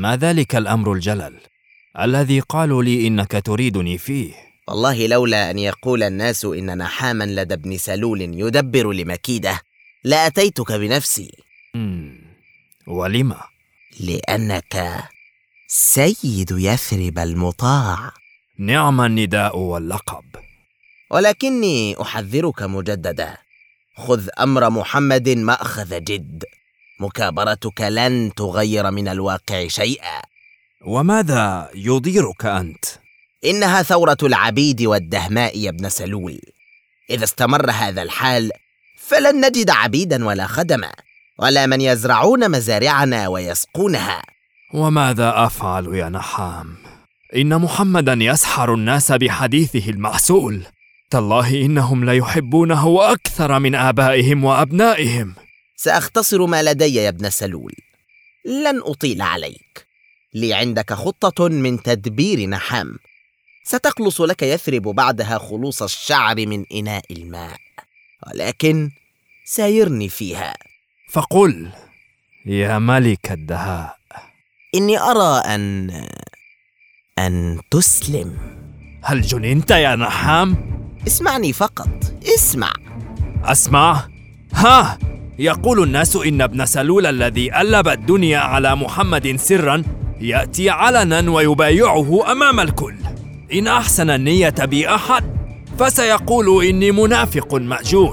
S7: ما ذلك الأمر الجلل الذي قالوا لي إنك تريدني فيه؟
S8: والله لولا أن يقول الناس إن نحاما لدى ابن سلول يدبر لمكيده لأتيتك بنفسي.
S7: مم. ولما؟
S8: لأنك سيد يثرب المطاع.
S7: نعم النداء واللقب.
S8: ولكني أحذرك مجددا، خذ أمر محمد مأخذ جد، مكابرتك لن تغير من الواقع شيئا.
S7: وماذا يضيرك أنت؟
S8: إنها ثورة العبيد والدهماء يا ابن سلول. إذا استمر هذا الحال فلن نجد عبيدا ولا خدما ولا من يزرعون مزارعنا ويسقونها.
S7: وماذا أفعل يا نحام؟ إن محمدا يسحر الناس بحديثه المعسول. تالله إنهم ليحبونه أكثر من آبائهم وأبنائهم.
S8: سأختصر ما لدي يا ابن سلول، لن أطيل عليك. لي عندك خطة من تدبير نحام ستخلص لك يثرب بعدها خلوص الشعر من إناء الماء، ولكن سايرني فيها.
S7: فقل يا ملك الدهاء.
S8: إني أرى أن أن تسلم.
S7: هل جننت يا نحام؟
S8: اسمعني فقط، اسمع.
S7: أسمع؟ ها! يقول الناس إن ابن سلول الذي ألب الدنيا على محمد سرا يأتي علنا ويبايعه أمام الكل. إن أحسن النية بي أحد فسيقول إني منافق مأجور.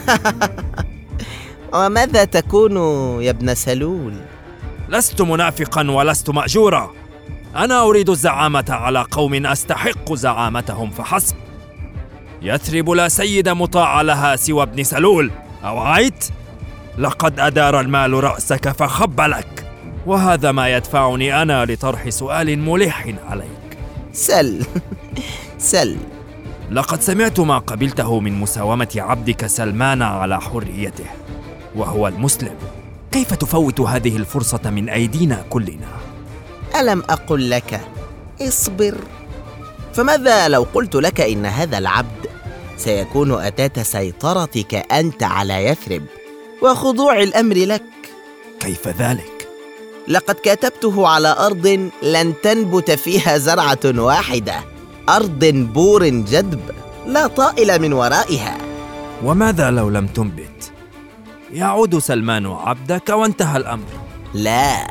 S8: وماذا تكون يا ابن سلول؟
S7: لست منافقا ولست مأجورا. أنا أريد الزعامة على قوم أستحق زعامتهم فحسب. يثرب لا سيد مطاع لها سوى ابن سلول، أوعيت؟ لقد أدار المال رأسك فخب لك، وهذا ما يدفعني أنا لطرح سؤال ملح عليك.
S8: سل سل.
S7: لقد سمعت ما قبلته من مساومة عبدك سلمان على حريته وهو المسلم. كيف تفوت هذه الفرصة من أيدينا كلنا؟
S8: ألم أقل لك اصبر؟ فماذا لو قلت لك إن هذا العبد سيكون أتاة سيطرتك أنت على يثرب وخضوع الأمر لك؟
S7: كيف ذلك؟
S8: لقد كتبته على أرض لن تنبت فيها زرعة واحدة، أرض بور جدب لا طائل من ورائها.
S7: وماذا لو لم تنبت؟ يعود سلمان عبدك وانتهى الأمر.
S8: لا.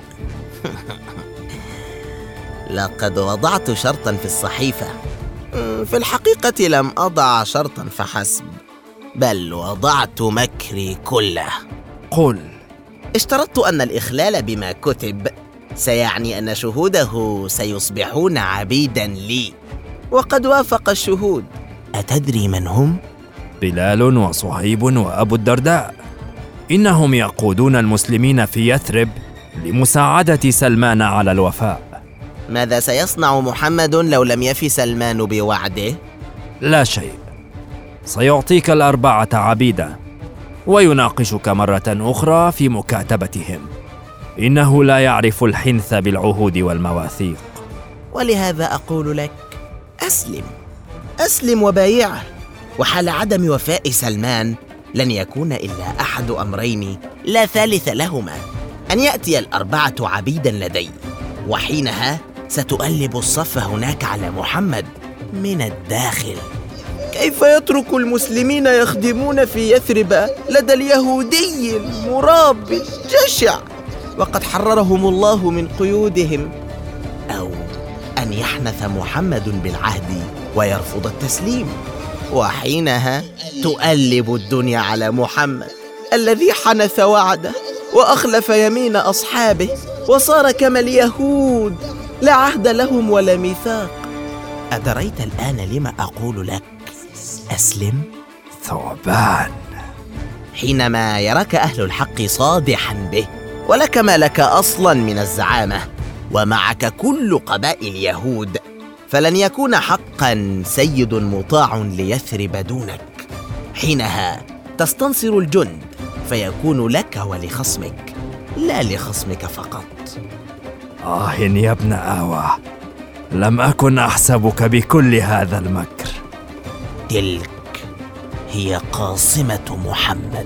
S8: لقد وضعت شرطا في الصحيفة. في الحقيقة لم أضع شرطا فحسب، بل وضعت مكري كله.
S7: قل.
S8: اشترطت أن الإخلال بما كتب سيعني أن شهوده سيصبحون عبيدا لي، وقد وافق الشهود. أتدري من هم؟
S7: بلال وصهيب وأبو الدرداء. إنهم يقودون المسلمين في يثرب لمساعدة سلمان على الوفاء.
S8: ماذا سيصنع محمد لو لم يفي سلمان بوعده؟
S7: لا شيء، سيعطيك الأربعة عبيدا ويناقشك مرة أخرى في مكاتبتهم. إنه لا يعرف الحنث بالعهود والمواثيق.
S8: ولهذا أقول لك أسلم أسلم وبايعه. وحال عدم وفاء سلمان لن يكون إلا أحد أمرين لا ثالث لهما، أن يأتي الأربعة عبيدا لدي، وحينها ستؤلب الصف هناك على محمد من الداخل. كيف يترك المسلمين يخدمون في يثرب لدى اليهودي المراب الجشع وقد حررهم الله من قيودهم؟ أو أن يحنث محمد بالعهد ويرفض التسليم، وحينها تؤلب الدنيا على محمد الذي حنث وعده وأخلف يمين أصحابه وصار كما اليهود لا عهد لهم ولا ميثاق. أدريت الآن لما أقول لك أسلم؟
S7: ثعبان.
S8: حينما يراك أهل الحق صادحا به ولك ما لك أصلا من الزعامة ومعك كل قبائل يهود، فلن يكون حقا سيد مطاع ليثرب دونك. حينها تستنصر الجند فيكون لك ولخصمك لا لخصمك فقط.
S7: آه يا ابن آوى، لم أكن أحسبك بكل هذا المكر.
S8: تلك هي قاصمة محمد.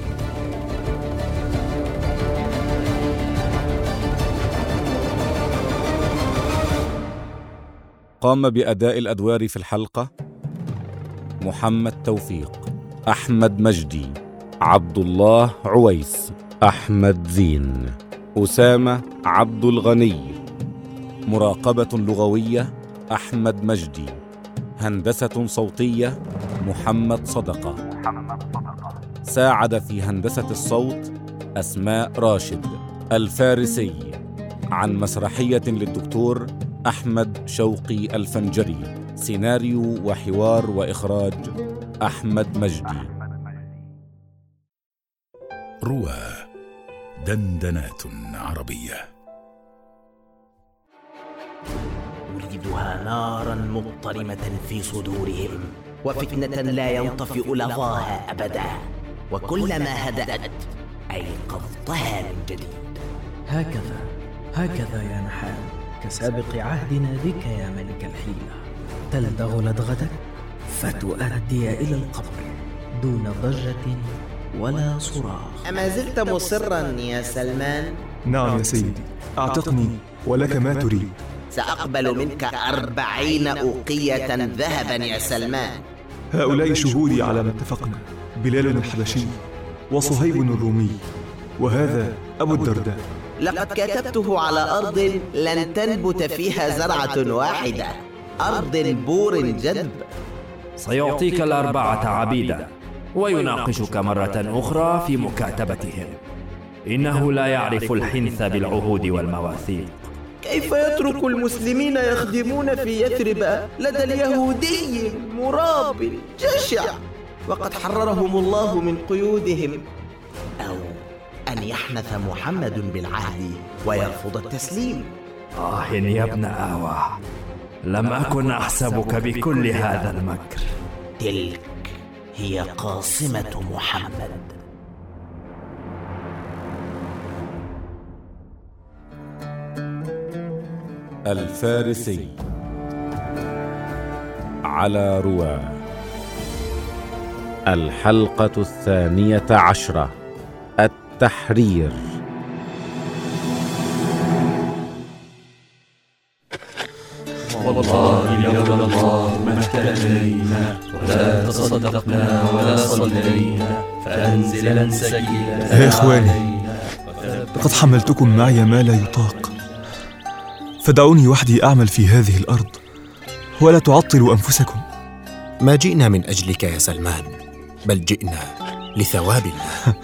S3: قام بأداء الأدوار في الحلقة محمد توفيق، أحمد مجدي، عبد الله عويس، أحمد زين، أسامة عبد الغني. مراقبة لغوية أحمد مجدي. هندسة صوتية محمد صدقة. ساعد في هندسة الصوت أسماء راشد. الفارسي عن مسرحية للدكتور أحمد شوقي الفنجري. سيناريو وحوار وإخراج أحمد مجدي.
S2: روى دندنات عربية.
S9: أريدها نارا مضطرمة في صدورهم، وفتنة لا ينطفئ لظاها أبدا، وكلما هدأت أيقظتها من جديد.
S15: هكذا هكذا يا نحام، كسابق عهدنا بك يا ملك الحيلة. تلدغ لدغتك فتؤدي إلى القبر دون ضجة ولا صراخ.
S8: أما زلت مصرا يا سلمان؟
S19: نعم يا سيدي، أعتقني ولك ما تريد.
S8: سأقبل منك أربعين أوقية ذهبا يا سلمان.
S19: هؤلاء شهودي على ما اتفقنا: بلال الحبشي وصهيب الرومي، وهذا أبو الدرداء.
S8: لقد كتبته على أرض لن تنبت فيها زرعة واحدة، أرض بور جدب.
S7: سيعطيك الأربعة عبيدا ويناقشك مرة أخرى في مكاتبتهم. إنه لا يعرف الحنث بالعهود والمواثيق.
S8: كيف يترك المسلمين يخدمون في يثرب لدى اليهودي مراب جشع وقد حررهم الله من قيودهم؟ أو أن يحنث محمد بالعهد ويرفض التسليم؟
S7: آه يا ابن آوى، لم أكن أحسبك بكل هذا المكر.
S8: تلك هي قاصمة محمد.
S3: الفارسي على رواه. الحلقة الثانية عشرة. التحرير.
S20: والله لولا الله ما اهتدينا ولا تصدقنا ولا صلينا فأنزلا سكينة.
S19: يا إخواني، لقد حملتكم معي ما لا يطاق، فدعوني وحدي أعمل في هذه الأرض ولا تعطلوا أنفسكم.
S1: ما جئنا من أجلك يا سلمان، بل جئنا لثواب الله.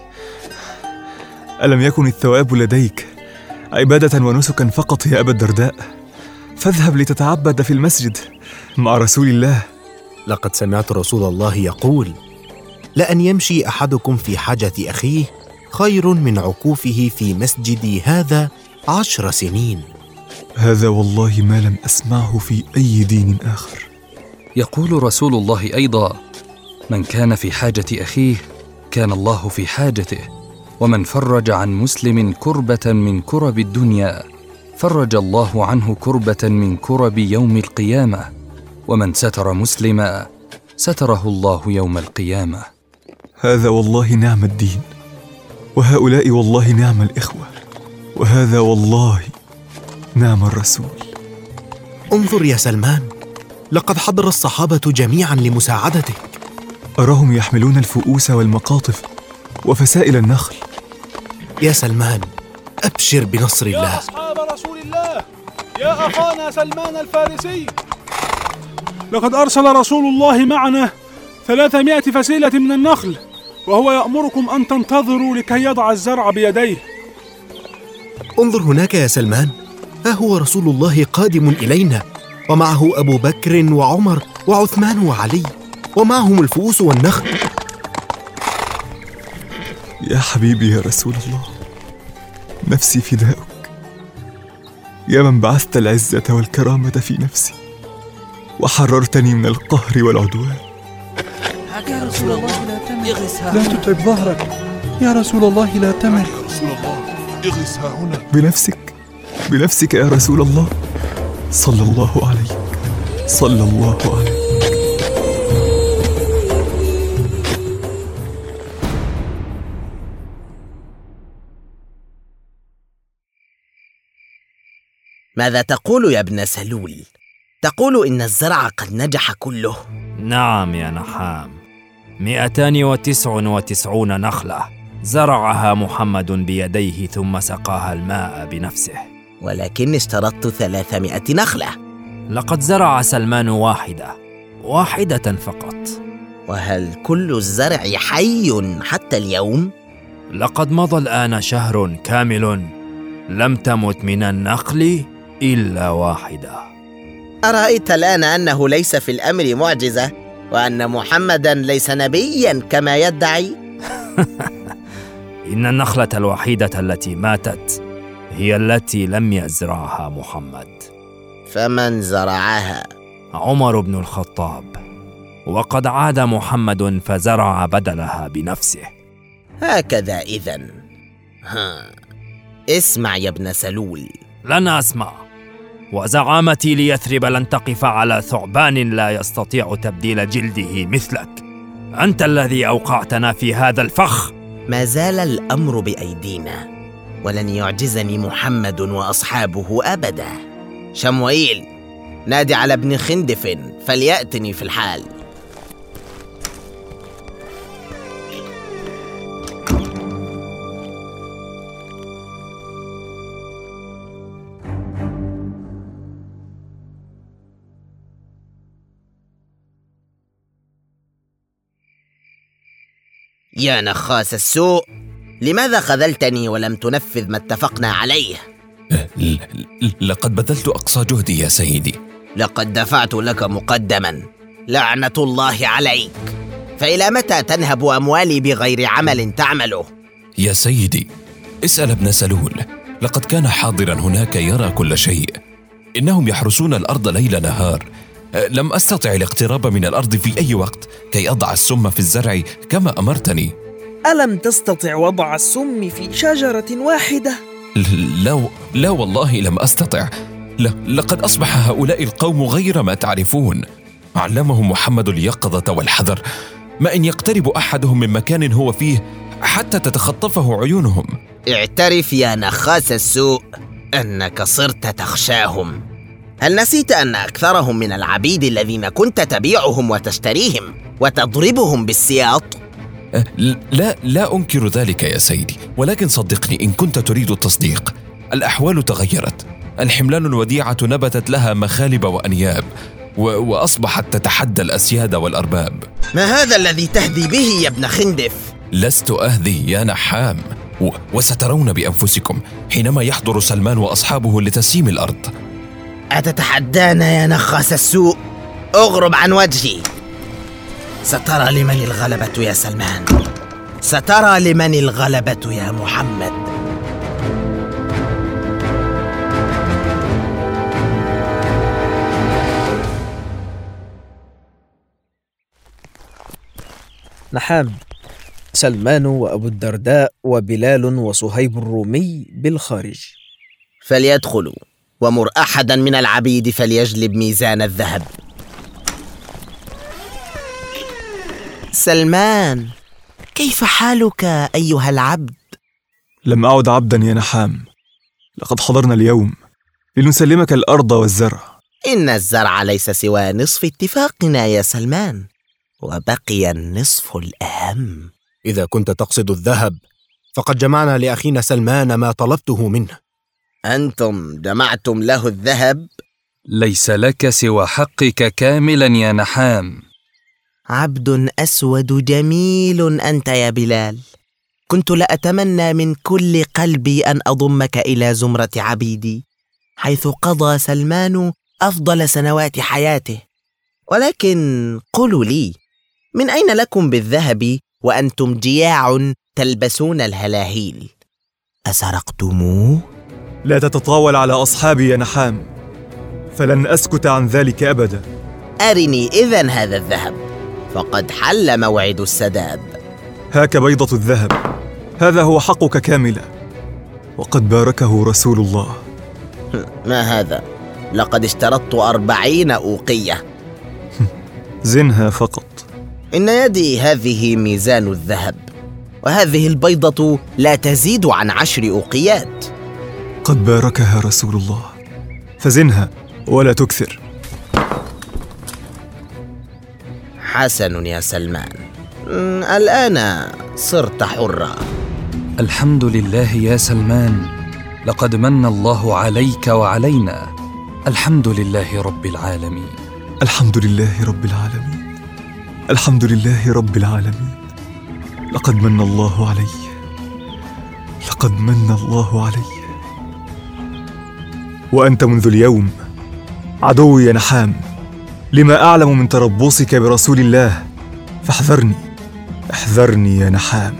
S19: ألم يكن الثواب لديك عبادة ونسكا فقط يا أبا الدرداء؟ فاذهب لتتعبد في المسجد مع رسول الله.
S1: لقد سمعت رسول الله يقول: لأن يمشي أحدكم في حاجة أخيه خير من عكوفه في مسجدي هذا عشر سنين.
S19: هذا والله ما لم أسمعه في أي دين آخر.
S11: يقول رسول الله أيضا: من كان في حاجة أخيه كان الله في حاجته، ومن فرج عن مسلم كربة من كرب الدنيا فرج الله عنه كربة من كرب يوم القيامة، ومن ستر مسلما ستره الله يوم القيامة.
S19: هذا والله نعم الدين، وهؤلاء والله نعم الإخوة، وهذا والله نعم الرسول.
S1: انظر يا سلمان، لقد حضر الصحابة جميعا لمساعدتك.
S19: أراهم يحملون الفؤوس والمقاطف وفسائل النخل.
S1: يا سلمان، أبشر بنصر الله.
S4: يا أصحاب رسول الله، يا أخانا سلمان الفارسي، لقد أرسل رسول الله معنا ثلاثمائة فسيلة من النخل، وهو يأمركم أن تنتظروا لكي يضع الزرع بيديه.
S1: انظر هناك يا سلمان، ها هو رسول الله قادم إلينا، ومعه أبو بكر وعمر وعثمان وعلي، ومعهم الفؤوس والنخل.
S19: يا حبيبي يا رسول الله، نفسي فداؤك، يا من بعثت العزة والكرامة في نفسي وحررتني من القهر والعدوان.
S15: يا رسول الله لا تمل،
S10: لا تتعب ظهرك يا رسول الله، لا تمل.
S17: يا رسول الله اغرس ها هنا.
S19: بنفسك بنفسك يا رسول الله، صلى الله عليك، صلى الله عليك.
S8: ماذا تقول يا ابن سلول؟ تقول إن الزرع قد نجح كله؟
S7: نعم يا نحام، مئتان وتسع وتسعون نخلة زرعها محمد بيديه ثم سقاها الماء بنفسه.
S8: ولكن اشترطت ثلاثمائة نخلة.
S7: لقد زرع سلمان واحدة واحدة فقط.
S8: وهل كل الزرع حي حتى اليوم؟
S7: لقد مضى الآن شهر كامل لم تمت من النخل إلا واحدة.
S8: أرأيت الآن أنه ليس في الأمر معجزة وأن محمداً ليس نبياً كما يدعي؟
S7: إن النخلة الوحيدة التي ماتت هي التي لم يزرعها محمد.
S8: فمن زرعها؟
S7: عمر بن الخطاب، وقد عاد محمد فزرع بدلها بنفسه.
S8: هكذا إذن. ها. اسمع يا ابن سلول.
S7: لن أسمع، وزعامتي ليثرب لن تقف على ثعبان لا يستطيع تبديل جلده مثلك. أنت الذي أوقعتنا في هذا الفخ.
S8: ما زال الأمر بأيدينا، ولن يعجزني محمد وأصحابه أبدا. شموئيل، نادي على ابن خندف فليأتني في الحال. يا نخاس السوء، لماذا خذلتني ولم تنفذ ما اتفقنا عليه؟
S18: لقد بذلت أقصى جهدي يا سيدي.
S8: لقد دفعت لك مقدما، لعنة الله عليك. فإلى متى تنهب أموالي بغير عمل تعمله؟
S18: يا سيدي، اسأل ابن سلول، لقد كان حاضرا هناك يرى كل شيء. إنهم يحرسون الأرض ليل نهار. لم أستطع الاقتراب من الأرض في أي وقت كي أضع السم في الزرع كما أمرتني.
S15: ألم تستطع وضع السم في شجرة واحدة؟
S18: لا لا والله لم أستطع. لا، لقد أصبح هؤلاء القوم غير ما تعرفون. علمهم محمد اليقظة والحذر، ما إن يقترب أحدهم من مكان هو فيه حتى تتخطفه عيونهم.
S8: اعترف يا نخاس السوء أنك صرت تخشاهم. هل نسيت أن أكثرهم من العبيد الذين كنت تبيعهم وتشتريهم وتضربهم بالسياط؟
S18: لا لا أنكر ذلك يا سيدي، ولكن صدقني إن كنت تريد التصديق، الأحوال تغيرت. الحملان الوديعة نبتت لها مخالب وأنياب، وأصبحت تتحدى الأسياد والأرباب.
S8: ما هذا الذي تهدي به يا ابن خندف؟
S18: لست أهدي يا نحام، و... وسترون بأنفسكم حينما يحضر سلمان وأصحابه لتسييم الأرض.
S8: أتتحدانا يا نخاس السوء؟ أغرب عن وجهي. سترى لمن الغلبة يا سلمان، سترى لمن الغلبة يا محمد.
S15: نحام، سلمان وأبو الدرداء وبلال وصهيب الرومي بالخارج.
S8: فليدخلوا، ومر أحدا من العبيد فليجلب ميزان الذهب. سلمان، كيف حالك أيها العبد؟
S19: لم أعد عبدا يا نحام، لقد حضرنا اليوم لنسلمك الأرض والزرع.
S8: إن الزرع ليس سوى نصف اتفاقنا يا سلمان، وبقي النصف الأهم.
S1: إذا كنت تقصد الذهب فقد جمعنا لأخينا سلمان ما طلبته منه.
S8: أنتم جمعتم له الذهب؟
S11: ليس لك سوى حقك كاملا يا نحام.
S8: عبد أسود جميل أنت يا بلال. كنت لأتمنى من كل قلبي أن أضمك إلى زمرة عبيدي، حيث قضى سلمان أفضل سنوات حياته. ولكن قولوا لي، من أين لكم بالذهب وأنتم جياع تلبسون الهلاهيل؟ أسرقتموه؟
S19: لا تتطاول على أصحابي يا نحام، فلن أسكت عن ذلك أبدا.
S8: أرني إذن هذا الذهب، فقد حل موعد السداد.
S19: هاك بيضة الذهب، هذا هو حقك كاملا، وقد باركه رسول الله.
S8: ما هذا؟ لقد اشترطت أربعين أوقية.
S19: زنها فقط.
S8: إن يدي هذه ميزان الذهب، وهذه البيضة لا تزيد عن عشر أوقيات.
S19: قد باركها رسول الله، فزنها ولا تكثر.
S8: حسن يا سلمان، الآن صرت حرا.
S11: الحمد لله يا سلمان، لقد من الله عليك وعلينا. الحمد لله رب العالمين.
S19: الحمد لله رب العالمين. الحمد لله رب العالمين. لقد من الله علي. لقد من الله علي. وأنت منذ اليوم عدوي يا نحام، لما أعلم من تربصك برسول الله، فاحذرني احذرني يا نحام.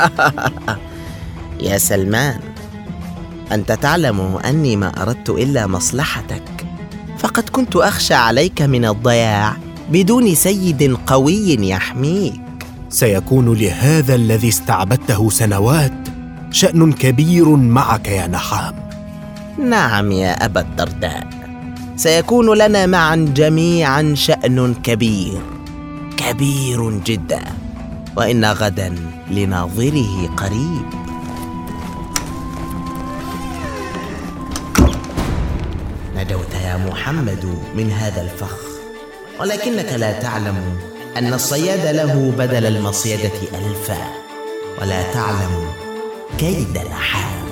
S8: يا سلمان، أنت تعلم أني ما أردت إلا مصلحتك، فقد كنت أخشى عليك من الضياع بدون سيد قوي يحميك.
S1: سيكون لهذا الذي استعبدته سنوات شأن كبير معك يا نحام.
S8: نعم يا أبا الدرداء، سيكون لنا معا جميعا شأن كبير كبير جدا، وإن غدا لناظره قريب. نجوت يا محمد من هذا الفخ، ولكنك لا تعلم أن الصياد له بدل المصيدة ألفا، ولا تعلم كيد نحام.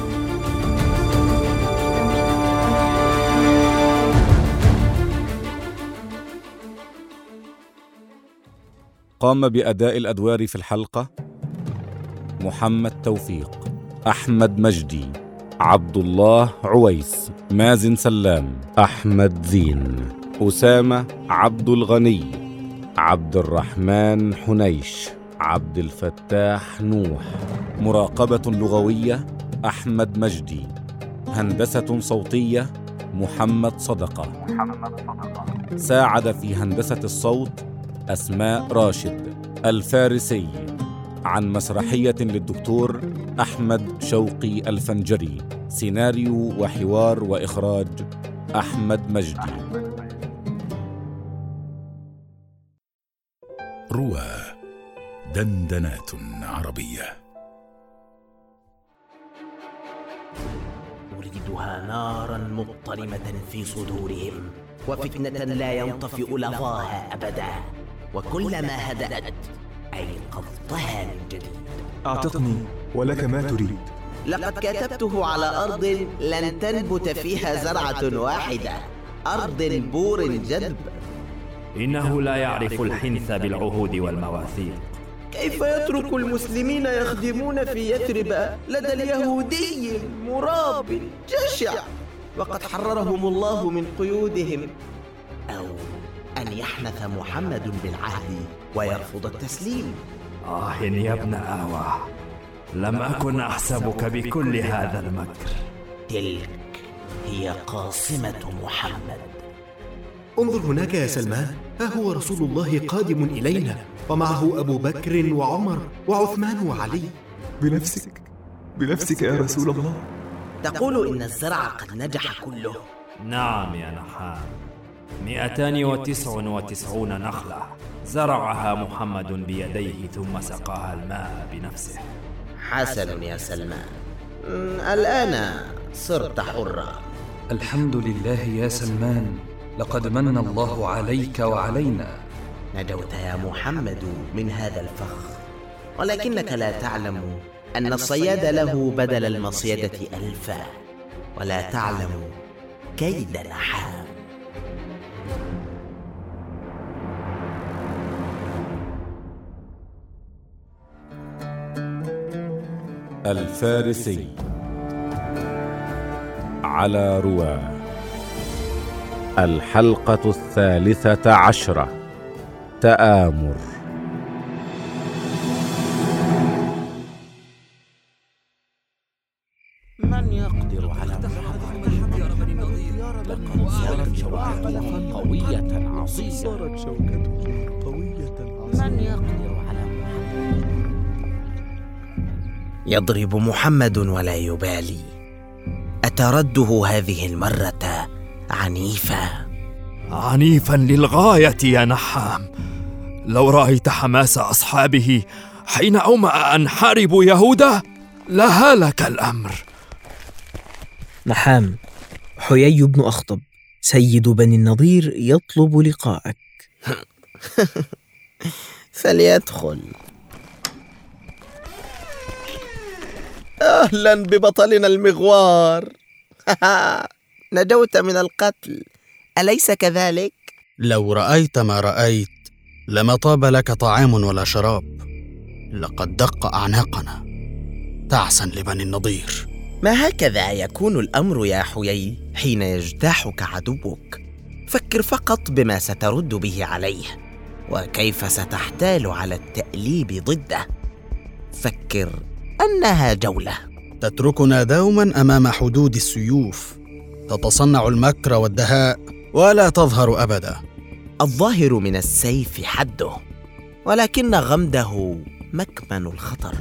S3: قام بأداء الأدوار في الحلقة محمد توفيق، أحمد مجدي، عبد الله عويس، مازن سلام، أحمد زين، أسامة عبد الغني، عبد الرحمن حنيش، عبد الفتاح نوح. مراقبة لغوية أحمد مجدي. هندسة صوتية محمد صدقة. ساعد في هندسة الصوت أسماء راشد. الفارسي عن مسرحية للدكتور أحمد شوقي الفنجري. سيناريو وحوار وإخراج أحمد مجدي.
S2: روى دندنات عربية.
S8: أريدها نارا مضطرمة في صدورهم، وفتنة لا ينطفئ لظاها أبدا، وكلما هدأت أيقظتها من جديد.
S19: أعتقني ولك ما تريد.
S8: لقد كتبته على أرض لن تنبت فيها زرعة واحدة، أرض بور جدب.
S7: إنه لا يعرف الحنث بالعهود والمواثيق.
S8: كيف يترك المسلمين يخدمون في يثرب لدى اليهودي المراب الجشع، وقد حررهم الله من قيودهم؟ أو أن يحنث محمد بالعهد ويرفض التسليم.
S7: آه يا ابن آوى، لم أكن أحسبك بكل هذا المكر.
S8: تلك هي قاصمة محمد.
S1: انظر هناك يا سلمان، ها هو رسول الله قادم إلينا، ومعه أبو بكر وعمر وعثمان وعلي.
S19: بنفسك بنفسك يا رسول الله.
S8: تقول إن الزرع قد نجح كله.
S7: نعم يا نحام، مئتان وتسع وتسعون نخلة زرعها محمد بيديه ثم سقاها الماء بنفسه.
S8: حسن يا سلمان، الآن صرت حرا.
S11: الحمد لله يا سلمان، لقد من الله عليك وعلينا.
S8: نجوت يا محمد من هذا الفخ، ولكنك لا تعلم أن الصياد له بدل المصيدة ألفا، ولا تعلم كيد نحام.
S3: الفارسي على رواه. الحلقة الثالثة عشرة. تآمر.
S1: من يقدر على لقد صارت شوكته قوية عصية. صارت شوكته قوية عصية. من يقدر على
S8: يضرب محمد ولا يبالي. أترده هذه المرة عنيفا؟
S7: عنيفا للغاية يا نحام. لو رأيت حماس أصحابه حين أومأ أن حاربوا يهودا لهلك الأمر.
S15: نحام، حيي بن أخطب سيد بني النضير يطلب لقاءك.
S8: فليدخل. أهلا ببطلنا المغوار. نجوت من القتل، أليس كذلك؟
S12: لو رأيت ما رأيت لما طاب لك طعام ولا شراب. لقد دق أعناقنا تعسا لبني النضير.
S8: ما هكذا يكون الأمر يا حيي حين يجتاحك عدوك. فكر فقط بما سترد به عليه وكيف ستحتال على التأليب ضده. فكر أنها جولة.
S12: تتركنا دوما أمام حدود السيوف، تتصنع المكر والدهاء ولا تظهر أبدا.
S8: الظاهر من السيف حده، ولكن غمده مكمن الخطر.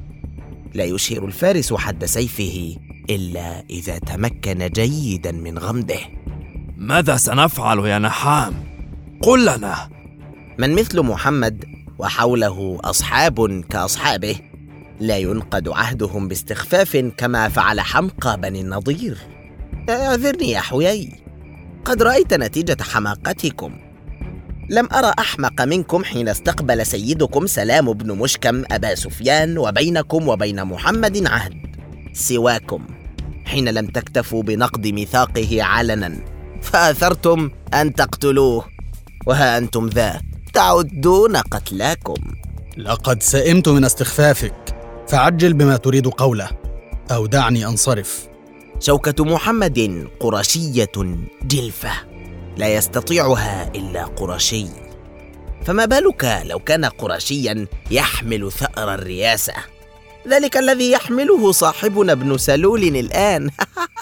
S8: لا يشير الفارس حد سيفه إلا إذا تمكن جيدا من غمده.
S7: ماذا سنفعل يا نحام؟ قل لنا.
S8: من مثل محمد وحوله أصحاب كأصحابه لا ينقد عهدهم باستخفاف كما فعل حمقى بني النضير. اعذرني يا حيي، قد رأيت نتيجة حماقتكم. لم أرى أحمق منكم حين استقبل سيدكم سلام بن مشكم أبا سفيان وبينكم وبين محمد عهد، سواكم حين لم تكتفوا بنقض ميثاقه علنا فأثرتم أن تقتلوه، وها أنتم ذا تعدون قتلاكم.
S12: لقد سئمت من استخفافك، فعجل بما تريد قوله أو دعني أنصرف.
S8: شوكة محمد قرشية جلفة لا يستطيعها إلا قرشي، فما بالك لو كان قرشيا يحمل ثأر الرياسة، ذلك الذي يحمله صاحبنا ابن سلول الآن.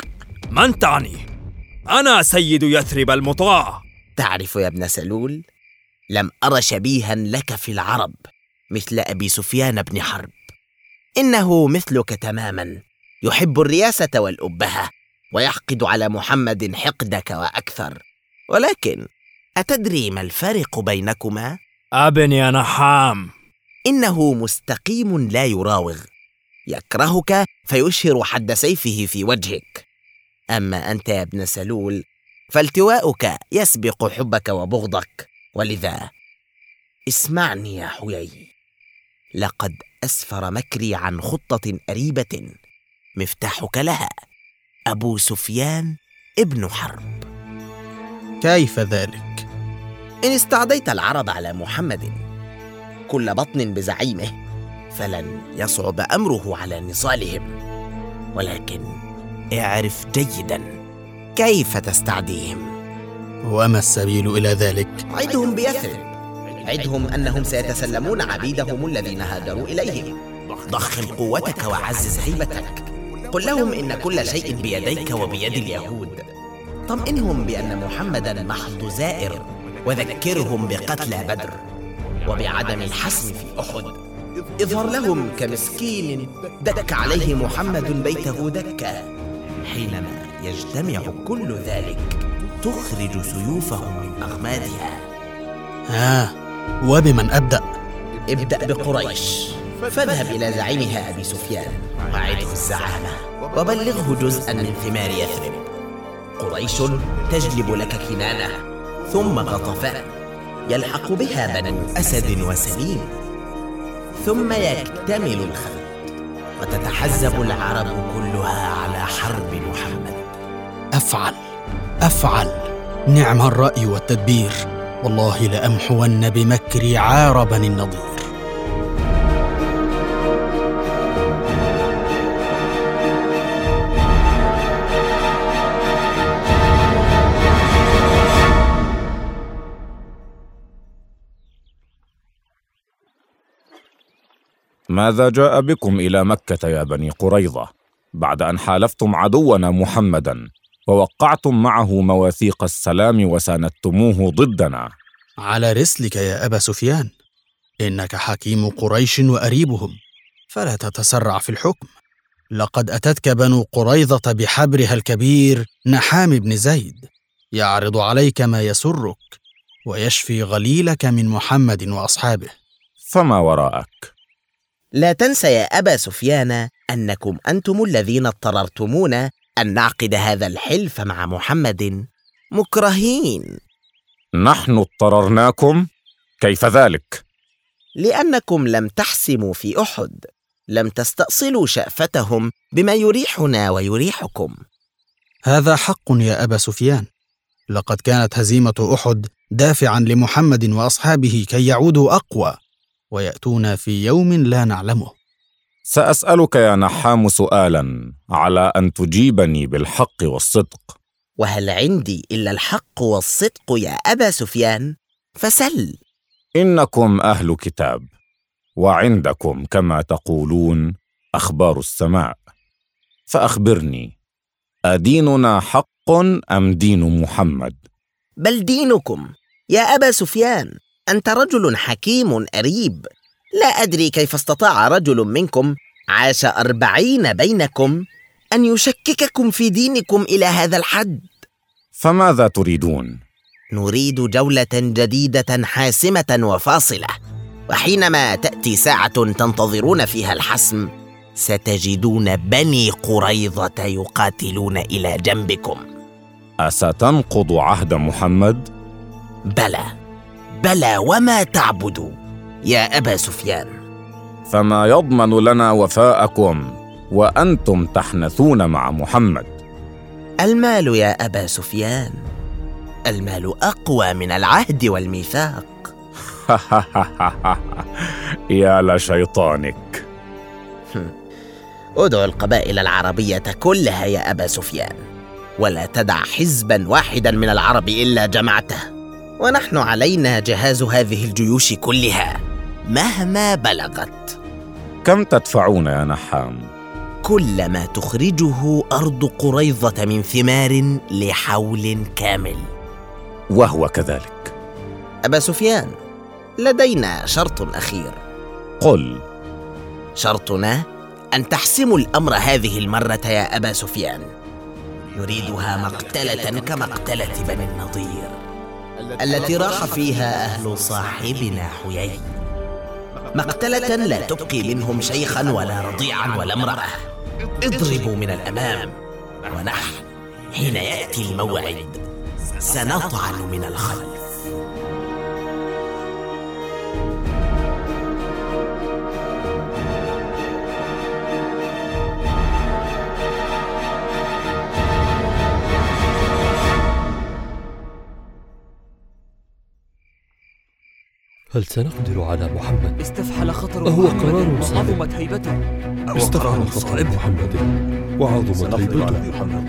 S7: من تعني؟ أنا سيد يثرب المطاع.
S8: تعرف يا ابن سلول، لم أر شبيها لك في العرب مثل أبي سفيان بن حرب. إنه مثلك تماما، يحب الرياسة والأبهة ويحقد على محمد حقدك وأكثر. ولكن أتدري ما الفارق بينكما؟
S7: أبن يا نحام.
S8: إنه مستقيم لا يراوغ، يكرهك فيشهر حد سيفه في وجهك. أما أنت يا ابن سلول فالتواؤك يسبق حبك وبغضك. ولذا اسمعني يا حيي، لقد أسفر مكري عن خطة أريبة مفتاحك لها أبو سفيان ابن حرب.
S12: كيف ذلك؟
S8: إن استعديت العرب على محمد كل بطن بزعيمه فلن يصعب أمره على نصالهم، ولكن اعرف جيدا كيف تستعديهم.
S12: وما السبيل إلى ذلك؟
S8: عدهم بيثرب، عدهم أنهم سيتسلمون عبيدهم الذين هاجروا إليهم. ضخم قوتك وعزز هيبتك، قل لهم إن كل شيء بيديك وبيد اليهود. طمئنهم بأن محمداً محض زائر، وذكرهم بقتلى بدر وبعدم الحسم في أحد. اظهر لهم كمسكين دك عليه محمد بيته دكا. حينما يجتمع كل ذلك تخرج سيوفهم من أغمادها.
S12: ها، وبمن أبدأ؟
S8: ابدأ بقريش، فاذهب إلى زعيمها أبي سفيان وأعده الزعامة وبلغه جزءاً من ثمار يثرب. قريش تجلب لك كنانة، ثم غطفان يلحق بها بنو أسد وسليم، ثم يكتمل الخلق وتتحزب العرب كلها على حرب محمد.
S12: أفعل أفعل نعم الرأي والتدبير، والله لأمحون بمكري عار بني النضير.
S3: ماذا جاء بكم إلى مكة يا بني قريظة بعد أن حالفتم عدونا محمداً ووقعتم معه مواثيق السلام وساندتموه ضدنا؟
S12: على رسلك يا أبا سفيان، إنك حكيم قريش وأريبهم، فلا تتسرع في الحكم. لقد أتتك بنو قريظة بحبرها الكبير نحام بن زيد، يعرض عليك ما يسرك ويشفي غليلك من محمد وأصحابه.
S3: فما وراءك؟
S8: لا تنسى يا أبا سفيان أنكم أنتم الذين اضطررتمونا أن نعقد هذا الحلف مع محمد مكرهين.
S3: نحن اضطررناكم؟ كيف ذلك؟
S8: لأنكم لم تحسموا في أحد، لم تستأصلوا شأفتهم بما يريحنا ويريحكم.
S12: هذا حق يا أبا سفيان، لقد كانت هزيمة أحد دافعا لمحمد وأصحابه كي يعودوا أقوى ويأتون في يوم لا نعلمه.
S3: سأسألك يا نحام سؤالا على أن تجيبني بالحق والصدق.
S8: وهل عندي إلا الحق والصدق يا أبا سفيان؟ فسل.
S3: إنكم أهل كتاب، وعندكم كما تقولون أخبار السماء، فأخبرني، أديننا حق أم دين محمد؟
S8: بل دينكم يا أبا سفيان. أنت رجل حكيم أريب، لا أدري كيف استطاع رجل منكم عاش أربعين بينكم أن يشكككم في دينكم إلى هذا الحد.
S3: فماذا تريدون؟
S8: نريد جولة جديدة حاسمة وفاصلة، وحينما تأتي ساعة تنتظرون فيها الحسم ستجدون بني قريظة يقاتلون إلى جنبكم.
S3: أستنقض عهد محمد؟
S8: بلى بلى وما تعبد يا أبا سفيان.
S3: فما يضمن لنا وفاءكم وأنتم تحنثون مع محمد؟
S8: المال يا أبا سفيان، المال أقوى من العهد والميثاق.
S3: يا لشيطانك.
S8: ادعو القبائل العربية كلها يا أبا سفيان، ولا تدع حزبا واحدا من العرب إلا جمعته، ونحن علينا جهاز هذه الجيوش كلها مهما بلغت.
S3: كم تدفعون يا نحام؟
S8: كل ما تخرجه أرض قريظة من ثمار لحول كامل.
S3: وهو كذلك.
S8: أبا سفيان، لدينا شرط أخير.
S3: قل.
S8: شرطنا أن تحسموا الأمر هذه المرة يا أبا سفيان. نريدها مقتلة كمقتلة بني النضير التي راح فيها أهل صاحبنا حيي، مقتلة لا تبقي منهم شيخا ولا رضيعا ولا امرأة. اضربوا من الأمام، ونحن حين يأتي الموعد سنطعن من الخلف.
S21: هل سنقدر على محمد؟
S5: استفحل خطر
S21: أهو قرار صائب؟
S5: وعظمت هيبته.
S21: استفحل خطر محمد وعظمت هيبته.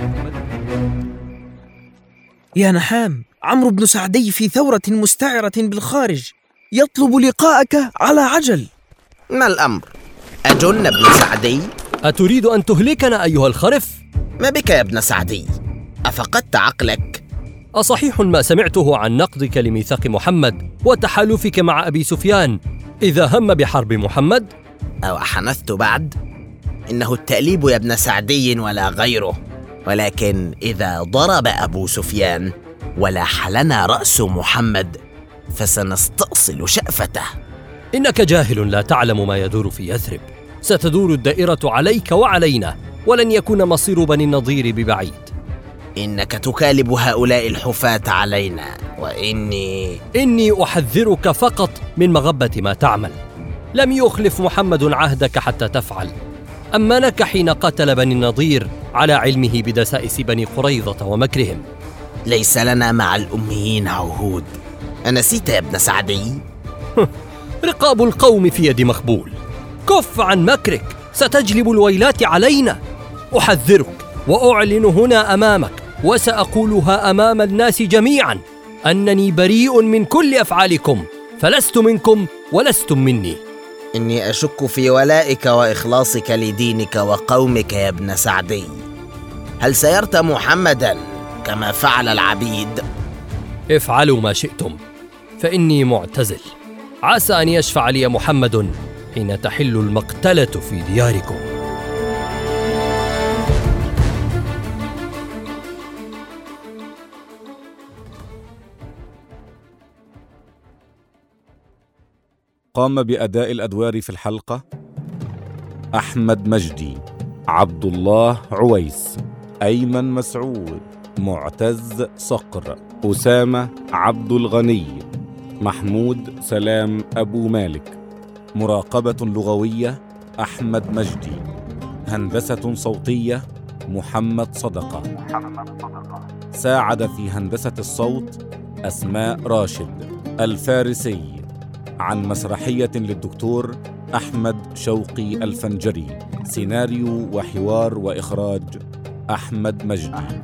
S15: يا نحام، عمرو بن سعدي في ثورة مستعرة بالخارج يطلب لقاءك على عجل.
S8: ما الأمر؟ أجن ابن سعدي؟
S21: أتريد أن تهلكنا أيها الخرف؟
S8: ما بك يا ابن سعدي؟ أفقدت عقلك؟
S21: أصحيح ما سمعته عن نقضك لميثاق محمد وتحالفك مع أبي سفيان إذا هم بحرب محمد؟
S8: أو أحنثت بعد؟ إنه التأليب يا ابن سعدي ولا غيره، ولكن إذا ضرب أبو سفيان ولاح لنا رأس محمد فسنستأصل شأفته.
S21: إنك جاهل لا تعلم ما يدور في يثرب. ستدور الدائرة عليك وعلينا، ولن يكون مصير بني النضير ببعيد.
S8: إنك تكالب هؤلاء الحفاة علينا، وإني
S21: إني أحذرك فقط من مغبة ما تعمل. لم يخلف محمد عهدك حتى تفعل. أمنك حين قتل بني النضير على علمه بدسائس بني قريظة ومكرهم.
S8: ليس لنا مع الأميين عهود، أنسيت يا ابن سعدي؟
S21: رقاب القوم في يد مخبول. كف عن مكرك، ستجلب الويلات علينا. أحذرك وأعلن هنا أمامك وسأقولها أمام الناس جميعا أنني بريء من كل أفعالكم، فلست منكم ولستم مني.
S8: إني أشك في ولائك وإخلاصك لدينك وقومك يا ابن سعدي. هل سيرت محمدا كما فعل العبيد؟
S21: افعلوا ما شئتم، فإني معتزل. عسى أن يشفع لي محمد حين تحل المقتلة في دياركم.
S3: قام بأداء الأدوار في الحلقة أحمد مجدي، عبد الله عويس، أيمن مسعود، معتز صقر، أسامة عبد الغني، محمود سلام أبو مالك، مراقبة لغوية أحمد مجدي. هندسة صوتية محمد صدقة. ساعد في هندسة الصوت أسماء راشد. الفارسي عن مسرحية للدكتور أحمد شوقي الفنجري. سيناريو وحوار وإخراج أحمد مجدي.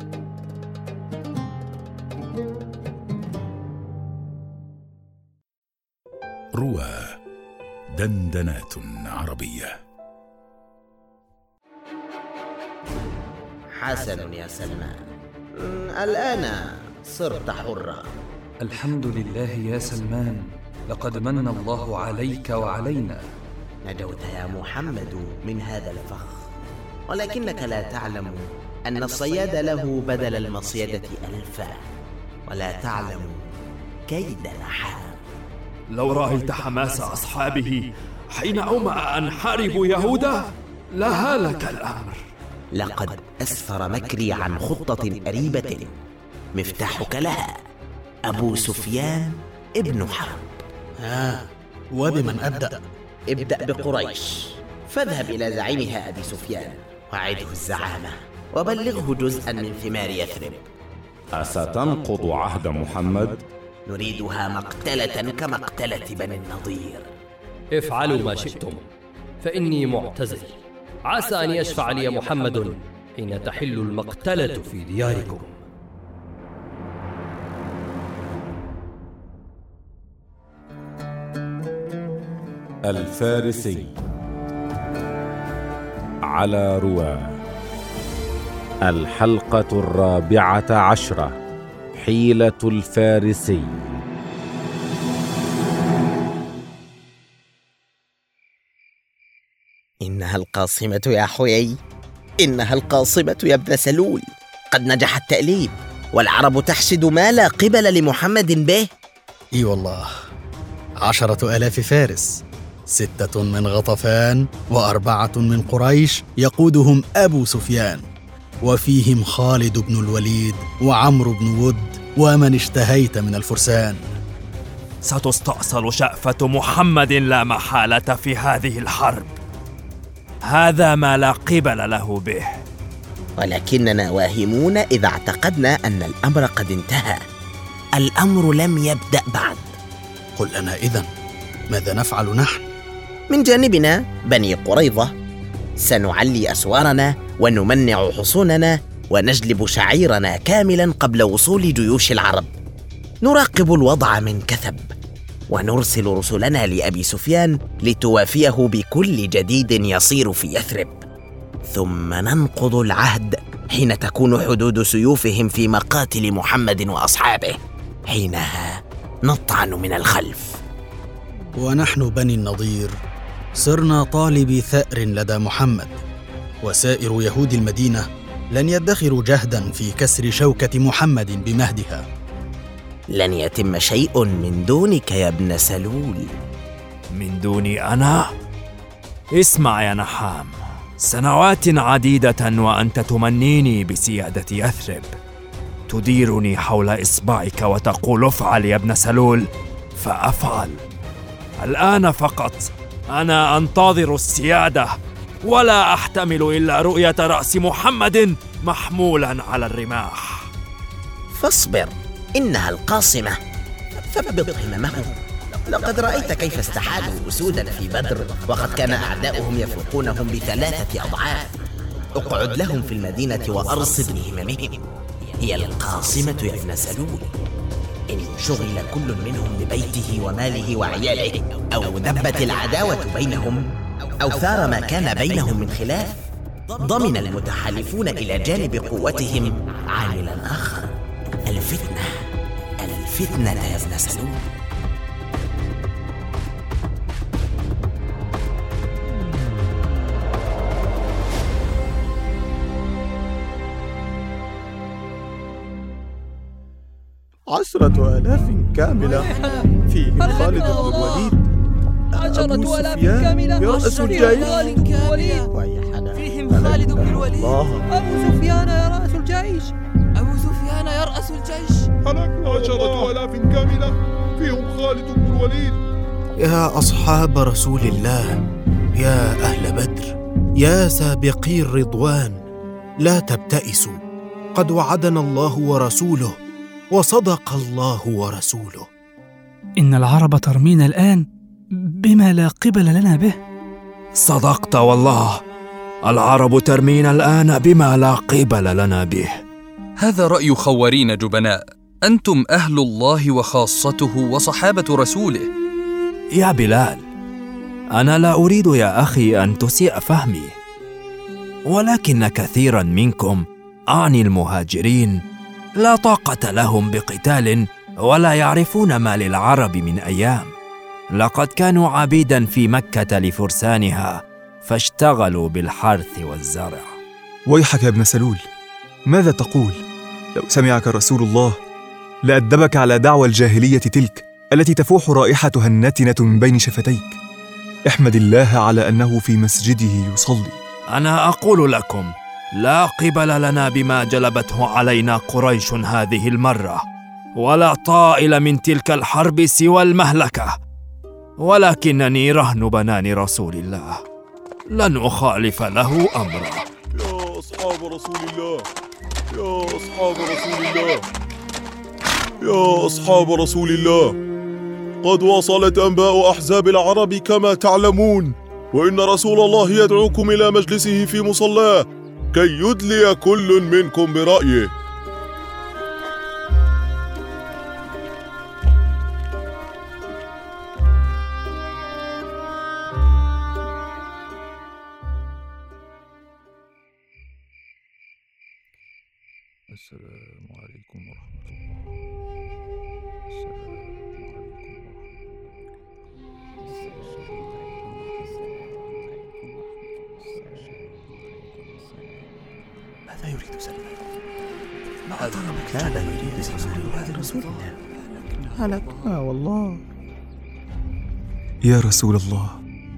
S2: روى دندنات عربية.
S8: حسن يا سلمان، الآن صرت حرا.
S11: الحمد لله يا سلمان، لقد من الله عليك وعلينا.
S8: نجوت يا محمد من هذا الفخ، ولكنك لا تعلم أن الصياد له بدل المصيدة ألفا، ولا تعلم كيد نحام.
S7: لو رأيت حماس أصحابه حين أومأ أن حاربوا يهودا لهالك الأمر.
S8: لقد أسفر مكري عن خطة قريبة مفتاحك لها أبو سفيان ابن حرب.
S12: ها، وبمن أبدأ؟
S8: ابدأ بقريش، فاذهب إلى زعيمها أبي سفيان وعده الزعامة، وبلغه جزءا من ثمار يثرب.
S3: أستنقض عهد محمد؟
S8: نريدها مقتلة كمقتلة بني النضير.
S21: افعلوا ما شئتم، فإني معتزل. عسى أن يشفع لي محمد حين تحل المقتلة في دياركم.
S3: الفارسي على رواه. الحلقة الرابعة عشرة. حيلة الفارسي.
S8: إنها القاصمة يا حيي، إنها القاصمة يا ابن سلول. قد نجح التأليب، والعرب تحشد ما لا قبل لمحمد به.
S12: إي والله، عشرة آلاف فارس، ستة من غطفان وأربعة من قريش يقودهم أبو سفيان، وفيهم خالد بن الوليد وعمرو بن ود ومن اشتهيت من الفرسان.
S7: ستستأصل شأفة محمد لا محالة في هذه الحرب، هذا ما لا قبل له به.
S8: ولكننا واهمون إذا اعتقدنا أن الأمر قد انتهى. الأمر لم يبدأ بعد.
S12: قل لنا إذن، ماذا نفعل نحن؟
S8: من جانبنا بني قريظة سنعلي أسوارنا ونمنع حصوننا ونجلب شعيرنا كاملا قبل وصول جيوش العرب. نراقب الوضع من كثب، ونرسل رسلنا لأبي سفيان لتوافيه بكل جديد يصير في يثرب، ثم ننقض العهد حين تكون حدود سيوفهم في مقاتل محمد وأصحابه. حينها نطعن من الخلف.
S12: ونحن بني النضير صرنا طالبي ثأر لدى محمد، وسائر يهود المدينة لن يدخروا جهدا في كسر شوكة محمد بمهدها.
S8: لن يتم شيء من دونك يا ابن سلول.
S7: من دوني أنا؟ اسمع يا نحام، سنوات عديدة وأنت تمنيني بسيادة يثرب، تديرني حول إصبعك وتقول افعل يا ابن سلول فأفعل. الآن فقط أنا أنتظر السيادة، ولا أحتمل إلا رؤية رأس محمد محمولا على الرماح.
S8: فاصبر، إنها القاصمة، فابط هممهم. لقد رأيت كيف استحالوا أسودا في بدر، وقد كان أعداؤهم يفوقونهم بثلاثة أضعاف. اقعد لهم في المدينة وأرصد لهممهم. هي القاصمة يا ابن سلول. إن شغل كل منهم ببيته وماله وعياله، أو دبت العداوة بينهم، أو ثار ما كان بينهم من خلاف، ضمن المتحالفون إلى جانب قوتهم عاملا آخر: الفتنة. الفتنة يا ابن سلول.
S6: عشرة آلاف كاملة، فيهم خالد بن الوليد،
S16: عشرة آلاف كاملة
S6: يرأس الجيش،
S16: فيهم خالد بن الوليد، أبو سفيان يرأس الجيش، أبو سفيان يرأس الجيش.
S4: هلك عشرة آلاف كاملة، فيهم خالد بن الوليد،
S1: يا أصحاب رسول الله، يا أهل بدر، يا سابقي الرضوان، لا تبتئسوا، قد وعدنا الله ورسوله، وصدق الله ورسوله.
S13: إن العرب ترمينا الآن بما لا قبل لنا به.
S7: صدقت والله، العرب ترمينا الآن بما لا قبل لنا به.
S11: هذا رأي خوارين جبناء، أنتم أهل الله وخاصته وصحابة رسوله.
S7: يا بلال، أنا لا أريد يا أخي أن تسيء فهمي، ولكن كثيرا منكم، أعني المهاجرين، لا طاقة لهم بقتال ولا يعرفون ما للعرب من أيام. لقد كانوا عبيدا في مكة لفرسانها، فاشتغلوا بالحرث والزرع.
S19: ويحك يا ابن سلول، ماذا تقول؟ لو سمعك رسول الله لأدبك على دعوى الجاهلية تلك التي تفوح رائحتها النتنة من بين شفتيك. احمد الله على أنه في مسجده يصلي.
S7: أنا أقول لكم، لا قبل لنا بما جلبته علينا قريش هذه المرة، ولا طائل من تلك الحرب سوى المهلكة، ولكنني رهن بنان رسول الله، لن أخالف له أمرا.
S20: يا أصحاب رسول الله، يا أصحاب رسول الله، يا أصحاب رسول الله، قد وصلت أنباء أحزاب العرب كما تعلمون، وإن رسول الله يدعوكم إلى مجلسه في مصلاه كي يدلي كل منكم برأيه.
S3: السلام عليكم ورحمة الله. السلام
S5: ماذا يريد سلمان؟ ماذا يريد سلمان؟ هذا رسول الله. هلكنا والله.
S19: يا رسول الله،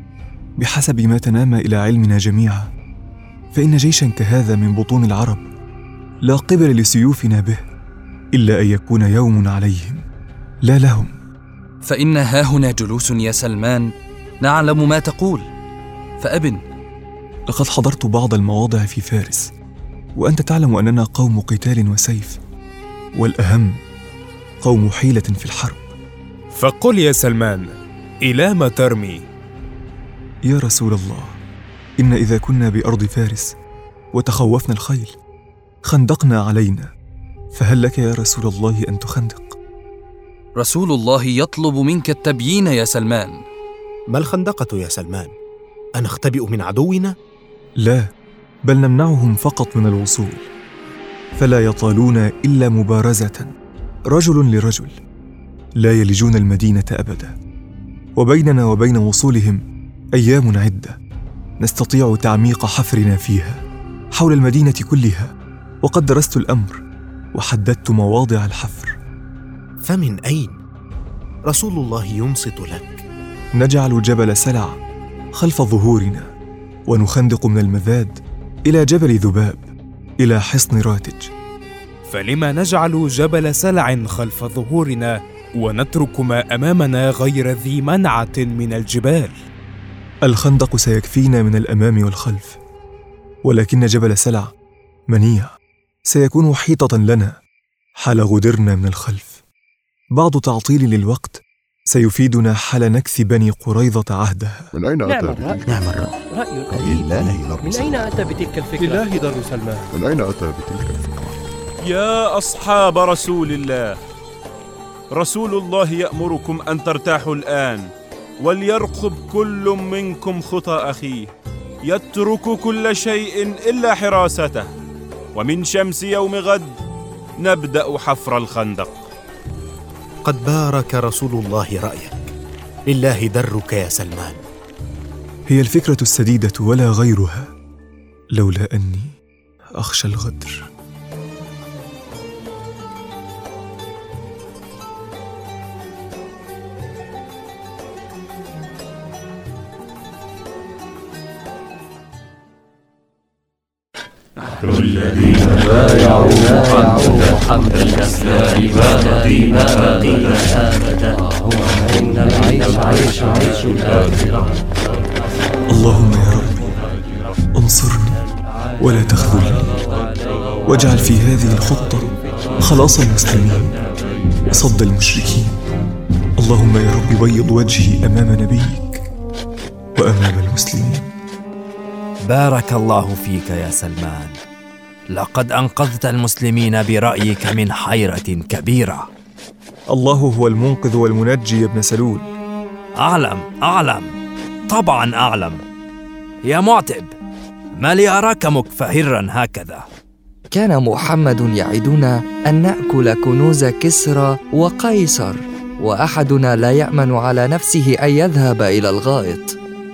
S19: بحسب ما تنام إلى علمنا جميعا، فإن جيشا كهذا من بطون العرب لا قبل لسيوفنا به إلا أن يكون يوم عليهم لا لهم.
S11: فإن هاهنا جلوس يا سلمان نعلم ما تقول، فأبن.
S19: لقد حضرت بعض المواضع في فارس، وأنت تعلم أننا قوم قتال وسيف، والأهم قوم حيلة في الحرب.
S22: فقل يا سلمان، إلى ما ترمي؟
S19: يا رسول الله، إن إذا كنا بأرض فارس وتخوفنا الخيل خندقنا علينا، فهل لك يا رسول الله أن تخندق؟
S11: رسول الله يطلب منك التبيين يا سلمان.
S1: ما الخندقة يا سلمان؟ أنختبئ من عدونا؟
S19: لا، بل نمنعهم فقط من الوصول، فلا يطالون إلا مبارزة رجل لرجل، لا يلجون المدينة أبدا، وبيننا وبين وصولهم أيام عدة نستطيع تعميق حفرنا فيها حول المدينة كلها، وقد درست الأمر وحددت مواضع الحفر.
S1: فمن أين؟ رسول الله ينصت لك.
S19: نجعل جبل سلع خلف ظهورنا، ونخندق من المذاد إلى جبل ذباب إلى حصن راتج.
S22: فلما نجعل جبل سلع خلف ظهورنا ونترك ما أمامنا غير ذي منعة من الجبال؟
S19: الخندق سيكفينا من الأمام والخلف، ولكن جبل سلع منيع، سيكون حيطة لنا حال غدرنا من الخلف. بعض تعطيل للوقت سيفيدنا حال نكث بني قريظة عهدها.
S20: من أين أتى؟
S5: نعم الرأي.
S21: رأي قريب. من أين أتى بتلك الفكرة؟
S20: لله در سلمان. من أين أتى بتلك الفكرة؟
S22: يا أصحاب رسول الله، رسول الله يأمركم أن ترتاحوا الآن، وليرقب كل منكم خطى أخيه، يترك كل شيء إلا حراسته، ومن شمس يوم غد نبدأ حفر الخندق.
S1: قد بارك رسول الله رأيك، لله درك يا سلمان.
S19: هي الفكرة السديدة ولا غيرها، لولا أني أخشى الغدر.
S9: الذين بايعوا محمدا لا إيمان أبدا إن العيش عيش عيش الآخرة.
S19: اللهم يا ربي انصرني ولا تخذلني، واجعل في هذه الخطة خلاص المسلمين وصد المشركين. اللهم يا رب بيض وجهي أمام نبيك وأمام المسلمين.
S7: بارك الله فيك يا سلمان، لقد أنقذت المسلمين برأيك من حيرة كبيرة.
S19: الله هو المنقذ والمنجي يا ابن سلول.
S7: أعلم أعلم طبعا أعلم. يا معتب، ما لي أراك مكفهرا هكذا؟
S14: كان محمد يعدنا أن نأكل كنوز كسرى وقيصر، وأحدنا لا يأمن على نفسه أن يذهب إلى الغائط.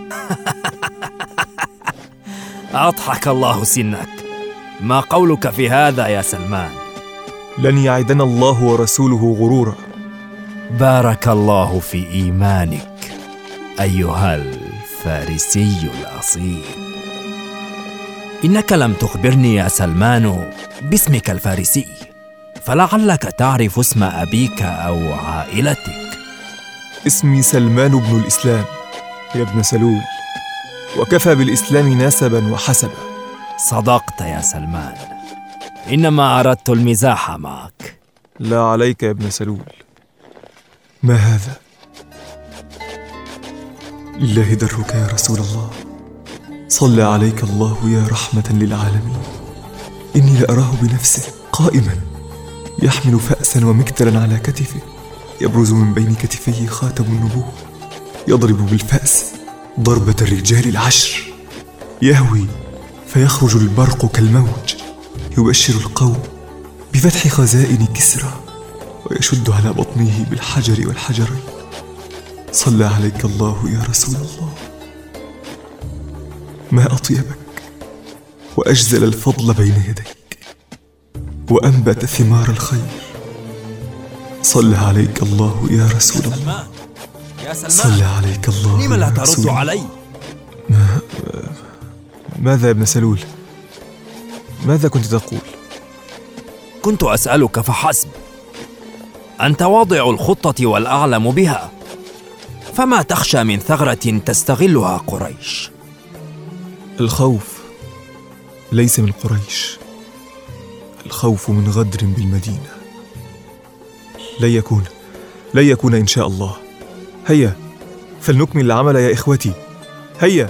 S7: أضحك الله سنك. ما قولك في هذا يا سلمان؟
S19: لن يعدنا الله ورسوله غرورا.
S7: بارك الله في إيمانك أيها الفارسي الأصيل. إنك لم تخبرني يا سلمان باسمك الفارسي، فلعلك تعرف اسم أبيك أو عائلتك.
S19: اسمي سلمان بن الإسلام يا ابن سلول، وكفى بالإسلام نسبا وحسبا.
S7: صدقت يا سلمان، إنما أردت المزاح معك.
S19: لا عليك يا ابن سلول. ما هذا؟ لله درك يا رسول الله، صلى عليك الله يا رحمة للعالمين. إني لأراه بنفسه قائما يحمل فأسا ومكتلا على كتفه، يبرز من بين كتفيه خاتم النبوة، يضرب بالفأس ضربة الرجال العشر، يهوي فيخرج البرق كالموج، يبشر القوم بفتح خزائن كسرى، ويشد على بطنه بالحجر والحجرين. صلى عليك الله يا رسول الله. ما أطيبك وأجزل الفضل بين يديك، وأنبت ثمار الخير. صلى عليك الله يا رسول الله.
S7: يا سلمان،
S19: صلى عليك الله.
S7: لم لا ترد علي؟
S19: ما... ماذا يا ابن سلول؟ ماذا كنت تقول؟
S7: كنت أسألك فحسب. أنت واضع الخطة والأعلم بها، فما تخشى من ثغرة تستغلها قريش؟
S19: الخوف ليس من قريش، الخوف من غدر بالمدينة. لن يكون لن يكون إن شاء الله. هيا فلنكمل العمل يا إخوتي، هيا.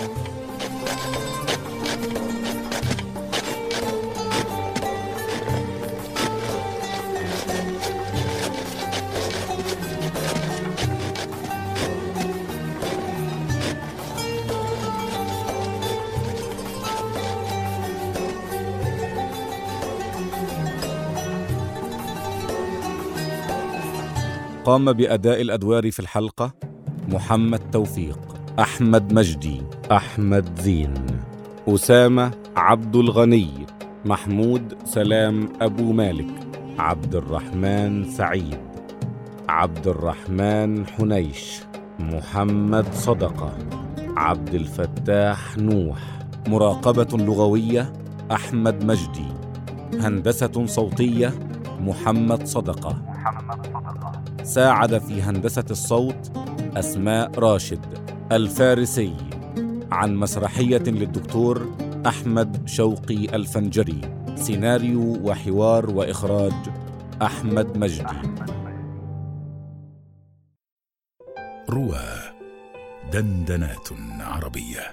S3: قام بأداء الأدوار في الحلقة محمد توفيق، أحمد مجدي، أحمد زين، أسامة عبد الغني، محمود سلام أبو مالك، عبد الرحمن سعيد، عبد الرحمن حنيش، محمد صدقة، عبد الفتاح نوح. مراقبة لغوية أحمد مجدي. هندسة صوتية محمد صدقة. ساعد في هندسة الصوت أسماء راشد. الفارسي عن مسرحية للدكتور أحمد شوقي الفنجري. سيناريو وحوار وإخراج أحمد مجدي.
S2: روى دندنات عربية.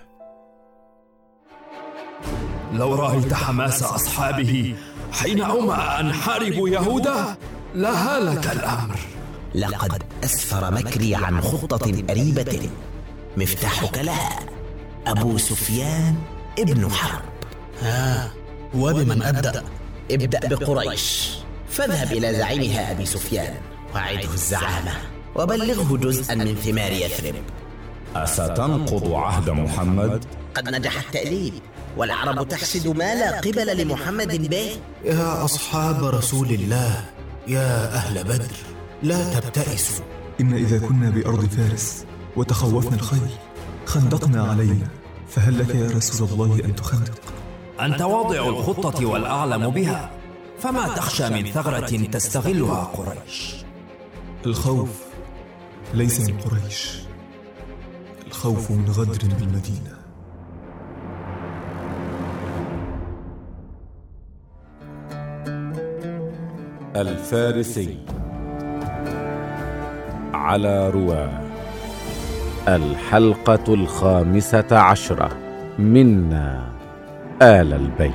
S7: لو رأيت حماس أصحابه حين أومأ أن حاربوا يهودا لهالك الأمر.
S8: لقد أسفر مكري عن خطة قريبة مفتاحك لها أبو سفيان ابن حرب.
S12: ها وبمن أبدأ؟
S8: ابدأ بقريش، فاذهب إلى زعيمها أبي سفيان وعده الزعامة وبلغه جزءا من ثمار يثرب.
S3: أستنقض عهد محمد؟
S8: قد نجح التأليب، والعرب تحسد ما لا قبل لمحمد به.
S12: يا أصحاب رسول الله، يا أهل بدر، لا تبتئسوا.
S19: إن إذا كنا بأرض فارس وتخوفنا الخيل خندقنا علينا، فهل لك يا رسول الله أن تخندق؟
S7: أنت واضع الخطة والأعلم بها، فما تخشى من ثغرة تستغلها قريش؟
S19: الخوف ليس من قريش، الخوف من غدر بالمدينة.
S3: الفارسي على رواه. الحلقة الخامسة عشرة. منا آل البيت.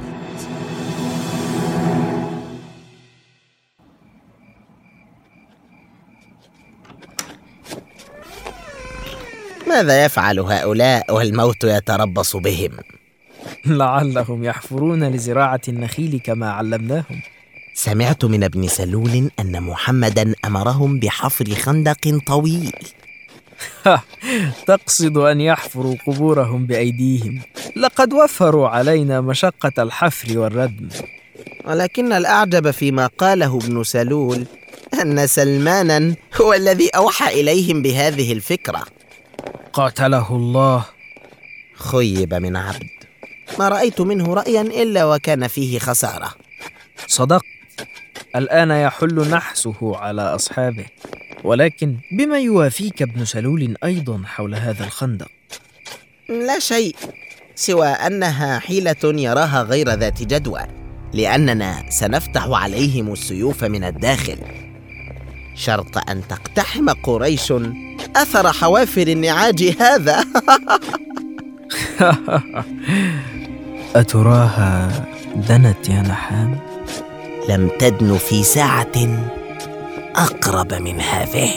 S8: ماذا يفعل هؤلاء والموت يتربص بهم؟
S15: لعلهم يحفرون لزراعة النخيل كما علمناهم.
S8: سمعت من ابن سلول أن محمداً أمرهم بحفر خندق طويل.
S15: تقصد أن يحفروا قبورهم بأيديهم؟ لقد وفروا علينا مشقة الحفر والردم.
S8: ولكن الأعجب فيما قاله ابن سلول أن سلماناً هو الذي أوحى إليهم بهذه الفكرة.
S15: قاتله الله.
S8: خيب من عبد، ما رأيت منه رأياً إلا وكان فيه خسارة.
S15: صدق، الآن يحل نحسه على أصحابه. ولكن بما يوافيك ابن سلول أيضا حول هذا الخندق؟
S8: لا شيء، سوى أنها حيلة يراها غير ذات جدوى، لأننا سنفتح عليهم السيوف من الداخل، شرط أن تقتحم قريش أثر حوافر النعاج هذا.
S15: أتراها دنت يا نحام؟
S8: لم تدن في ساعة أقرب من هذه.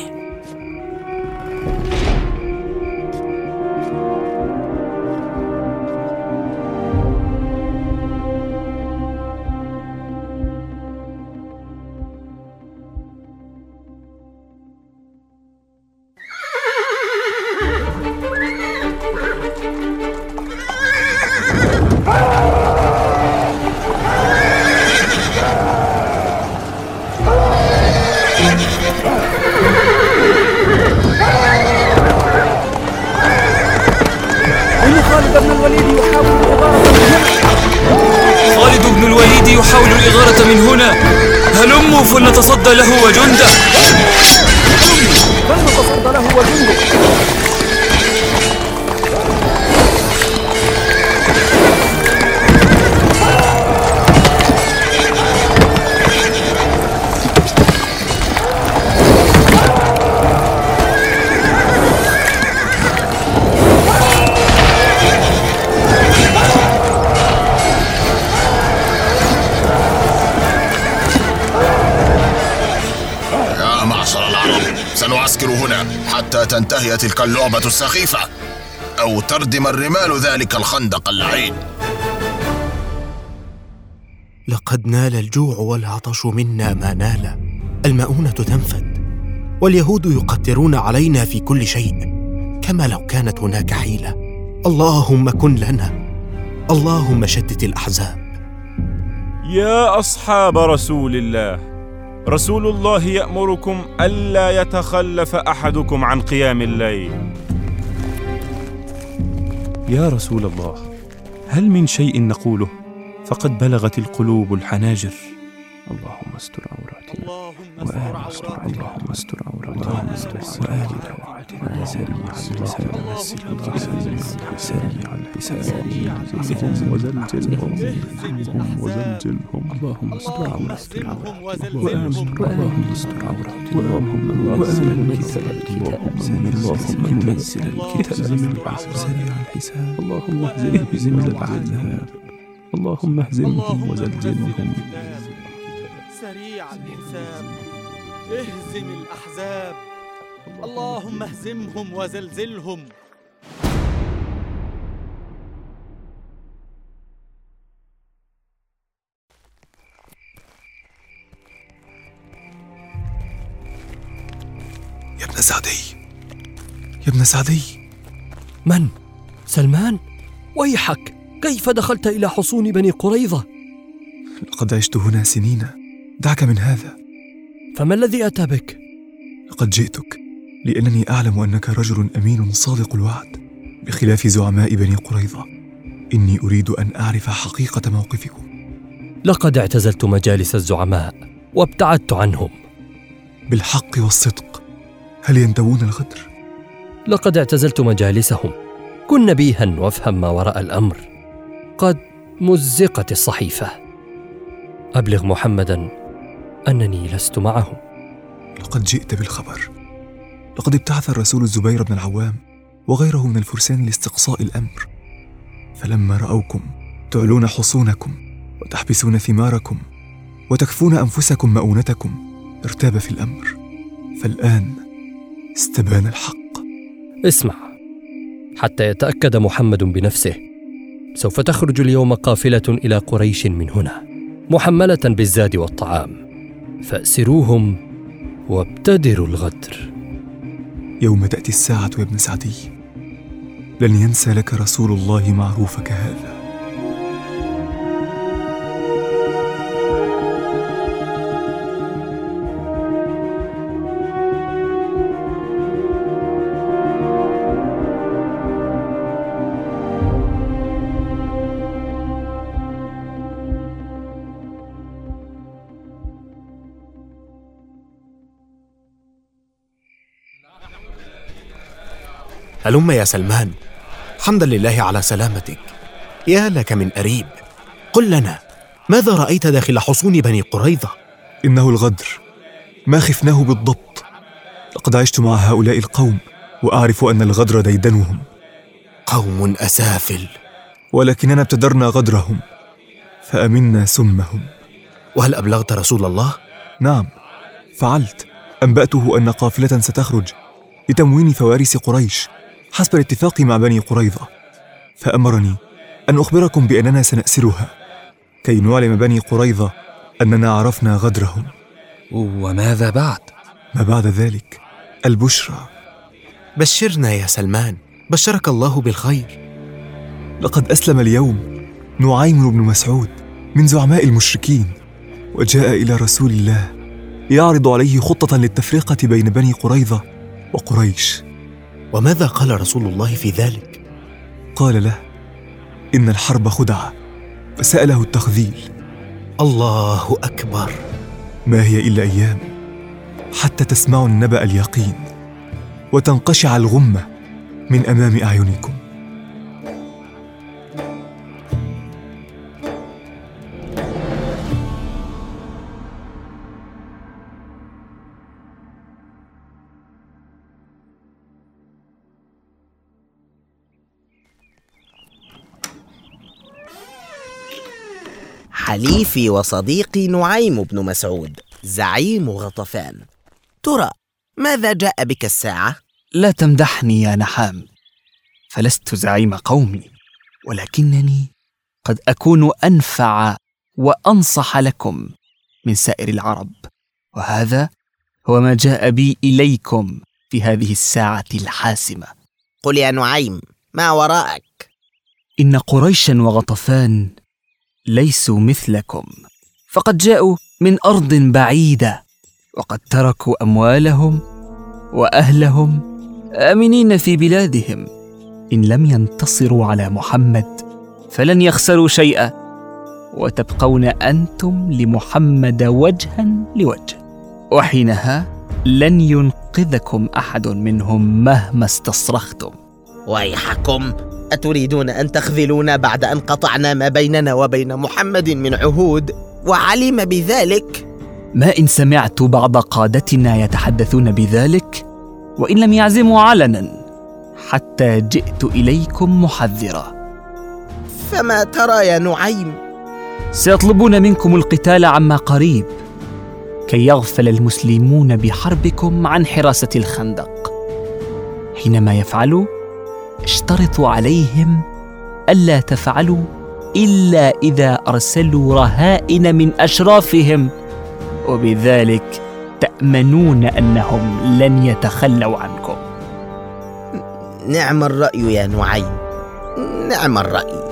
S10: خالد بن الوليد يحاول الإغارة من هنا. هلموا فلنتصدى له وجنده.
S16: فلنتصدى له وجنده.
S17: سنعسكر هنا حتى تنتهي تلك اللعبة السخيفة، أو تردم الرمال ذلك الخندق اللعين.
S1: لقد نال الجوع والعطش منا ما نال، المؤونة تنفد، واليهود يقترون علينا في كل شيء، كما لو كانت هناك حيلة. اللهم كن لنا، اللهم شتت الأحزاب.
S22: يا أصحاب رسول الله، رسول الله يأمركم ألا يتخلف أحدكم عن قيام الليل. يا رسول الله، هل من شيء نقوله؟ فقد بلغت القلوب الحناجر. اللهم استر عوراتنا وآمن استر اللهم استر عوراتنا وآمن روعاتنا سريع الحساب وزلزلهم وزلزلهم اللهم استر عوراتنا وآمن اللهم استر عوراتنا وآمن اللهم نزل الكتاب من العذاب سريع الحساب اللهم اهزم الأحزاب اللهم اهزمهم وزلزلهم
S16: سريع الحساب اهزم الأحزاب اللهم اهزمهم وزلزلهم.
S19: يا ابن سعدي، يا ابن سعدي.
S21: من؟ سلمان؟ ويحك، كيف دخلت إلى حصون بني قريظة؟
S19: لقد عشت هنا سنين، دعك من هذا.
S21: فما الذي أتى بك؟
S19: لقد جئتك لأنني أعلم أنك رجل أمين صادق الوعد، بخلاف زعماء بني قريظة. إني أريد أن أعرف حقيقة موقفكم.
S21: لقد اعتزلت مجالس الزعماء وابتعدت عنهم.
S19: بالحق والصدق، هل ينتوون الغدر؟
S21: لقد اعتزلت مجالسهم. كن نبيها وافهم ما وراء الأمر. قد مزقت الصحيفة. أبلغ محمدا أنني لست معهم.
S19: لقد جئت بالخبر. لقد ابتعث الرسول الزبير بن العوام وغيره من الفرسان لاستقصاء الأمر، فلما رأوكم تعلون حصونكم وتحبسون ثماركم وتكفون أنفسكم مؤونتكم ارتاب في الأمر، فالآن استبان الحق.
S21: اسمع، حتى يتأكد محمد بنفسه، سوف تخرج اليوم قافلة إلى قريش من هنا محملة بالزاد والطعام، فأسروهم وابتدروا الغدر.
S19: يوم تأتي الساعة يا ابن سعدي، لن ينسى لك رسول الله معروفك هذا.
S1: هلم يا سلمان، حمدا لله على سلامتك. يا لك من أريب، قل لنا ماذا رأيت داخل حصون بني قريظة؟
S19: إنه الغدر، ما خفناه بالضبط. لقد عشت مع هؤلاء القوم وأعرف أن الغدر ديدنهم.
S1: قوم أسافل،
S19: ولكننا ابتدرنا غدرهم فأمنا سمهم.
S1: وهل أبلغت رسول الله؟
S19: نعم فعلت. أنبأته أن قافلة ستخرج لتموين فوارس قريش حسب الاتفاق مع بني قريظة، فأمرني أن أخبركم بأننا سنأسرها كي نعلم بني قريظة أننا عرفنا غدرهم.
S11: وماذا بعد؟
S19: ما بعد ذلك البشرى.
S1: بشرنا يا سلمان، بشرك الله بالخير.
S19: لقد أسلم اليوم نعيم بن مسعود من زعماء المشركين، وجاء إلى رسول الله يعرض عليه خطة للتفرقة بين بني قريظة وقريش.
S1: وماذا قال رسول الله في ذلك؟
S19: قال له إن الحرب خدعة، فسأله التخذيل.
S1: الله أكبر.
S19: ما هي إلا أيام حتى تسمعوا النبأ اليقين وتنقشع الغمة من أمام أعينكم.
S8: حليفي وصديقي نعيم بن مسعود زعيم غطفان، ترى ماذا جاء بك الساعة؟
S5: لا تمدحني يا نحام، فلست زعيم قومي، ولكنني قد أكون أنفع وأنصح لكم من سائر العرب، وهذا هو ما جاء بي إليكم في هذه الساعة الحاسمة.
S8: قل يا نعيم، ما وراءك؟
S5: إن قريشا وغطفان ليسوا مثلكم، فقد جاءوا من أرض بعيدة، وقد تركوا أموالهم وأهلهم آمنين في بلادهم. إن لم ينتصروا على محمد فلن يخسروا شيئا، وتبقون أنتم لمحمد وجها لوجه، وحينها لن ينقذكم أحد منهم مهما استصرختم.
S8: ويحكم، أتريدون أن تخذلونا بعد أن قطعنا ما بيننا وبين محمد من عهود وعلم بذلك؟
S5: ما إن سمعت بعض قادتنا يتحدثون بذلك وإن لم يعزموا علنا، حتى جئت إليكم محذرا.
S8: فما ترى يا نعيم؟
S5: سيطلبون منكم القتال عما قريب كي يغفل المسلمون بحربكم عن حراسة الخندق. حينما يفعلوا اشترطوا عليهم ألا تفعلوا إلا إذا أرسلوا رهائن من أشرافهم، وبذلك تأمنون أنهم لن يتخلوا عنكم.
S8: نعم الرأي يا نعيم، نعم الرأي.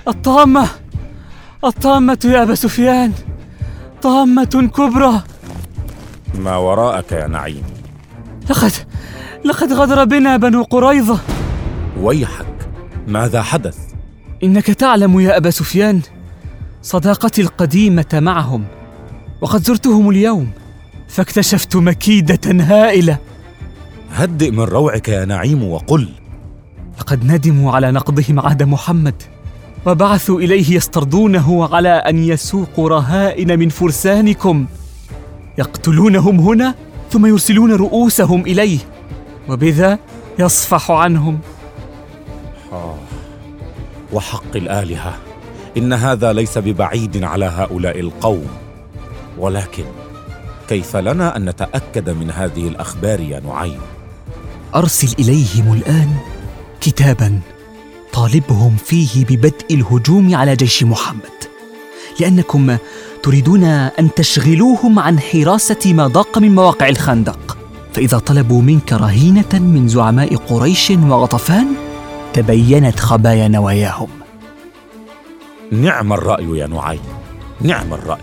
S13: الطامة الطامة يا أبا سفيان، طامة كبرى.
S3: ما وراءك يا نعيم؟
S13: لقد لقد غدر بنا بنو قريظة.
S3: ويحك، ماذا حدث؟
S13: إنك تعلم يا أبا سفيان صداقتي القديمة معهم، وقد زرتهم اليوم فاكتشفت مكيدة هائلة.
S3: هدئ من روعك يا نعيم وقل.
S13: لقد ندموا على نقضهم عهد محمد، وبعثوا إليه يسترضونه على أن يسوقوا رهائن من فرسانكم، يقتلونهم هنا ثم يرسلون رؤوسهم إليه، وبذا يصفح عنهم.
S3: آه. وحق الآلهة، إن هذا ليس ببعيد على هؤلاء القوم، ولكن كيف لنا أن نتأكد من هذه الأخبار يا نعيم؟
S13: أرسل إليهم الآن كتاباً طالبهم فيه ببدء الهجوم على جيش محمد، لأنكم تريدون أن تشغلوهم عن حراسة ما ضاق من مواقع الخندق، فإذا طلبوا منك رهينة من زعماء قريش وغطفان تبينت خبايا نواياهم.
S3: نعم الرأي يا نعيم، نعم الرأي.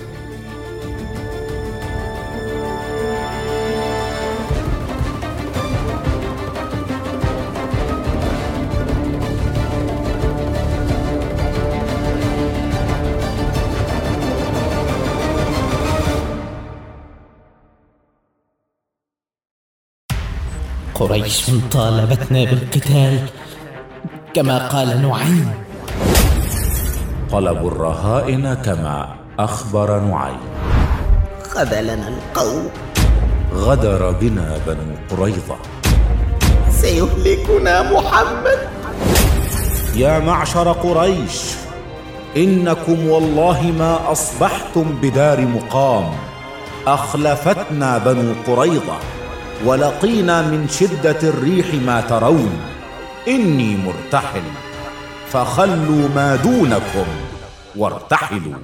S6: قريش طالبتنا بالقتال كما قال نعيم.
S3: طلبوا الرهائن كما أخبر نعيم.
S8: خذلنا القوم،
S3: غدر بنا بنو قريظة،
S8: سيهلكنا محمد.
S3: يا معشر قريش، إنكم والله ما أصبحتم بدار مقام، أخلفتنا بنو قريظة، ولقينا من شدة الريح ما ترون. إني مرتحل، فخلوا ما دونكم وارتحلوا.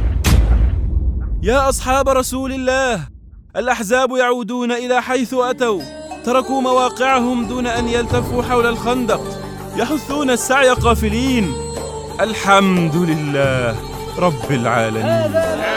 S22: يا أصحاب رسول الله، الأحزاب يعودون إلى حيث أتوا، تركوا مواقعهم دون أن يلتفوا حول الخندق، يحثون السعي قافلين. الحمد لله رب العالمين.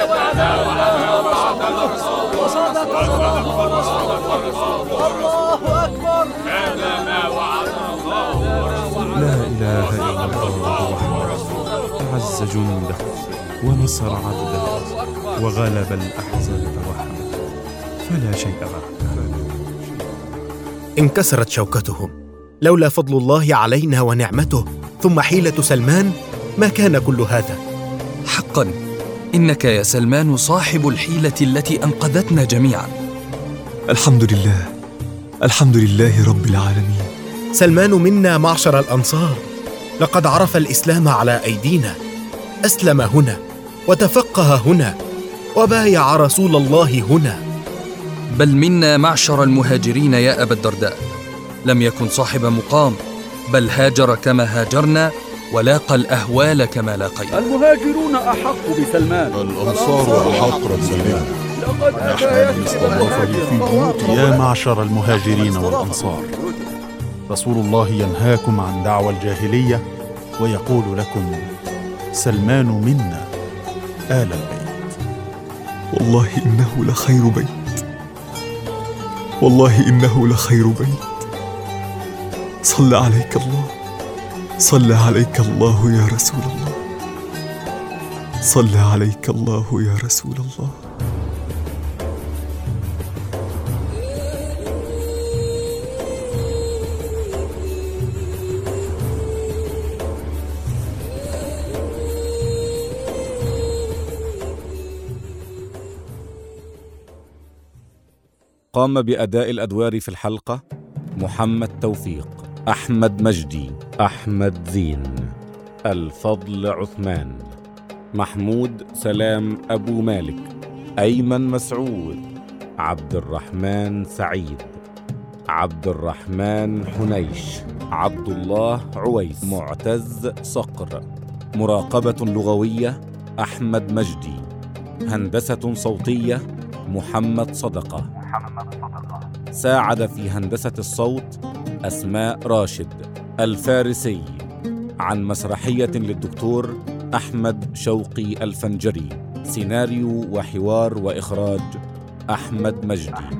S22: لا إله إلا الله وحده، أعز جنده ونصر عبده وغلب الأحزاب وحده، فلا شيء بعده.
S1: انكسرت شوكتهم، لولا فضل الله علينا ونعمته ثم حيلة سلمان ما كان كل هذا.
S11: حقا إنك يا سلمان صاحب الحيلة التي أنقذتنا جميعا.
S19: الحمد لله، الحمد لله رب العالمين.
S1: سلمان منا معشر الأنصار، لقد عرف الإسلام على أيدينا، أسلم هنا وتفقه هنا وبايع رسول الله هنا.
S11: بل منا معشر المهاجرين يا أبا الدرداء، لم يكن صاحب مقام، بل هاجر كما هاجرنا ولاقى الأهوال كما لاقينا.
S18: المهاجرون أحق بسلمان،
S20: الأنصار أحق بسلمان.
S18: أحمد استضافني في بيوته.
S23: يا معشر المهاجرين والأنصار، رسول الله ينهاكم عن دعوى الجاهلية ويقول لكم: سلمان منا آل البيت.
S19: والله إنه لخير بيت، والله إنه لخير بيت. صلى عليك الله، صلى عليك الله يا رسول الله، صلى عليك الله يا رسول الله.
S3: قام بأداء الأدوار في الحلقة محمد توفيق، أحمد مجدي، أحمد زين، الفضل عثمان، محمود سلام أبو مالك، أيمن مسعود، عبد الرحمن سعيد، عبد الرحمن حنيش، عبد الله عويس، معتز صقر. مراقبة لغوية أحمد مجدي. هندسة صوتية محمد صدقة. ساعد في هندسة الصوت أسماء راشد. الفارسي عن مسرحية للدكتور أحمد شوقي الفنجري. سيناريو وحوار وإخراج أحمد مجدي.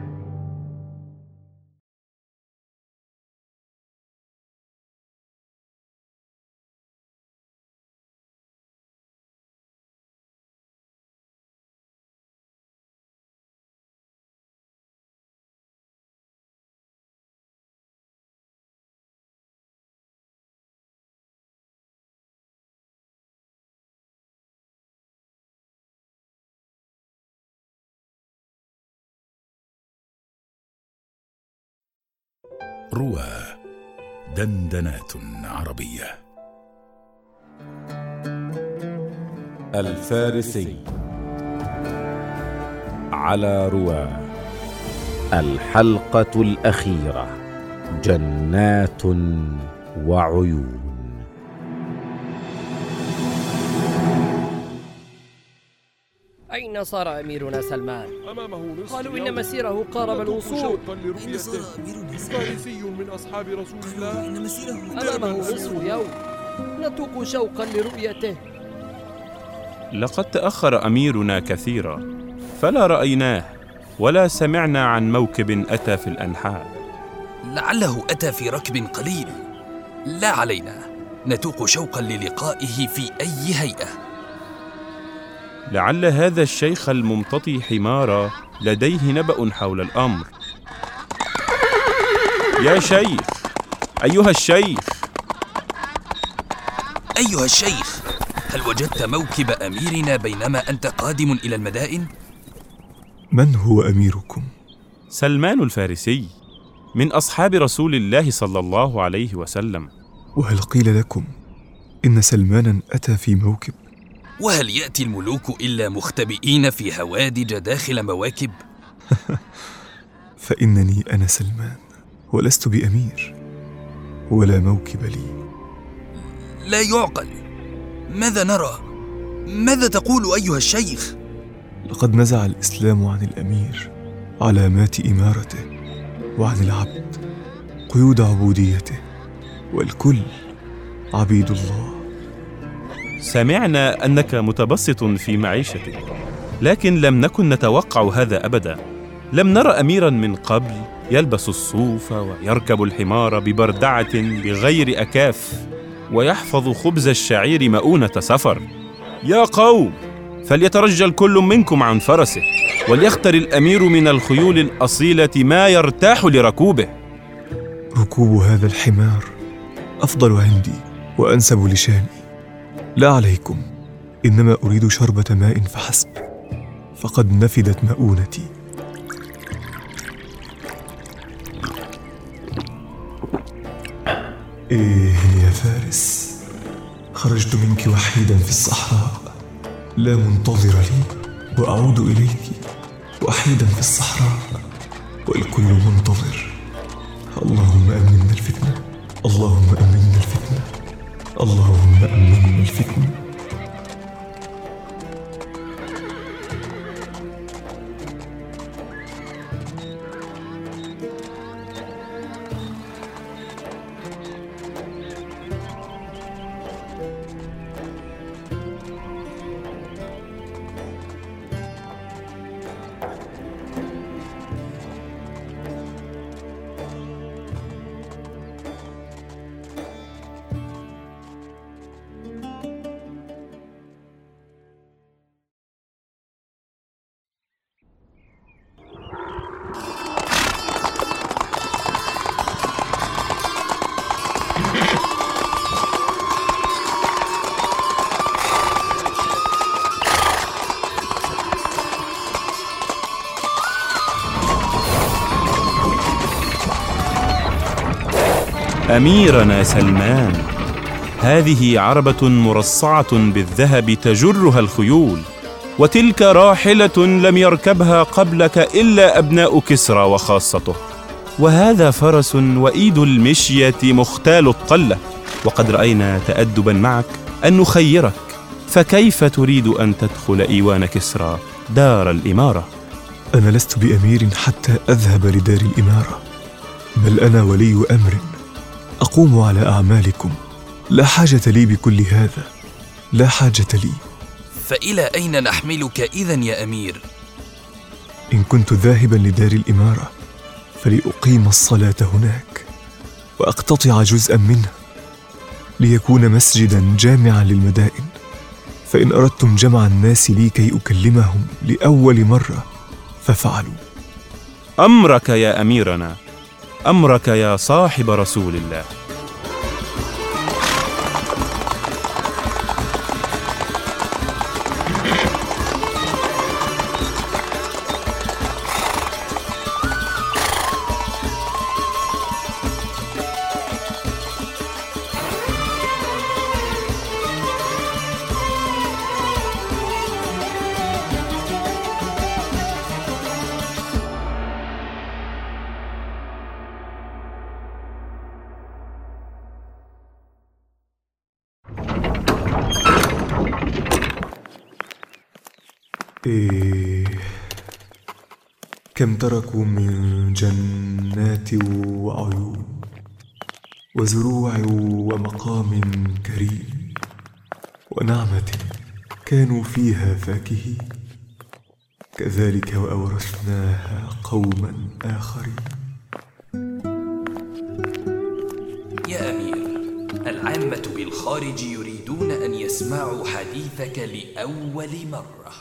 S2: روى دندنات عربية.
S3: الفارسي على روى. الحلقة الأخيرة. جنات وعيون.
S16: أين صار أميرنا سلمان؟
S20: أمامه نصف
S16: قالوا إن مسيره قارب الوصول.
S20: أين صار أميرنا فارسي من أصحاب رسول الله؟
S16: إن مسيره أمامه نصف يوم، نتوق شوقا لرؤيته.
S22: لقد تأخر أميرنا كثيرا، فلا رأيناه ولا سمعنا عن موكب أتى في الأنحاء.
S11: لعله أتى في ركب قليل، لا علينا، نتوق شوقا للقائه في أي هيئة.
S22: لعل هذا الشيخ الممتطي حمارا لديه نبأ حول الأمر. يا شيخ، أيها الشيخ،
S11: أيها الشيخ، هل وجدت موكب أميرنا بينما أنت قادم إلى المدائن؟
S19: من هو أميركم؟
S22: سلمان الفارسي، من أصحاب رسول الله صلى الله عليه وسلم.
S19: وهل قيل لكم إن سلمانا أتى في موكب؟
S11: وهل يأتي الملوك إلا مختبئين في هوادج داخل مواكب؟
S19: فإنني أنا سلمان، ولست بأمير، ولا موكب لي.
S11: لا يعقل، ماذا نرى؟ ماذا تقول أيها الشيخ؟
S19: لقد نزع الإسلام عن الأمير علامات إمارته، وعن العبد قيود عبوديته، والكل عبيد الله.
S22: سمعنا أنك متبسط في معيشتك، لكن لم نكن نتوقع هذا أبدا. لم نرى أميرا من قبل يلبس الصوف ويركب الحمار ببردعة بغير أكاف، ويحفظ خبز الشعير مؤونة سفر. يا قوم، فليترجل كل منكم عن فرسه، وليختر الأمير من الخيول الأصيلة ما يرتاح لركوبه.
S19: ركوب هذا الحمار أفضل عندي وأنسب لشاني. لا عليكم، إنما أريد شربة ماء فحسب، فقد نفدت مؤونتي. إيه يا فارس، خرجت منك وحيدا في الصحراء، لا منتظر لي، وأعود إليك وحيدا في الصحراء، والكل منتظر. اللهم أمننا الفتنة، اللهم أمننا الفتنة، اللهم أمننا الفتنة.
S22: أميرنا سلمان، هذه عربة مرصعة بالذهب تجرها الخيول، وتلك راحلة لم يركبها قبلك إلا أبناء كسرى وخاصته، وهذا فرس وإيد المشية مختال الطلة، وقد رأينا تأدبا معك أن نخيرك، فكيف تريد أن تدخل إيوان كسرى دار الإمارة؟
S19: أنا لست بأمير حتى أذهب لدار الإمارة، بل أنا ولي أمر، أقوم على أعمالكم لا حاجة لي بكل هذا، لا حاجة لي.
S11: فإلى أين نحملك إذن يا أمير؟
S19: إن كنت ذاهبا لدار الإمارة فلأقيم الصلاة هناك وأقتطع جزءا منها ليكون مسجدا جامعا للمدائن، فإن أردتم جمع الناس لي كي أكلمهم لأول مرة ففعلوا.
S22: أمرك يا أميرنا، أمرك يا صاحب رسول الله.
S19: إيه كم تركوا من جنات وعيون وزروع ومقام كريم ونعمة كانوا فيها فاكهين، كذلك وأورثناها قوما آخرين.
S11: يا أمير، العامة بالخارج يريدون أن يسمعوا حديثك لأول مرة.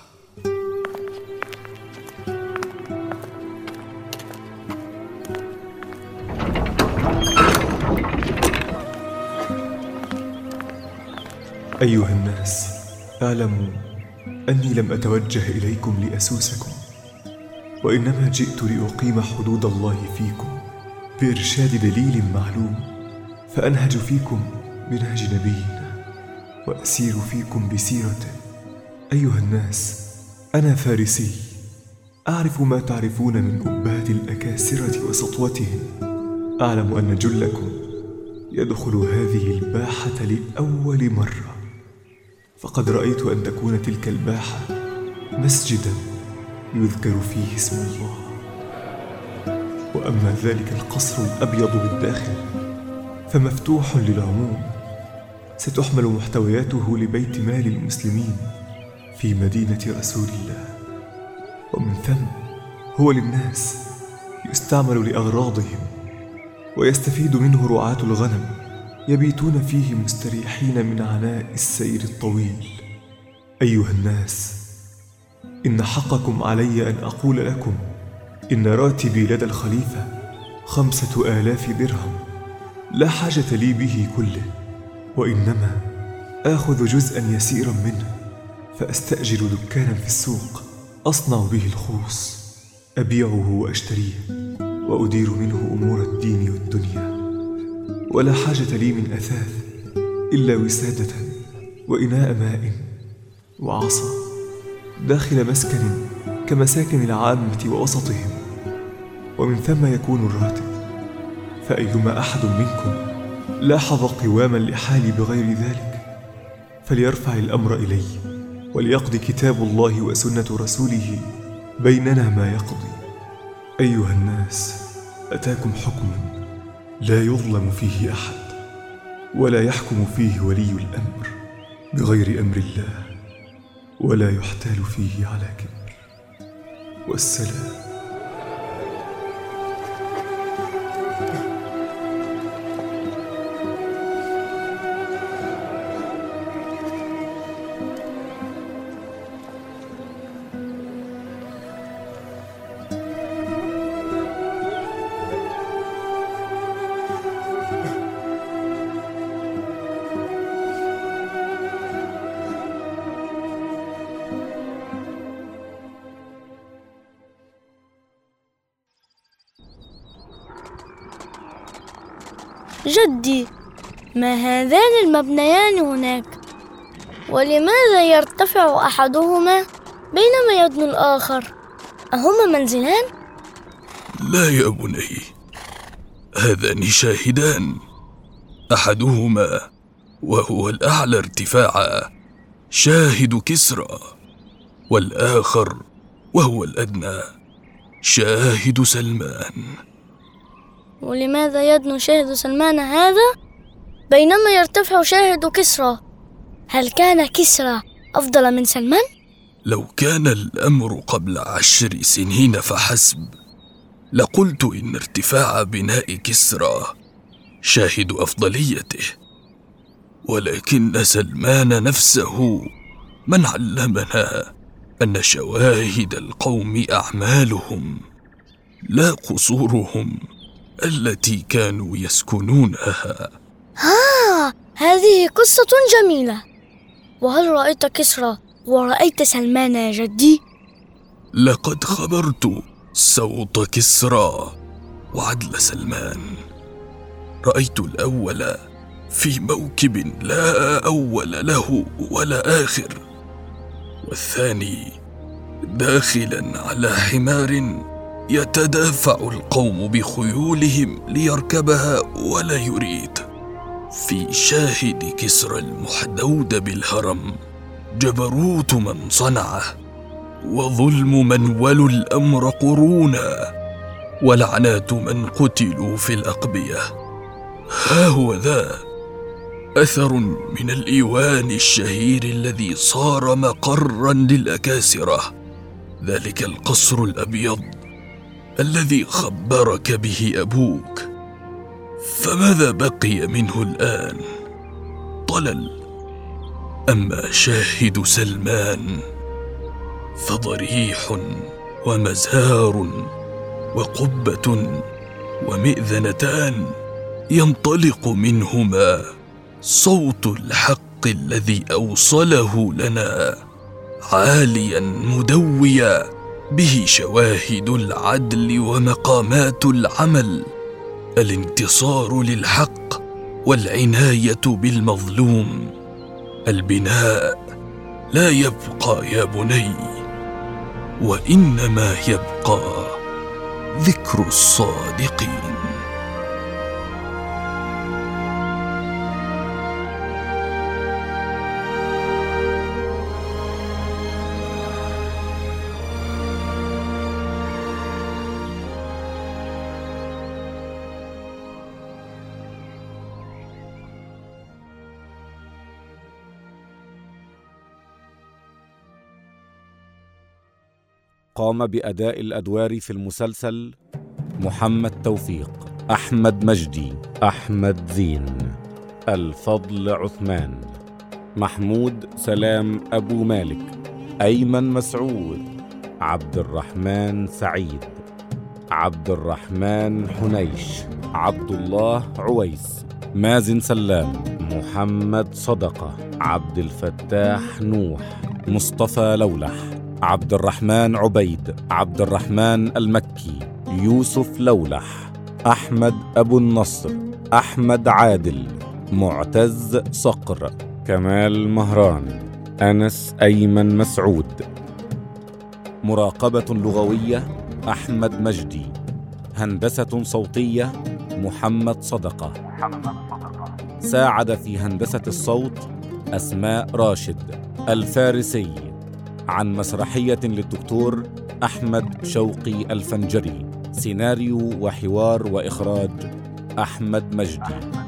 S19: أيها الناس، اعلموا أني لم أتوجه إليكم لأسوسكم، وإنما جئت لأقيم حدود الله فيكم بإرشاد دليل معلوم، فأنهج فيكم بنهج نبينا وأسير فيكم بسيرته. أيها الناس، أنا فارسي، أعرف ما تعرفون من أبهات الأكاسرة وسطوتهم. أعلم أن جلكم يدخل هذه الباحة لأول مرة، فقد رأيت أن تكون تلك الباحة مسجدا يذكر فيه اسم الله، وأما ذلك القصر الأبيض بالداخل فمفتوح للعموم، ستحمل محتوياته لبيت مال المسلمين في مدينة رسول الله، ومن ثم هو للناس يستعمل لأغراضهم، ويستفيد منه رعاة الغنم يبيتون فيه مستريحين من عناء السير الطويل. أيها الناس، إن حقكم علي أن أقول لكم إن راتبي لدى الخليفة خمسة آلاف درهم، لا حاجة لي به كله، وإنما آخذ جزءا يسيرا منه فأستأجر دكانا في السوق أصنع به الخوص، أبيعه وأشتريه وأدير منه أمور الدين والدنيا، ولا حاجة لي من أثاث إلا وسادة وإناء ماء وعصا داخل مسكن كمساكن العامة ووسطهم، ومن ثم يكون الراتب. فأيما أحد منكم لاحظ قواما لحالي بغير ذلك فليرفع الأمر إلي، وليقضي كتاب الله وسنة رسوله بيننا ما يقضي. أيها الناس، أتاكم حكم لا يظلم فيه أحد، ولا يحكم فيه ولي الأمر بغير أمر الله، ولا يحتال فيه على كبر. والسلام.
S4: جدي، ما هذان المبنيان هناك؟ ولماذا يرتفع أحدهما بينما يدنو الآخر؟ أهما منزلان؟
S11: لا يا بني، هذان شاهدان، أحدهما وهو الأعلى ارتفاعا شاهد كسرى، والآخر وهو الأدنى شاهد سلمان.
S4: ولماذا يدنو شاهد سلمان هذا بينما يرتفع شاهد كسرى. هل كان كسرى أفضل من سلمان؟
S11: لو كان الأمر قبل عشر سنين فحسب لقلت إن ارتفاع بناء كسرى شاهد أفضليته، ولكن سلمان نفسه من علمنا أن شواهد القوم أعمالهم لا قصورهم التي كانوا يسكنونها.
S4: ها، هذه قصة جميلة. وهل رأيت كسرى ورأيت سلمان يا جدي؟
S11: لقد خبرت صوت كسرى وعدل سلمان. رأيت الأول في موكب لا أول له ولا آخر، والثاني داخلا على حمار يتدافع القوم بخيولهم ليركبها ولا يريد. في شاهد كسرى المحدود بالهرم جبروت من صنعه، وظلم من ولوا الأمر قرونا، ولعنات من قتلوا في الأقبية. ها هو ذا أثر من الإيوان الشهير الذي صار مقرا للأكاسرة، ذلك القصر الأبيض الذي خبرك به أبوك. فماذا بقي منه الآن؟ طلل. أما شاهد سلمان فضريح ومزهار وقبة ومئذنتان ينطلق منهما صوت الحق الذي أوصله لنا، عاليا مدويا به شواهد العدل ومقامات العمل، الانتصار للحق والعناية بالمظلوم. البناء لا يبقى يا بني، وإنما يبقى ذكر الصادقين.
S3: قام بأداء الأدوار في المسلسل محمد توفيق، أحمد مجدي، أحمد زين، الفضل عثمان، محمود سلام أبو مالك، أيمن مسعود، عبد الرحمن سعيد، عبد الرحمن حنيش، عبد الله عويس، مازن سلام، محمد صدقة، عبد الفتاح نوح، مصطفى لولح، عبد الرحمن عبيد، عبد الرحمن المكي، يوسف لولح، أحمد أبو النصر، أحمد عادل، معتز صقر، كمال مهران، أنس أيمن مسعود. مراقبة لغوية أحمد مجدي. هندسة صوتية محمد صدقة. ساعد في هندسة الصوت أسماء راشد. الفارسي عن مسرحية للدكتور أحمد شوقي الفنجري. سيناريو وحوار وإخراج أحمد مجدي.